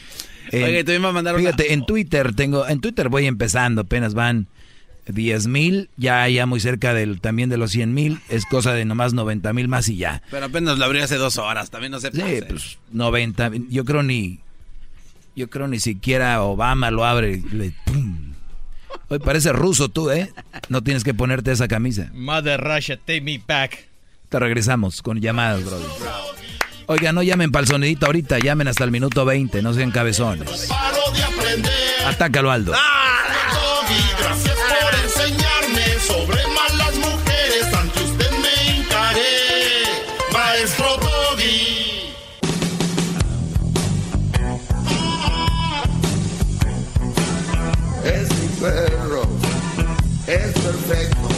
En, Oye, te iba a mandar fíjate, una... en Twitter tengo, en Twitter voy empezando, apenas van diez mil, ya ya muy cerca del también de los cien mil, es cosa de nomás noventa mil más y ya. Pero apenas lo abrí hace dos horas, también no se pase. Sí, pues noventa, yo creo ni, yo creo ni siquiera Obama lo abre. Le, pum. Hoy parece ruso tú, ¿eh? No tienes que ponerte esa camisa. Mother Russia, take me back. Te regresamos con llamadas, brother. Oiga, no llamen para el sonidito ahorita, llamen hasta el minuto veinte, no sean cabezones. Atácalo, Aldo. Gracias por enseñarme sobre malas mujeres. Ante usted me hincaré, maestro Doggy. Es mi perro, es perfecto.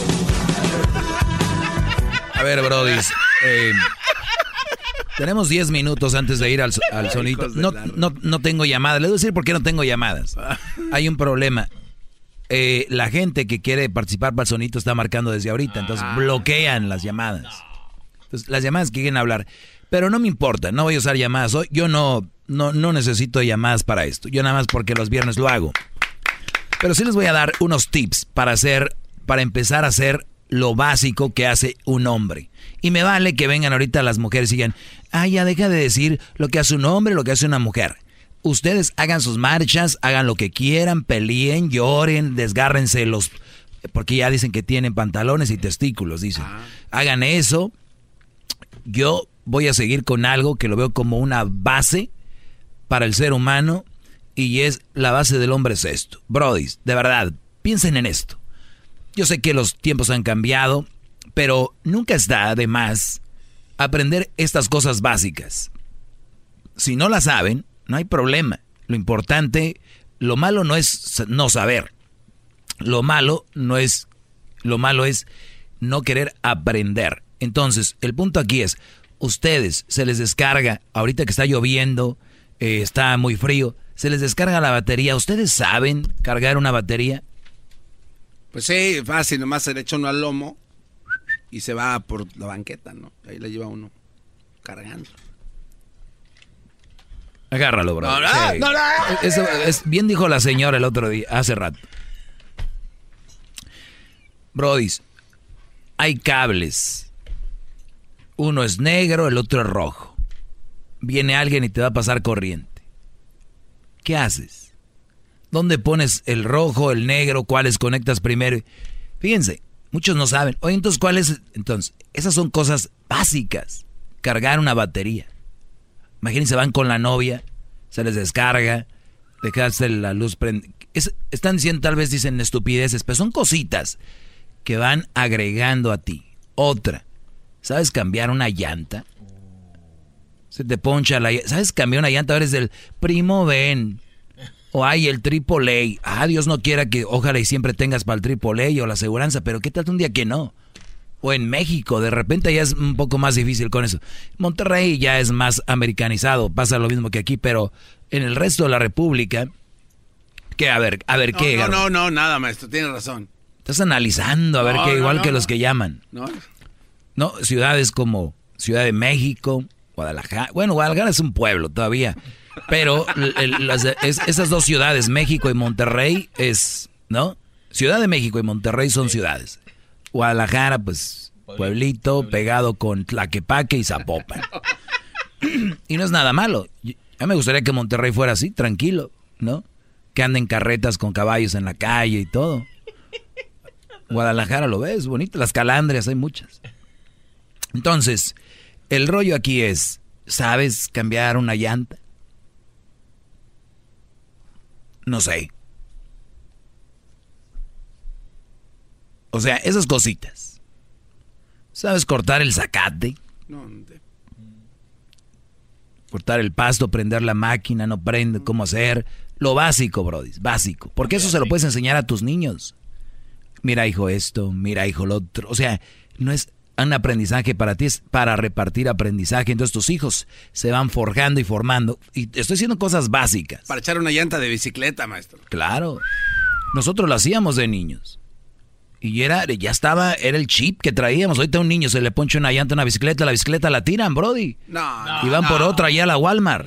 A ver, brodis, eh, tenemos diez minutos antes de ir al, al sonidito. No, no, no tengo llamadas. Les voy a decir por qué no tengo llamadas. Hay un problema. Eh, la gente que quiere participar para el sonito está marcando desde ahorita, entonces bloquean las llamadas. Entonces, las llamadas que quieren hablar, pero no me importa, no voy a usar llamadas. Yo no, no, no necesito llamadas para esto, yo nada más porque los viernes lo hago. Pero sí les voy a dar unos tips para hacer, para empezar a hacer lo básico que hace un hombre. Y me vale que vengan ahorita las mujeres y digan, ah, ya deja de decir lo que hace un hombre, lo que hace una mujer. Ustedes hagan sus marchas, hagan lo que quieran, peleen, lloren, desgárrense los... Porque ya dicen que tienen pantalones y testículos, dicen. Ah. Hagan eso. Yo voy a seguir con algo que lo veo como una base para el ser humano y es la base del hombre es esto. Brodis, de verdad, piensen en esto. Yo sé que los tiempos han cambiado, pero nunca está de más aprender estas cosas básicas. Si no las saben, no hay problema. Lo importante, lo malo no es no saber. Lo malo no es, lo malo es no querer aprender. Entonces, el punto aquí es, ustedes se les descarga, ahorita que está lloviendo, eh, está muy frío, se les descarga la batería. ¿Ustedes saben cargar una batería? Pues sí, fácil, nomás se le echa uno al lomo y se va por la banqueta, ¿no? Ahí la lleva uno cargando. Agárralo, bro. No, no, sí. no, no. Eso es, bien dijo la señora el otro día, hace rato. Brodis, hay cables. Uno es negro, el otro es rojo. Viene alguien y te va a pasar corriente. ¿Qué haces? ¿Dónde pones el rojo, el negro? ¿Cuáles conectas primero? Fíjense, muchos no saben. Oye, entonces, ¿cuáles? Entonces, esas son cosas básicas. Cargar una batería. Imagínense, van con la novia, se les descarga, dejarse la luz prendida. Es, están diciendo, tal vez dicen estupideces, pero son cositas que van agregando a ti. Otra, ¿sabes cambiar una llanta? Se te poncha la llanta. ¿Sabes cambiar una llanta? Ahora es del primo ven. O hay el triple A. Ah, Dios no quiera que ojalá y siempre tengas para el triple A o la aseguranza, pero ¿qué tal un día que no? O en México, de repente ya es un poco más difícil con eso. Monterrey ya es más americanizado, pasa lo mismo que aquí, pero en el resto de la República, ¿qué? A ver, a ver, no, ¿qué? No, no, no, nada, maestro, tienes razón. Estás analizando, a ver no, qué, no, igual no, que no. los que llaman. No. No, ciudades como Ciudad de México, Guadalajara. Bueno, Guadalajara es un pueblo todavía, pero el, las, es, esas dos ciudades, México y Monterrey, es, ¿no? Ciudad de México y Monterrey son ciudades. Guadalajara, pues, pueblito pegado con Tlaquepaque y Zapopan. Y no es nada malo. A mí me gustaría que Monterrey fuera así, tranquilo, ¿no? Que anden carretas con caballos en la calle y todo. Guadalajara lo ves, bonito. Las calandrias, hay muchas. Entonces, el rollo aquí es, ¿sabes cambiar una llanta? No sé. O sea, esas cositas. ¿Sabes cortar el zacate? No, no te... Cortar el pasto, prender la máquina, no prende, cómo hacer. Lo básico, brody, básico. Porque eso se lo puedes enseñar a tus niños. Mira, hijo, esto, mira, hijo, lo otro. O sea, no es un aprendizaje para ti, es para repartir aprendizaje. Entonces tus hijos se van forjando y formando. Y estoy haciendo cosas básicas. Para echar una llanta de bicicleta, maestro. Claro. Nosotros lo hacíamos de niños. Y era, ya estaba, era el chip que traíamos. Ahorita a un niño se le poncha una llanta a una bicicleta, la bicicleta la tiran, brody. No, no. Y van no. por otra allá a la Walmart. No.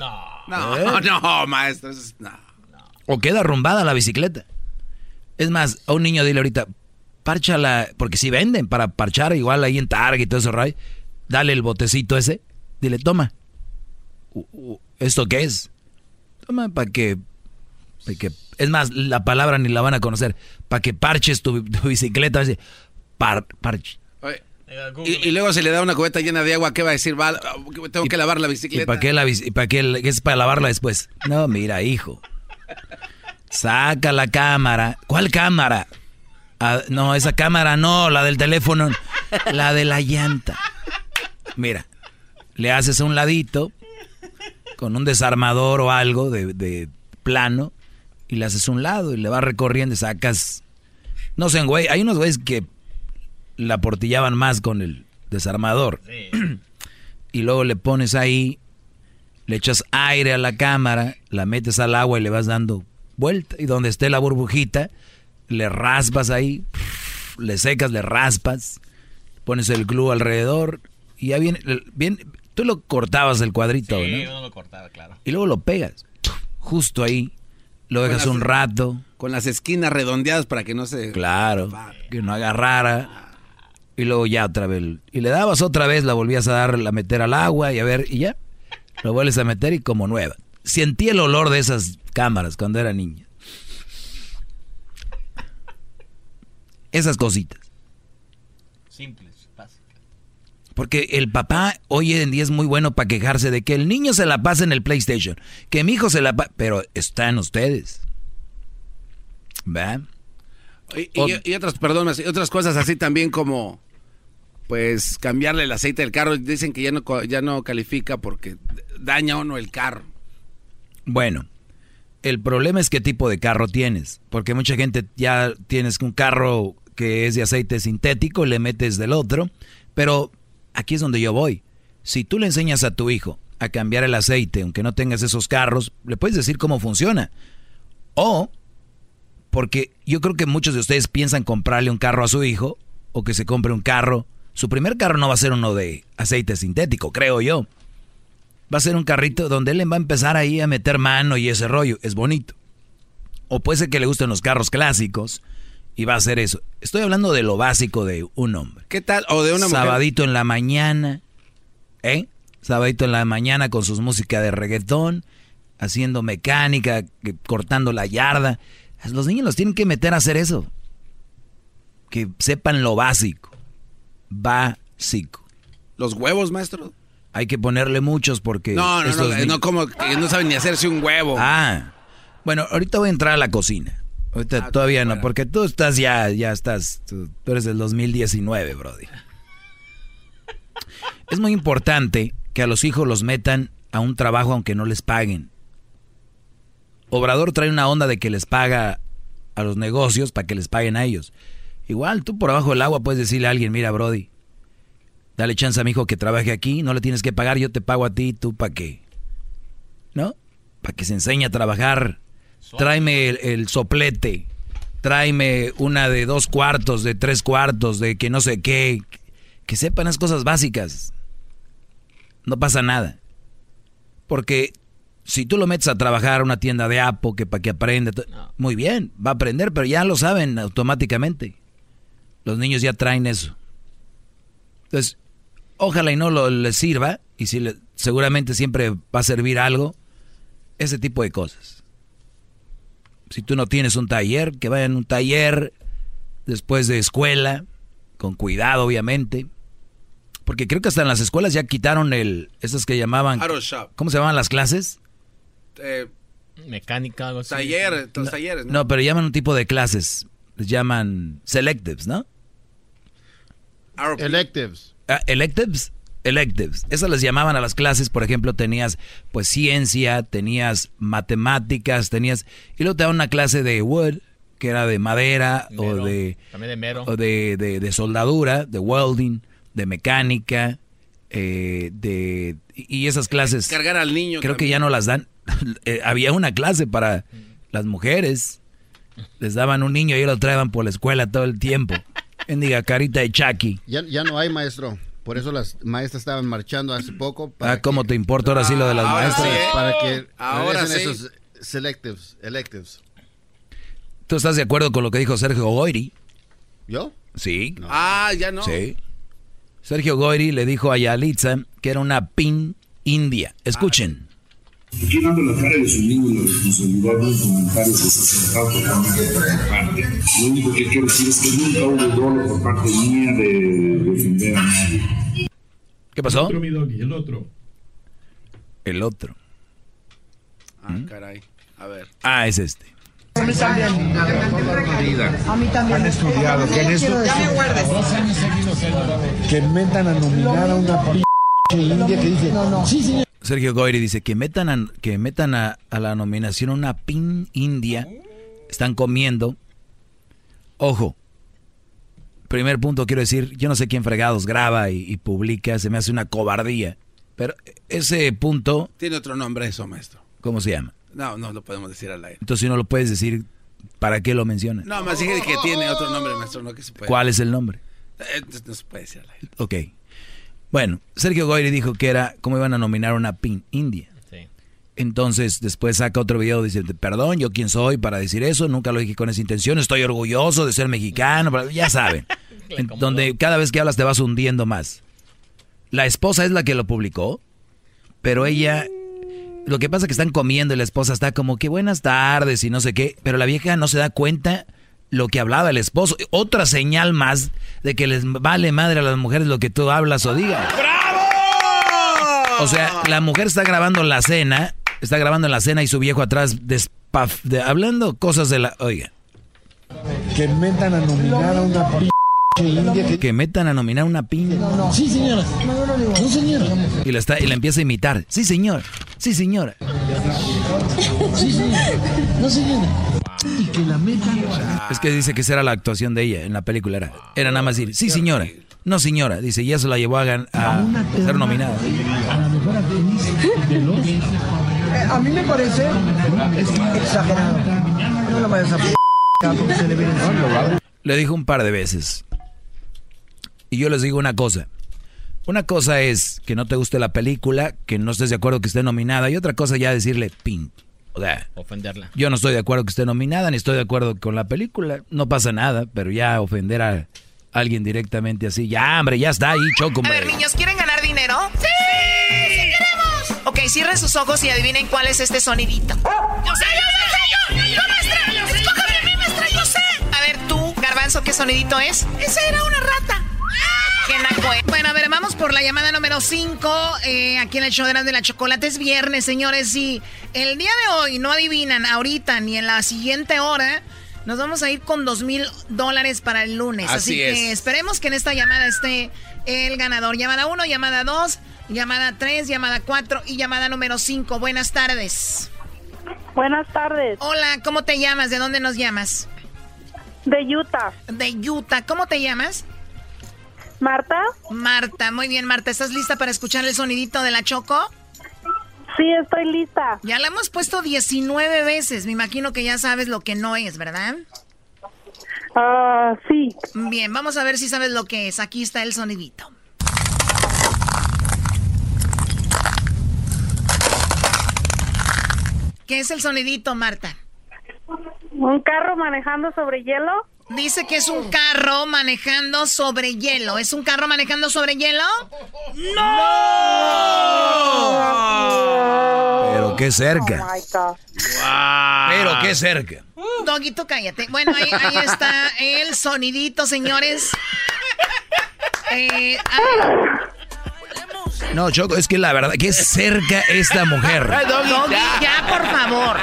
No, ¿Eh? no, maestro. Eso es, no. O queda arrumbada la bicicleta. Es más, a un niño dile ahorita, párchala, porque si venden para parchar igual ahí en Target y todo eso, Ray, dale el botecito ese, dile, toma. Uh, uh, ¿Esto qué es? Toma para que, pa que... Es más, la palabra ni la van a conocer. Para que parches tu, tu bicicleta. Así, par, parche. Oye, y, y luego se le da una cubeta llena de agua, ¿qué va a decir? Va, tengo que lavar la bicicleta. ¿Y para qué, la, y para qué es para lavarla después? No, mira, hijo. Saca la cámara. ¿Cuál cámara? Ah, no, esa cámara no, la del teléfono. La de la llanta. Mira, le haces a un ladito con un desarmador o algo de, de plano y le haces a un lado y le vas recorriendo y sacas... No sé, güey, hay unos güeyes que la portillaban más con el desarmador. Sí. Y luego le pones ahí, le echas aire a la cámara, la metes al agua y le vas dando vuelta. Y donde esté la burbujita, le raspas ahí, le secas, le raspas, pones el glue alrededor y ya viene... viene tú lo cortabas el cuadrito, sí, ¿no? Sí, yo no lo cortaba, claro. Y luego lo pegas, justo ahí, lo dejas las, un rato. Con las esquinas redondeadas para que no se... Claro, que no agarrara. Y luego ya otra vez. Y le dabas otra vez, la volvías a dar, a meter al agua y a ver, y ya. Lo vuelves a meter y como nueva. Sentí el olor de esas cámaras cuando era niña. Esas cositas. Simples, básicas. Porque el papá hoy en día es muy bueno para quejarse de que el niño se la pasa en el PlayStation. Que mi hijo se la pasa... Pero están ustedes. ¿Va? Y, y, y otras, perdón, otras cosas así también como... Pues cambiarle el aceite del carro. Dicen que ya no, ya no califica porque daña o no el carro. Bueno, el problema es qué tipo de carro tienes. Porque mucha gente ya tienes un carro que es de aceite sintético, le metes del otro. Pero aquí es donde yo voy. Si tú le enseñas a tu hijo a cambiar el aceite, aunque no tengas esos carros, le puedes decir cómo funciona. O, porque yo creo que muchos de ustedes piensan comprarle un carro a su hijo, o que se compre un carro. Su primer carro no va a ser uno de aceite sintético, creo yo. Va a ser un carrito donde él va a empezar ahí a meter mano y ese rollo. Es bonito. O puede ser que le gusten los carros clásicos y va a hacer eso. Estoy hablando de lo básico de un hombre. ¿Qué tal? O de una mujer. Sabadito en la mañana, ¿eh? Sabadito en la mañana con sus música de reggaetón, haciendo mecánica, cortando la yarda. Los niños los tienen que meter a hacer eso. Que sepan lo básico. Básico. ¿Los huevos, maestro? Hay que ponerle muchos porque... No, no, no, niños... no, como que no saben ni hacerse un huevo. Ah, bueno, ahorita voy a entrar a la cocina. Ahorita ah, todavía no, porque tú estás ya, ya estás, tú, tú eres del dos mil diecinueve, brody. Es muy importante que a los hijos los metan a un trabajo aunque no les paguen. Obrador trae una onda de que les paga a los negocios para que les paguen a ellos. Igual, tú por abajo del agua puedes decirle a alguien, mira, brody, dale chance a mi hijo que trabaje aquí, no le tienes que pagar, yo te pago a ti, ¿tú para qué? ¿No? Para que se enseñe a trabajar. Tráeme el, el soplete, tráeme una de dos cuartos, de tres cuartos, de que no sé qué, que sepan las cosas básicas. No pasa nada. Porque si tú lo metes a trabajar a una tienda de Apple, que para que aprenda, no. Muy bien, va a aprender, pero ya lo saben automáticamente. Los niños ya traen eso. Entonces, ojalá y no lo, les sirva, y si le, seguramente siempre va a servir algo, ese tipo de cosas. Si tú no tienes un taller, que vayan a un taller después de escuela, con cuidado obviamente, porque creo que hasta en las escuelas ya quitaron el, esas que llamaban, ¿cómo se llamaban las clases? Eh, Mecánica, algo así. Taller, los no, talleres, ¿no? No, pero llaman un tipo de clases, les llaman selectives, ¿no? Electives. Uh, electives, electives. Esas les llamaban a las clases, por ejemplo, tenías pues ciencia, tenías matemáticas, tenías... Y luego te daban una clase de wood, que era de madera, mero, o de... También de mero. O de, de, de soldadura, de welding, de mecánica, eh, de... Y esas clases... Cargar al niño. Creo también. que ya no las dan. eh, había una clase para las mujeres. Les daban un niño y lo traían por la escuela todo el tiempo. Bendiga carita de Chucky. Ya, ya no hay, maestro. Por eso las maestras estaban marchando hace poco. Ah, ¿cómo te importa ahora sí lo de las ahora maestras? sí, para que Ahora sí. esos selectives, electives. ¿Tú estás de acuerdo con lo que dijo Sergio Goyri? ¿Yo? Sí. No. Ah, ya no. Sí. Sergio Goyri le dijo a Yalitza que era una pin india. Escuchen. Aquí dando la cara y asumiendo la responsabilidad de un comentario desacertado totalmente por mi parte. Lo único que quiero decir es que nunca hubo dolo por parte mía de defender a nadie. ¿Qué pasó? El otro, mi doggy, el otro. El otro. Ah, caray. A ver. Ah, es este. A mí también. A mí también. Han estudiado. Que en esto, Ya me guardes. que metan a nominar a una p*** india que dice, No, no. sí, señor. Sergio Goyri dice que metan a, que metan a, a la nominación una pin india. Están comiendo. Ojo. Primer punto quiero decir, yo no sé quién fregados graba y, y publica, se me hace una cobardía. Pero ese punto... Tiene otro nombre eso, maestro. ¿Cómo se llama? No, no lo podemos decir al aire. Entonces si no lo puedes decir, ¿para qué lo mencionas? No, más dije que tiene otro nombre, maestro, no que se puede. ¿Cuál es el nombre? Eh, no se puede decir al aire. Ok. Bueno, Sergio Goyri dijo que era cómo iban a nominar una pin india. Sí. Entonces después saca otro video diciendo, perdón, yo quién soy para decir eso, nunca lo dije con esa intención, estoy orgulloso de ser mexicano, pero ya saben. En donde cada vez que hablas te vas hundiendo más. La esposa es la que lo publicó, pero ella... Lo que pasa es que están comiendo y la esposa está como que buenas tardes y no sé qué, pero la vieja no se da cuenta lo que hablaba el esposo. Otra señal más de que les vale madre a las mujeres lo que tú hablas o digas. ¡Bravo! O sea, la mujer está grabando la cena, está grabando la cena y su viejo atrás despaf, de, hablando cosas de la... Oiga. Que metan a nominar a una p*** india que... Que metan a nominar una pin. No, no. Sí, señora. No, no, no, no, señora. Y la, está, y la empieza a imitar. Sí, señor. Sí, señora. Sí, señora. No, señora. Y que la metan... Es que dice que esa era la actuación de ella en la película. Era, era nada más decir, sí, señora. No, señora. Dice, y eso la llevó a, gan- a ser nominada. A la mejor actriz de los... Eh, a mí me parece exagerado. No lo vayas a p*** porque se le viene encima. Le dijo un par de veces. Y yo les digo una cosa. Una cosa es que no te guste la película, que no estés de acuerdo que esté nominada, y otra cosa ya decirle pin. O sea, ofenderla. Yo no estoy de acuerdo que esté nominada, ni estoy de acuerdo con la película. No pasa nada, pero ya ofender a alguien directamente así. Ya, hombre, ya está ahí, Choco, hombre. A ver, niños, ¿quieren ganar dinero? ¡Sí! ¡Sí queremos! Ok, cierren sus ojos y adivinen cuál es este sonidito. ¡Yo sé, yo sé, yo! ¡Yo, maestra! ¡Escógeme a mí, maestra, yo sé! A ver, tú, Garbanzo, ¿qué sonidito es? ¡Esa era una rata! ¡Qué naco es! Bueno, a ver, vamos por la llamada número cinco. Eh, aquí en el show de las de la chocolate es viernes, señores. Y el día de hoy no adivinan ahorita ni en la siguiente hora. Nos vamos a ir con dos mil dólares para el lunes. Así, Así que es. esperemos que en esta llamada esté el ganador. Llamada uno, llamada dos, llamada tres, llamada cuatro y llamada número cinco. Buenas tardes. Buenas tardes. Hola, ¿cómo te llamas? ¿De dónde nos llamas? De Utah. De Utah. ¿Cómo te llamas? Marta. Marta, muy bien, Marta. ¿Estás lista para escuchar el sonidito de la Choco? Sí, estoy lista. Ya la hemos puesto diecinueve veces. Me imagino que ya sabes lo que no es, ¿verdad? Ah, uh, sí. Bien, vamos a ver si sabes lo que es. Aquí está el sonidito. ¿Qué es el sonidito, Marta? ¿Un carro manejando sobre hielo? Dice que es un carro manejando sobre hielo. ¿Es un carro manejando sobre hielo? ¡No! Pero qué cerca. Oh my God. Wow. Pero qué cerca. Doguito, cállate. Bueno, ahí, ahí está el sonidito, señores. Eh, ah. No, Choco, es que la verdad, que cerca esta mujer. Doggy, ya. ya, por favor.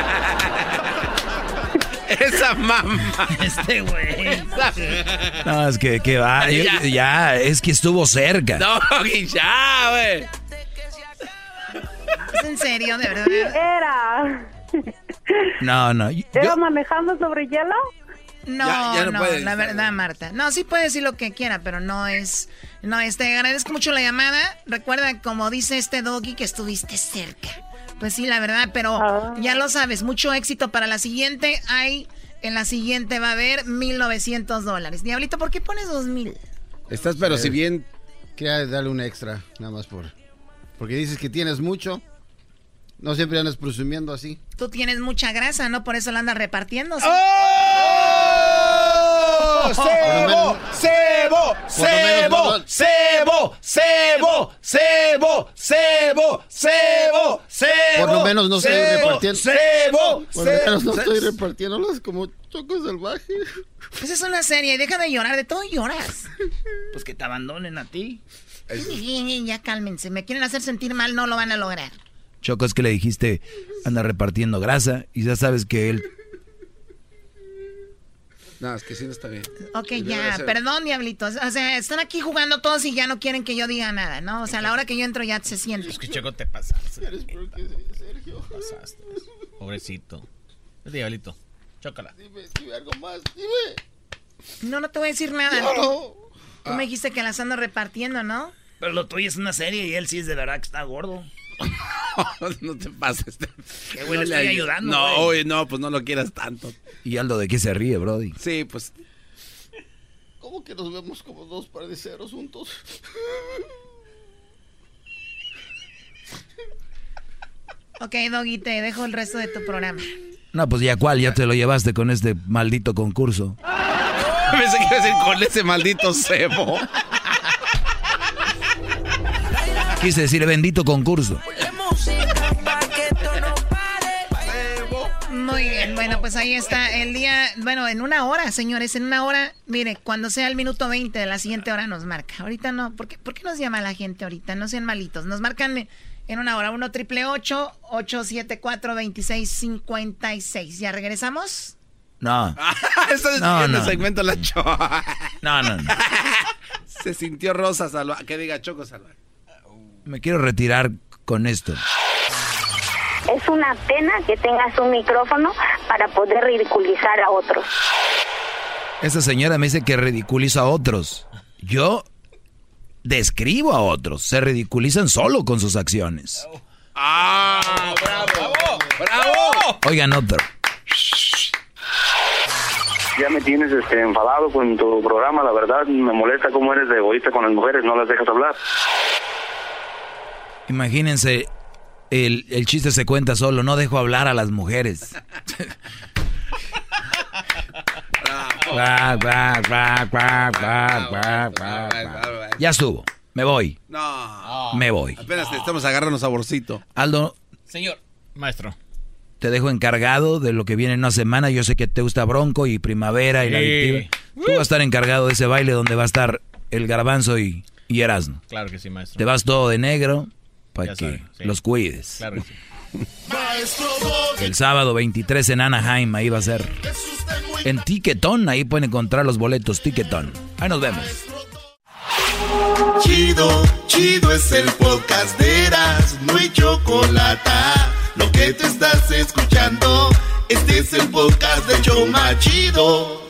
Esa mamá. Este güey. No, es que, que va. Ya. ya, es que estuvo cerca. Doggy, ya, güey. ¿Es en serio, de verdad? Sí, era. No, no. Yo... ¿Era manejando sobre hielo? No, ya, ya no, no la verdad, Marta. No, sí puede decir lo que quiera, pero no es... No, este, agradezco mucho la llamada. Recuerda, como dice este Doggy, que estuviste cerca. Pues sí, la verdad, pero ah. ya lo sabes. Mucho éxito para la siguiente. Hay, en la siguiente va a haber mil novecientos dólares. Diablito, ¿por qué pones dos mil? Estás, pero si bien... quería darle un extra, nada más por... Porque dices que tienes mucho. No siempre andas presumiendo así. Tú tienes mucha grasa, ¿no? Por eso la andas repartiendo. ¿Sí? ¡Oh! ¡Cebo! ¡Cebo! ¡Cebo! ¡Cebo! ¡Cebo! ¡Cebo! ¡Cebo! ¡Cebo! ¡Cebo! Por lo menos no estoy repartiendo. ¡Cebo! Por lo menos no estoy repartiéndolas como Choco Salvaje. Pues es una serie, deja de llorar, de todo lloras. Pues que te abandonen a ti. Ya cálmense, me quieren hacer sentir mal, no lo van a lograr. Choco, es que le dijiste, anda repartiendo grasa y ya sabes que él... No, es que sí no está bien. Ok, ya, perdón, diablitos. O sea, están aquí jugando todos y ya no quieren que yo diga nada, ¿no? O sea, a la hora que yo entro ya se siente. Es que Choco te pasaste. Sergio. Pasaste. Pobrecito. El diablito. Chócala. Dime, dime algo más, dime. No, no te voy a decir nada. No. Tú, tú Ah. me dijiste que las ando repartiendo, ¿no? Pero lo tuyo es una serie y él sí es de verdad que está gordo. No te pases. Qué güey, le le estoy ay- ayudando, No, güey. oye, no, pues no lo quieras tanto. ¿Y Aldo de qué se ríe, brody? Sí, pues... ¿Cómo que nos vemos como dos par de ceros juntos? Ok, Doggy, te dejo el resto de tu programa. No, pues ya cuál, ya te lo llevaste con este maldito concurso. Pensé que iba a decir con ese maldito cebo. Quise decir bendito concurso. Muy bien, bueno, pues ahí está el día, bueno, en una hora, señores, en una hora, mire, cuando sea el minuto veinte de la siguiente hora nos marca. Ahorita no, ¿por qué, por qué nos llama la gente ahorita? No sean malitos, nos marcan en una hora, uno triple ocho, ocho siete cuatro, veintiséis cincuenta y seis. ¿Ya regresamos? No. Eso es No, el no. segmento la cho. No, no, no. Se sintió Rosa Salvaje. Que diga Choco Salvaje. Me quiero retirar con esto. Es una pena que tengas un micrófono para poder ridiculizar a otros. Esa señora me dice que ridiculizo a otros. Yo describo a otros. Se ridiculizan solo con sus acciones. ¡Ah! ¡Bravo! ¡Bravo! Oigan otro. Ya me tienes este, enfadado con tu programa, la verdad. Me molesta cómo eres de egoísta con las mujeres, no las dejas hablar. Imagínense, el, el chiste se cuenta solo. No dejo hablar a las mujeres. Guau, guau, guau, guau, guau, guau, guau, guau. Ya estuvo. Me voy. No. Me voy. Apenas te estamos agarrando saborcito. Aldo, Señor. Maestro. te dejo encargado de lo que viene en una semana. Yo sé que te gusta Bronco y Primavera y la Sí. adictiva. Tú vas a estar encargado de ese baile donde va a estar el Garbanzo y, y Erasmo. Claro que sí, maestro. Te vas todo de negro para Ya que sabe, sí. los cuides. Claro que sí. Maestro Doggy. El sábado veintitrés en Anaheim, ahí va a ser. En Tiquetón, ahí pueden encontrar los boletos Tiquetón. Ahí nos vemos. Chido, chido es el podcast de Eras, no hay chocolate. Lo que te estás escuchando, este es el podcast de Choma Chido.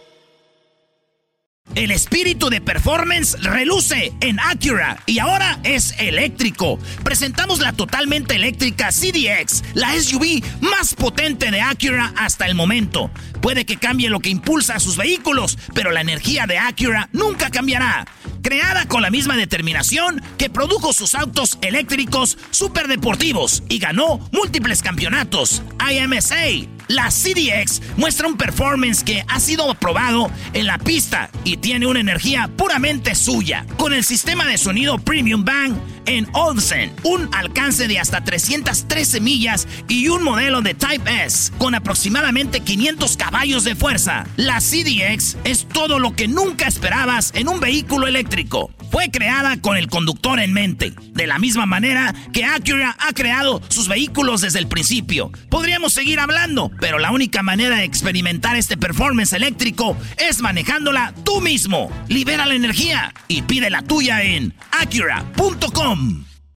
El espíritu de performance reluce en Acura y ahora es eléctrico. Presentamos la totalmente eléctrica C D X, la S U V más potente de Acura hasta el momento. Puede que cambie lo que impulsa a sus vehículos, pero la energía de Acura nunca cambiará. Creada con la misma determinación que produjo sus autos eléctricos superdeportivos y ganó múltiples campeonatos. I M S A. La C D X muestra un performance que ha sido aprobado en la pista y tiene una energía puramente suya. Con el sistema de sonido Premium Bang en Olsen, un alcance de hasta trescientas trece millas y un modelo de Type S con aproximadamente quinientos caballos de fuerza. La C D X es todo lo que nunca esperabas en un vehículo eléctrico. Fue creada con el conductor en mente, de la misma manera que Acura ha creado sus vehículos desde el principio. Podríamos seguir hablando, pero la única manera de experimentar este performance eléctrico es manejándola tú mismo. Libera la energía y pide la tuya en Acura punto com.